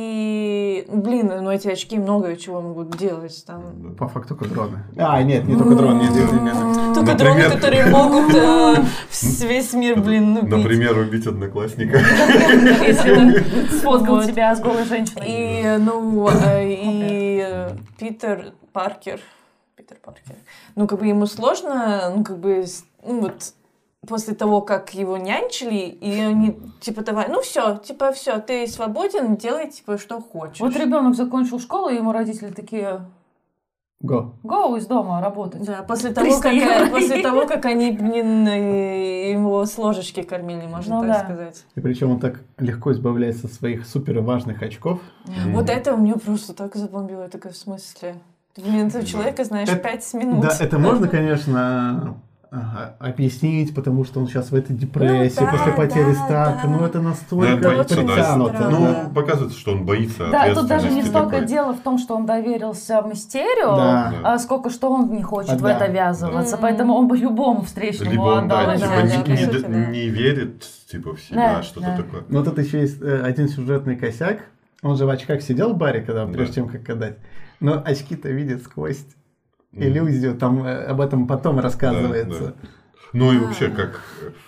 и, блин, ну эти очки много чего могут делать там. да. По факту только дроны. А, нет, не только дроны, нет, нет, нет, нет. Только Например- дроны, которые могут э, вс- весь мир, блин, убить. Например, убить одноклассника. Если он сфоткал Вот. тебя с голой женщиной. И, ну, э, и э, Питер Паркер, Питер Паркер, ну, как бы ему сложно, ну, как бы, с- ну, вот, после того, как его нянчили, и они, типа, давай, ну, все, типа, все, ты свободен, делай, типа, что хочешь. Вот ребенок закончил школу, и ему родители такие: Го. go из дома работать. Да, после того, триста как, евро. после того, как они, блин, э, его с ложечки кормили, можно Ну так да. сказать. И причем он так легко избавляется от своих супер важных очков. Мгм. Вот это у меня просто так забомбило, я такая, в смысле? Ты, блин, этого Да. человека знаешь Это- пять минут. Да, это можно, конечно, ага, объяснить, потому что он сейчас в этой депрессии Ну да, после потери да, Старка. да. Ну, это Ну, настолько это боится, да. притянуто. Да. Ну, показывается, что он боится Да, тут даже не ответственности столько такой. дело в том, что он доверился Мистерио, Да. а сколько что он не хочет А, в да. это ввязываться. Да. Поэтому он бы любому встречному Либо он, отдал. да, это. типа, да, не, да, не по сути, д- да. не верит, типа, в себя, Да, что-то да. такое. Но тут еще есть э, один сюжетный косяк. Он же в очках сидел в баре, когда, Да. прежде чем как отдать. Но очки-то видят сквозь Мгм. иллюзию. Там э, об этом потом рассказывается. Да, да. Ну и вообще, как...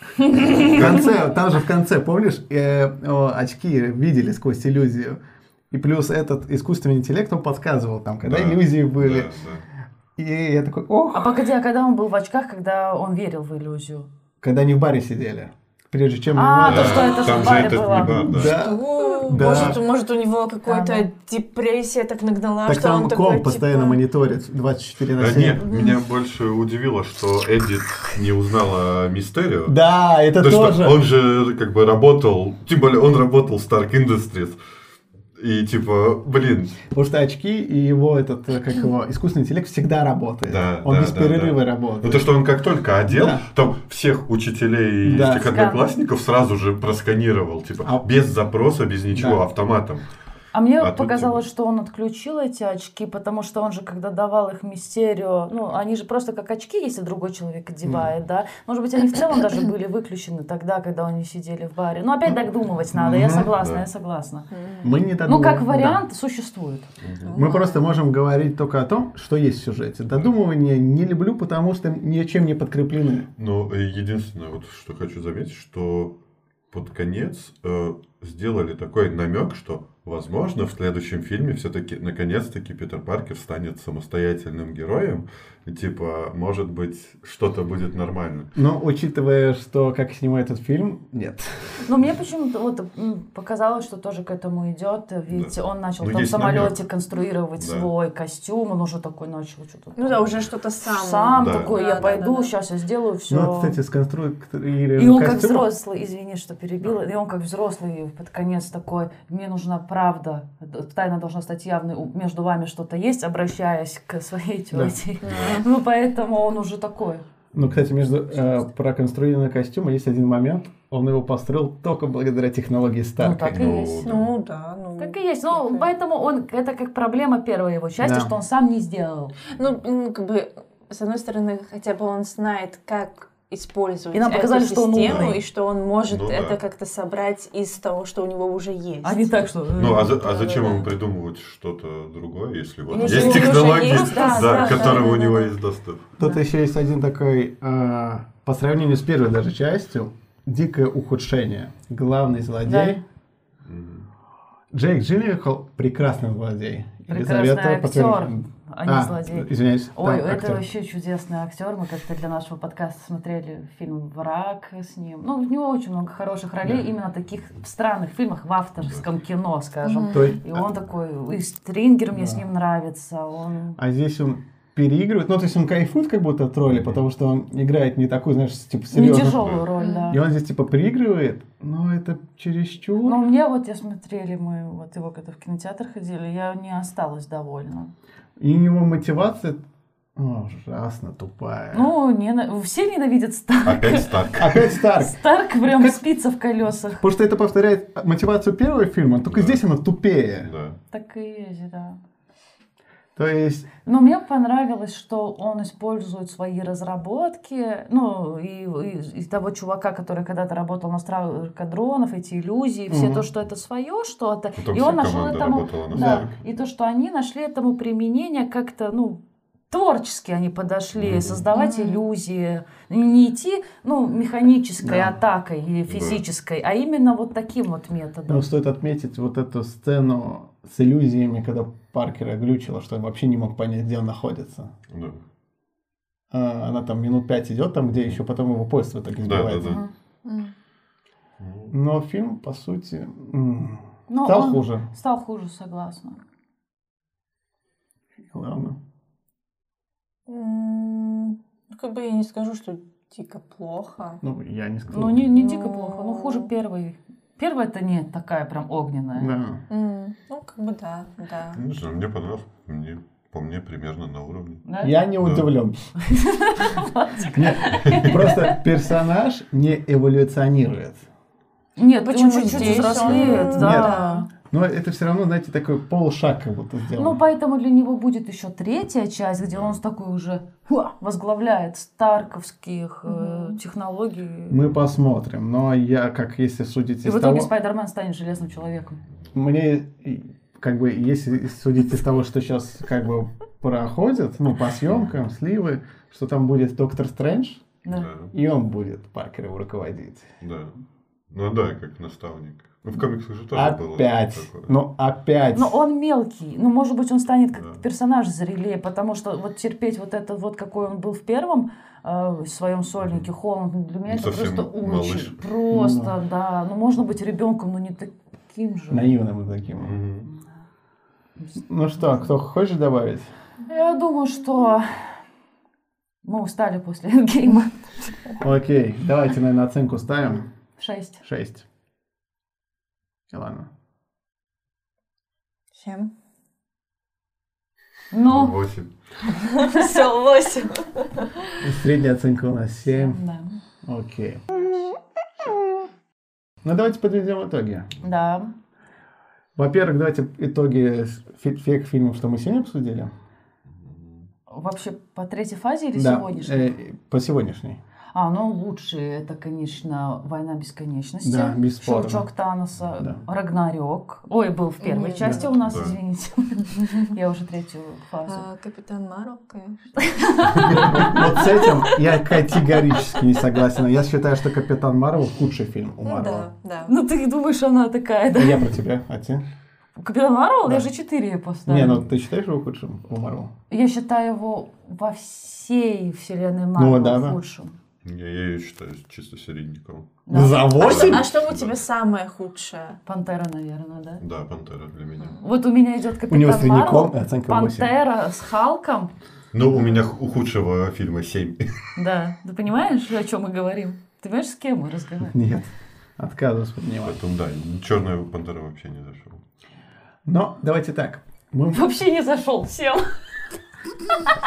В конце, там же в конце, помнишь, э, о, очки видели сквозь иллюзию. И плюс этот искусственный интеллект, он подсказывал там, когда Да, иллюзии были. да, да. И я такой, ох, А погоди, а когда он был в очках, когда он верил в иллюзию? когда они в баре сидели. Прежде чем А, его- то, что это же там в же баре это было. не бар, да. Да. О, Да. Может, может, у него какая-то Да, депрессия так нагнала, Так что там он комп такой, постоянно типа... мониторит двадцать четыре на А семь. нет, меня больше удивило, что Эдит не узнала Мистерио. Да, это Потому тоже. что он же как бы работал, тем более он работал в Stark Industries. И типа, блин, Потому что очки и его этот, э, как его, искусственный интеллект всегда работает. Да, Он да, без да, перерыва да. работает. ну то, что он как только одел, Да. там всех учителей и Да. этих одноклассников сразу же просканировал, типа, А- без запроса, без ничего, Да. автоматом. А мне А тут показалось, типа- что он отключил эти очки, потому что он же, когда давал их Мистерио, ну, они же просто как очки, если другой человек одевает, да? Может быть, они в целом даже были выключены тогда, когда они сидели в баре. Ну, опять додумывать надо, я Мгм, согласна, да. я согласна. Мы не Ну, додумываем. как Да. вариант, существует. Мы просто можем говорить только о том, что есть в сюжете. Додумывание не люблю, потому что ничем не подкреплены. Ну, и единственное, вот что хочу заметить, что под конец э, сделали такой намек, что, возможно, в следующем фильме все-таки, наконец-таки, Питер Паркер станет самостоятельным героем. И, типа, может быть, что-то будет нормально. Но учитывая, что как снимает этот фильм, нет. Но мне почему-то вот м, показалось, что тоже к этому идет, ведь Да. он начал Ну, в том есть самолете намек. конструировать Да. свой костюм, он уже такой начал что-то. Ну да, уже что-то сам. Сам Да. такой, Да, я да, пойду, да, да. сейчас я сделаю все. Ну, вот, кстати, сконструируем И он как костюм. взрослый, извини, что перебила, и он как взрослый под конец такой: мне нужна правда, тайна должна стать явной, У- между вами что-то есть, обращаясь к своей Да. тете. Ну, поэтому он уже такой. Ну, кстати, между э, про конструированный костюм есть один момент. Он его построил только благодаря технологии Старка. так и Ну, есть. да. Ну да, ну. Так и есть. Ну, Окей. поэтому он, это как проблема первой его части, Да. что он сам не сделал. Ну, ну, как бы, с одной стороны, хотя бы он знает, как использовать И нам показали, эту что он систему, умный. и что он может Ну, это да. как-то собрать из того, что у него уже есть. А не так, что... Ну, а, за- а Да, зачем да, ему да. придумывать что-то другое, если вот Если есть у него уже технологии, есть, да, да, да, к которым да, у да, него да. есть доступ. Тут Да. еще есть один такой, а, по сравнению с первой даже частью, дикое ухудшение. Главный злодей. Мгм. Джейк Джилленхол прекрасный злодей. Прекрасный Елизавета актер, подтверждает. а не злодей. Извиняюсь. Ой, там это актер. вообще чудесный актер. Мы как-то для нашего подкаста смотрели фильм «Враг» с ним. Ну, у него очень много хороших ролей, Да. именно таких в странных фильмах, в авторском кино, скажем. То есть, И он такой, и Стрингер мне Да. с ним нравится. Он... а здесь он переигрывает, ну, то есть он кайфует как будто от роли, потому что он играет не такую, знаешь, типа Не серьезную. тяжелую роль, да. И он здесь типа переигрывает, но это чересчур. Но мне вот, я смотрели, мы вот его когда в кинотеатр ходили, я не осталась довольна. И у него мотивация о, ужасно тупая. Ну, не, все ненавидят Старка. Опять Старк. Опять Старк. Старк прям Как- спится в колесах. Потому что это повторяет мотивацию первого фильма, только Да. здесь она тупее. Да. Так и есть, да. То есть, Но мне понравилось, что он использует свои разработки, ну, и, и- и того чувака, который когда-то работал на стройке дронов, эти иллюзии, все Мгм. то, что это свое что-то. Потом И вся он нашел команда этому... работала на Да, Старк. и то, что они нашли этому применение как-то, ну, творчески они подошли, Мгм. создавать Мгм. иллюзии, не идти, ну, механической Да. атакой или физической, а именно вот таким вот методом. ну, стоит отметить вот эту сцену с иллюзиями, когда Паркера глючило, что он вообще не мог понять, где он находится. Да. А, Она там минут пять идет, там, где еще потом его поезд в итоге Да, сбивает. да, да. М. Ну, Но фильм, по сути, м, Но стал он хуже. Стал хуже, согласна. Ладно. М, Ну, как бы я не скажу, что дико плохо. Ну, я не сказал. Ну, не, не дико Ну. плохо, но хуже первой. Первая это не такая прям огненная. Да. М, Ну, как бы да, да. не знаю, мне понравилось. Мне, по мне, примерно на уровне. Да? Я не Да. удивлен. Нет, просто персонаж не эволюционирует. Нет, Почему он чуть-чуть здесь взрослеет, он- да. Но это все равно, знаете, такой полшаг как будто сделан. Ну, поэтому для него будет еще третья часть, где он с такой уже хуа, возглавляет старковских э, Мгм. технологий. Мы посмотрим. Но я, как если судить И из в итоге того... Спайдермен станет железным человеком. Мне, и, как бы, если судить из того, что сейчас как бы проходит, ну, по съемкам, сливы, что там будет Доктор Стрэндж, Да. Да. и он будет Паркером руководить. Да. Ну да, как наставник. Ну, в комиксах же тоже было Опять. такое. Ну, опять. Но он мелкий. Ну, может быть, он станет как Да. персонаж зрелее, потому что вот терпеть вот это вот, какой он был в первом э, в своем сольнике, Холланд, для меня Ну, это совсем просто очень. малыш. Просто, да. Ну, можно быть ребенком, но не таким же. Наивным таким. Мгм. Ну что, кто хочешь добавить? Я думаю, что мы устали после гейма. Окей, давайте, наверное, оценку ставим. Шесть. Шесть. И ладно. Чем? Ну, Восемь. Все, восемь. И средняя оценка у нас семь. да. Окей. Ну, давайте подведем итоги. Да. Во-первых, давайте итоги фи- всех фильмов, что мы сегодня обсудили. Вообще по третьей фазе или Да, сегодняшней? э, по сегодняшней. А, ну лучшие это, конечно, «Война бесконечности», Да, бесспорно. «Щелчок Таноса», Да. «Рагнарёк». Ой, был в первой Мгм. части Да. у нас, Да. извините. Я уже третью фазу. А, Капитан Марвел, конечно. Вот с этим я категорически не согласен. Я считаю, что «Капитан Марвел» худший фильм у Ну Марвел. да, да. Ну ты думаешь, она такая, да? Я про тебя, а ты? «Капитан Марвел»? Да. Я же четыре Не, поставила. ну ты считаешь его худшим у Марвел? Я считаю его во всей вселенной Марвел да, да. худшим. Я, я ее считаю чисто середняком. Да. За А восемь? что, а что у тебя самое худшее? «Пантера», наверное, да? Да, Пантера для меня. Вот у меня идет У «Капитан него средняком Марвел», оценка восемь. «Пантера» с Халком. Ну, у меня у худшего фильма семь. Да, ты понимаешь, о чем мы говорим? Ты понимаешь, с кем мы разговариваем? Нет, отказываюсь принимать. Поэтому, да, Черная Пантера вообще не зашел. Но давайте так. Мы... Вообще не зашел всем.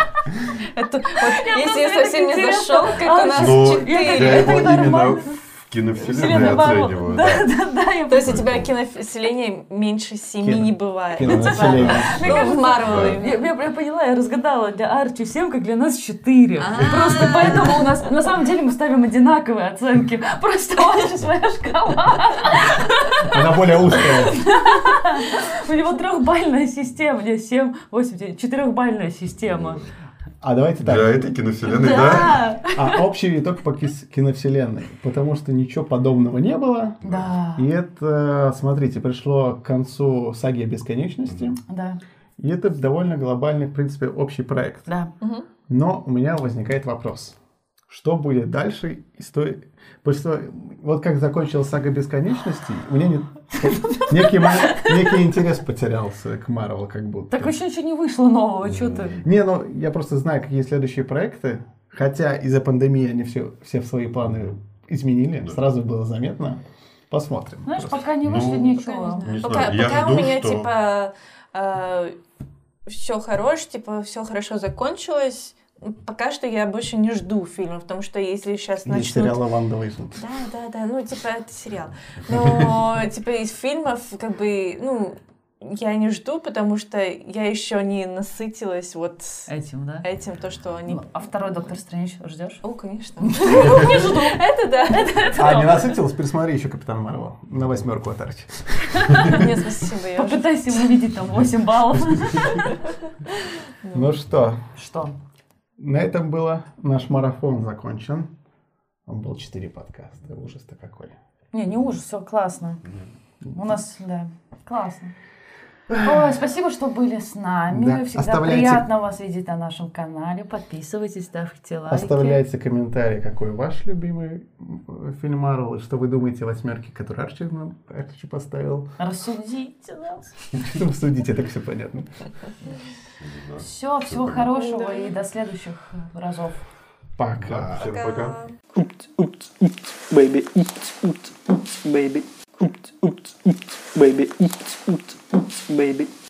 Это, вот, Я если просто я совсем так не интересно. зашел, как А, у нас Ну, четыре. я это его именно нормально. в Киновселенная оценивают. Да, да, да. Я То есть у тебя киновселение меньше семи не бывает. Киновселение. Ну, в Марвел. Я, я, я поняла, я разгадала, для Арчи семь, как для нас четыре. Просто поэтому у нас, на самом деле, мы ставим одинаковые оценки. Просто у вас же своя шкала. Она более узкая. У него трехбальная система, у меня семь, восемь, девять, четырехбальная система. А давайте так. Для этой киновселенной, да? А общий итог по кис- киновселенной. Потому что ничего подобного не было. Да. И это, смотрите, пришло к концу саги о бесконечности. Да. И это довольно глобальный, в принципе, общий проект. Да. Мгм. Но у меня возникает вопрос. Что будет дальше? История... Потому что вот как закончилась сага бесконечности, у меня не... некий, мо- некий интерес потерялся к Марвел, как будто. Так еще ничего не вышло нового, что ты? Не, ну я просто знаю, какие следующие проекты. Хотя из-за пандемии они все, все свои планы изменили. Да. Сразу было заметно. Посмотрим. Знаешь, просто. пока не Ну, вышло Пока ничего. не Не знаю. знаю, Пока, я пока жду, у меня, что- типа, все хорош, типа, все хорошо закончилось. Пока что я больше не жду фильмов, потому что если сейчас Или начнут... сериала «Ванда Вейсент». Да, да, да, ну, типа, это сериал. Но, типа, из фильмов, как бы, ну, я не жду, потому что я еще не насытилась вот Этим, да? этим, то, что они... Ну, а второй Доктор Стрэндж ждешь? О, конечно. Не жду. Это да. А, не насытилась? Пересмотри еще «Капитан Марвел». На восьмерку от Арчи. Нет, спасибо, я уже... Попытайся увидеть там восемь баллов. Ну что, Что? на этом было наш марафон закончен. Он был четыре подкаста. Ужас-то какой. Не, не ужас, все классно. У нас, да, классно. Ой, спасибо, что были с нами. Да, Всегда оставляйте- приятно вас видеть на нашем канале. Подписывайтесь, ставьте лайки. Оставляйте комментарии, какой ваш любимый м, фильм Марвел, и что вы думаете о восьмерке, которую Арчи, нам- Арчи поставил. Рассудите нас. Что вы судите, так все понятно. Все, всего хорошего и до следующих разов. Пока. Всем пока. Oops, oops, oops, baby. Oops, oops, oops, baby. Oops, oops, oops, baby. Oops, oops, oops, baby.